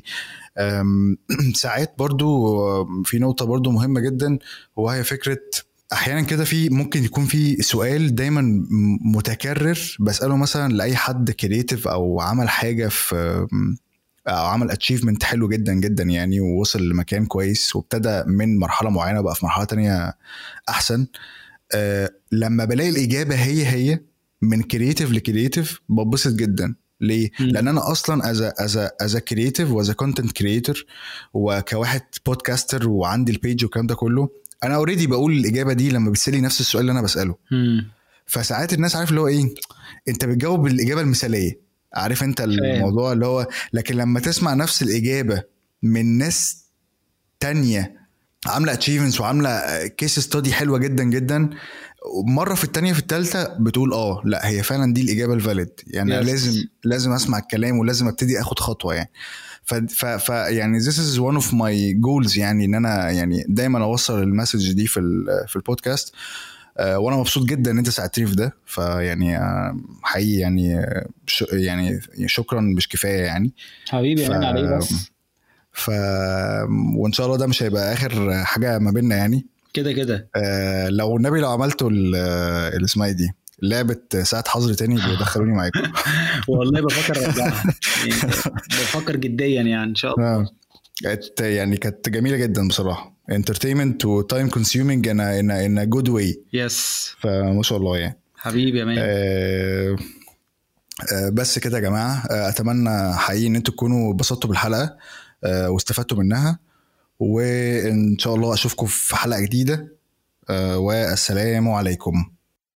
ساعات برضو في نقطة برضو مهمة جدا، وهي فكرة احيانا كده في ممكن يكون في سؤال دايما متكرر بسأله مثلا لاي حد كرييتيف او عمل حاجة في او عمل اتشيفمنت حلو جدا جدا يعني، ووصل لمكان كويس وابتدى من مرحلة معينة بقى في مرحلة تانية احسن. أه لما بلاقي الاجابة هي هي من كرييتيف لكرييتيف ببسط جدا. ليه؟ م. لان انا اصلا از از از كرييتيف واز كونتنت كرييتور وكواحد بودكاستر وعندي البيج والكلام ده كله، انا اوريدي بقول الاجابه دي لما بتسالي نفس السؤال اللي انا بساله. مم. فساعات الناس عارف اللي هو ايه، انت بتجاوب الاجابه المثاليه، عارف انت الموضوع اللي هو، لكن لما تسمع نفس الاجابه من ناس تانية عامله اتشيفمنتس وعامله كيس ستادي حلوه جدا جدا، مره في التانية في الثالثه بتقول اه لا هي فعلا دي الاجابه الفاليد يعني. yes. لازم لازم اسمع الكلام ولازم ابتدي اخد خطوه يعني. ف ف يعني this is one of my goals يعني، ان انا يعني دايما اوصل المسج دي في في البودكاست. أه وانا مبسوط جدا ان انت ساعدتني في ده، فيعني حقيقي يعني ش يعني شكرا مش كفايه يعني حبيبي. انا عليه بس ف وان شاء الله ده مش هيبقى اخر حاجه ما بيننا يعني، كده كده. أه لو النبي لو عملتوا اللي اسمها دي لعبة ساعة حظر تاني بيدخلوني معاكم. والله بفكر ارجعها يعني، بفكر جديا يعني ان شاء الله. يعني كانت جميلة جدا بصراحة، entertainment و time consuming in a, in a, in a good way. يس yes. فما شاء الله يعني حبيبي يا مان. أه أه بس كده يا جماعة، أتمنى حقيقي ان انتوا تكونوا بسطتوا بالحلقة أه واستفدتوا منها، وان شاء الله اشوفكم في حلقة جديدة. أه والسلام عليكم.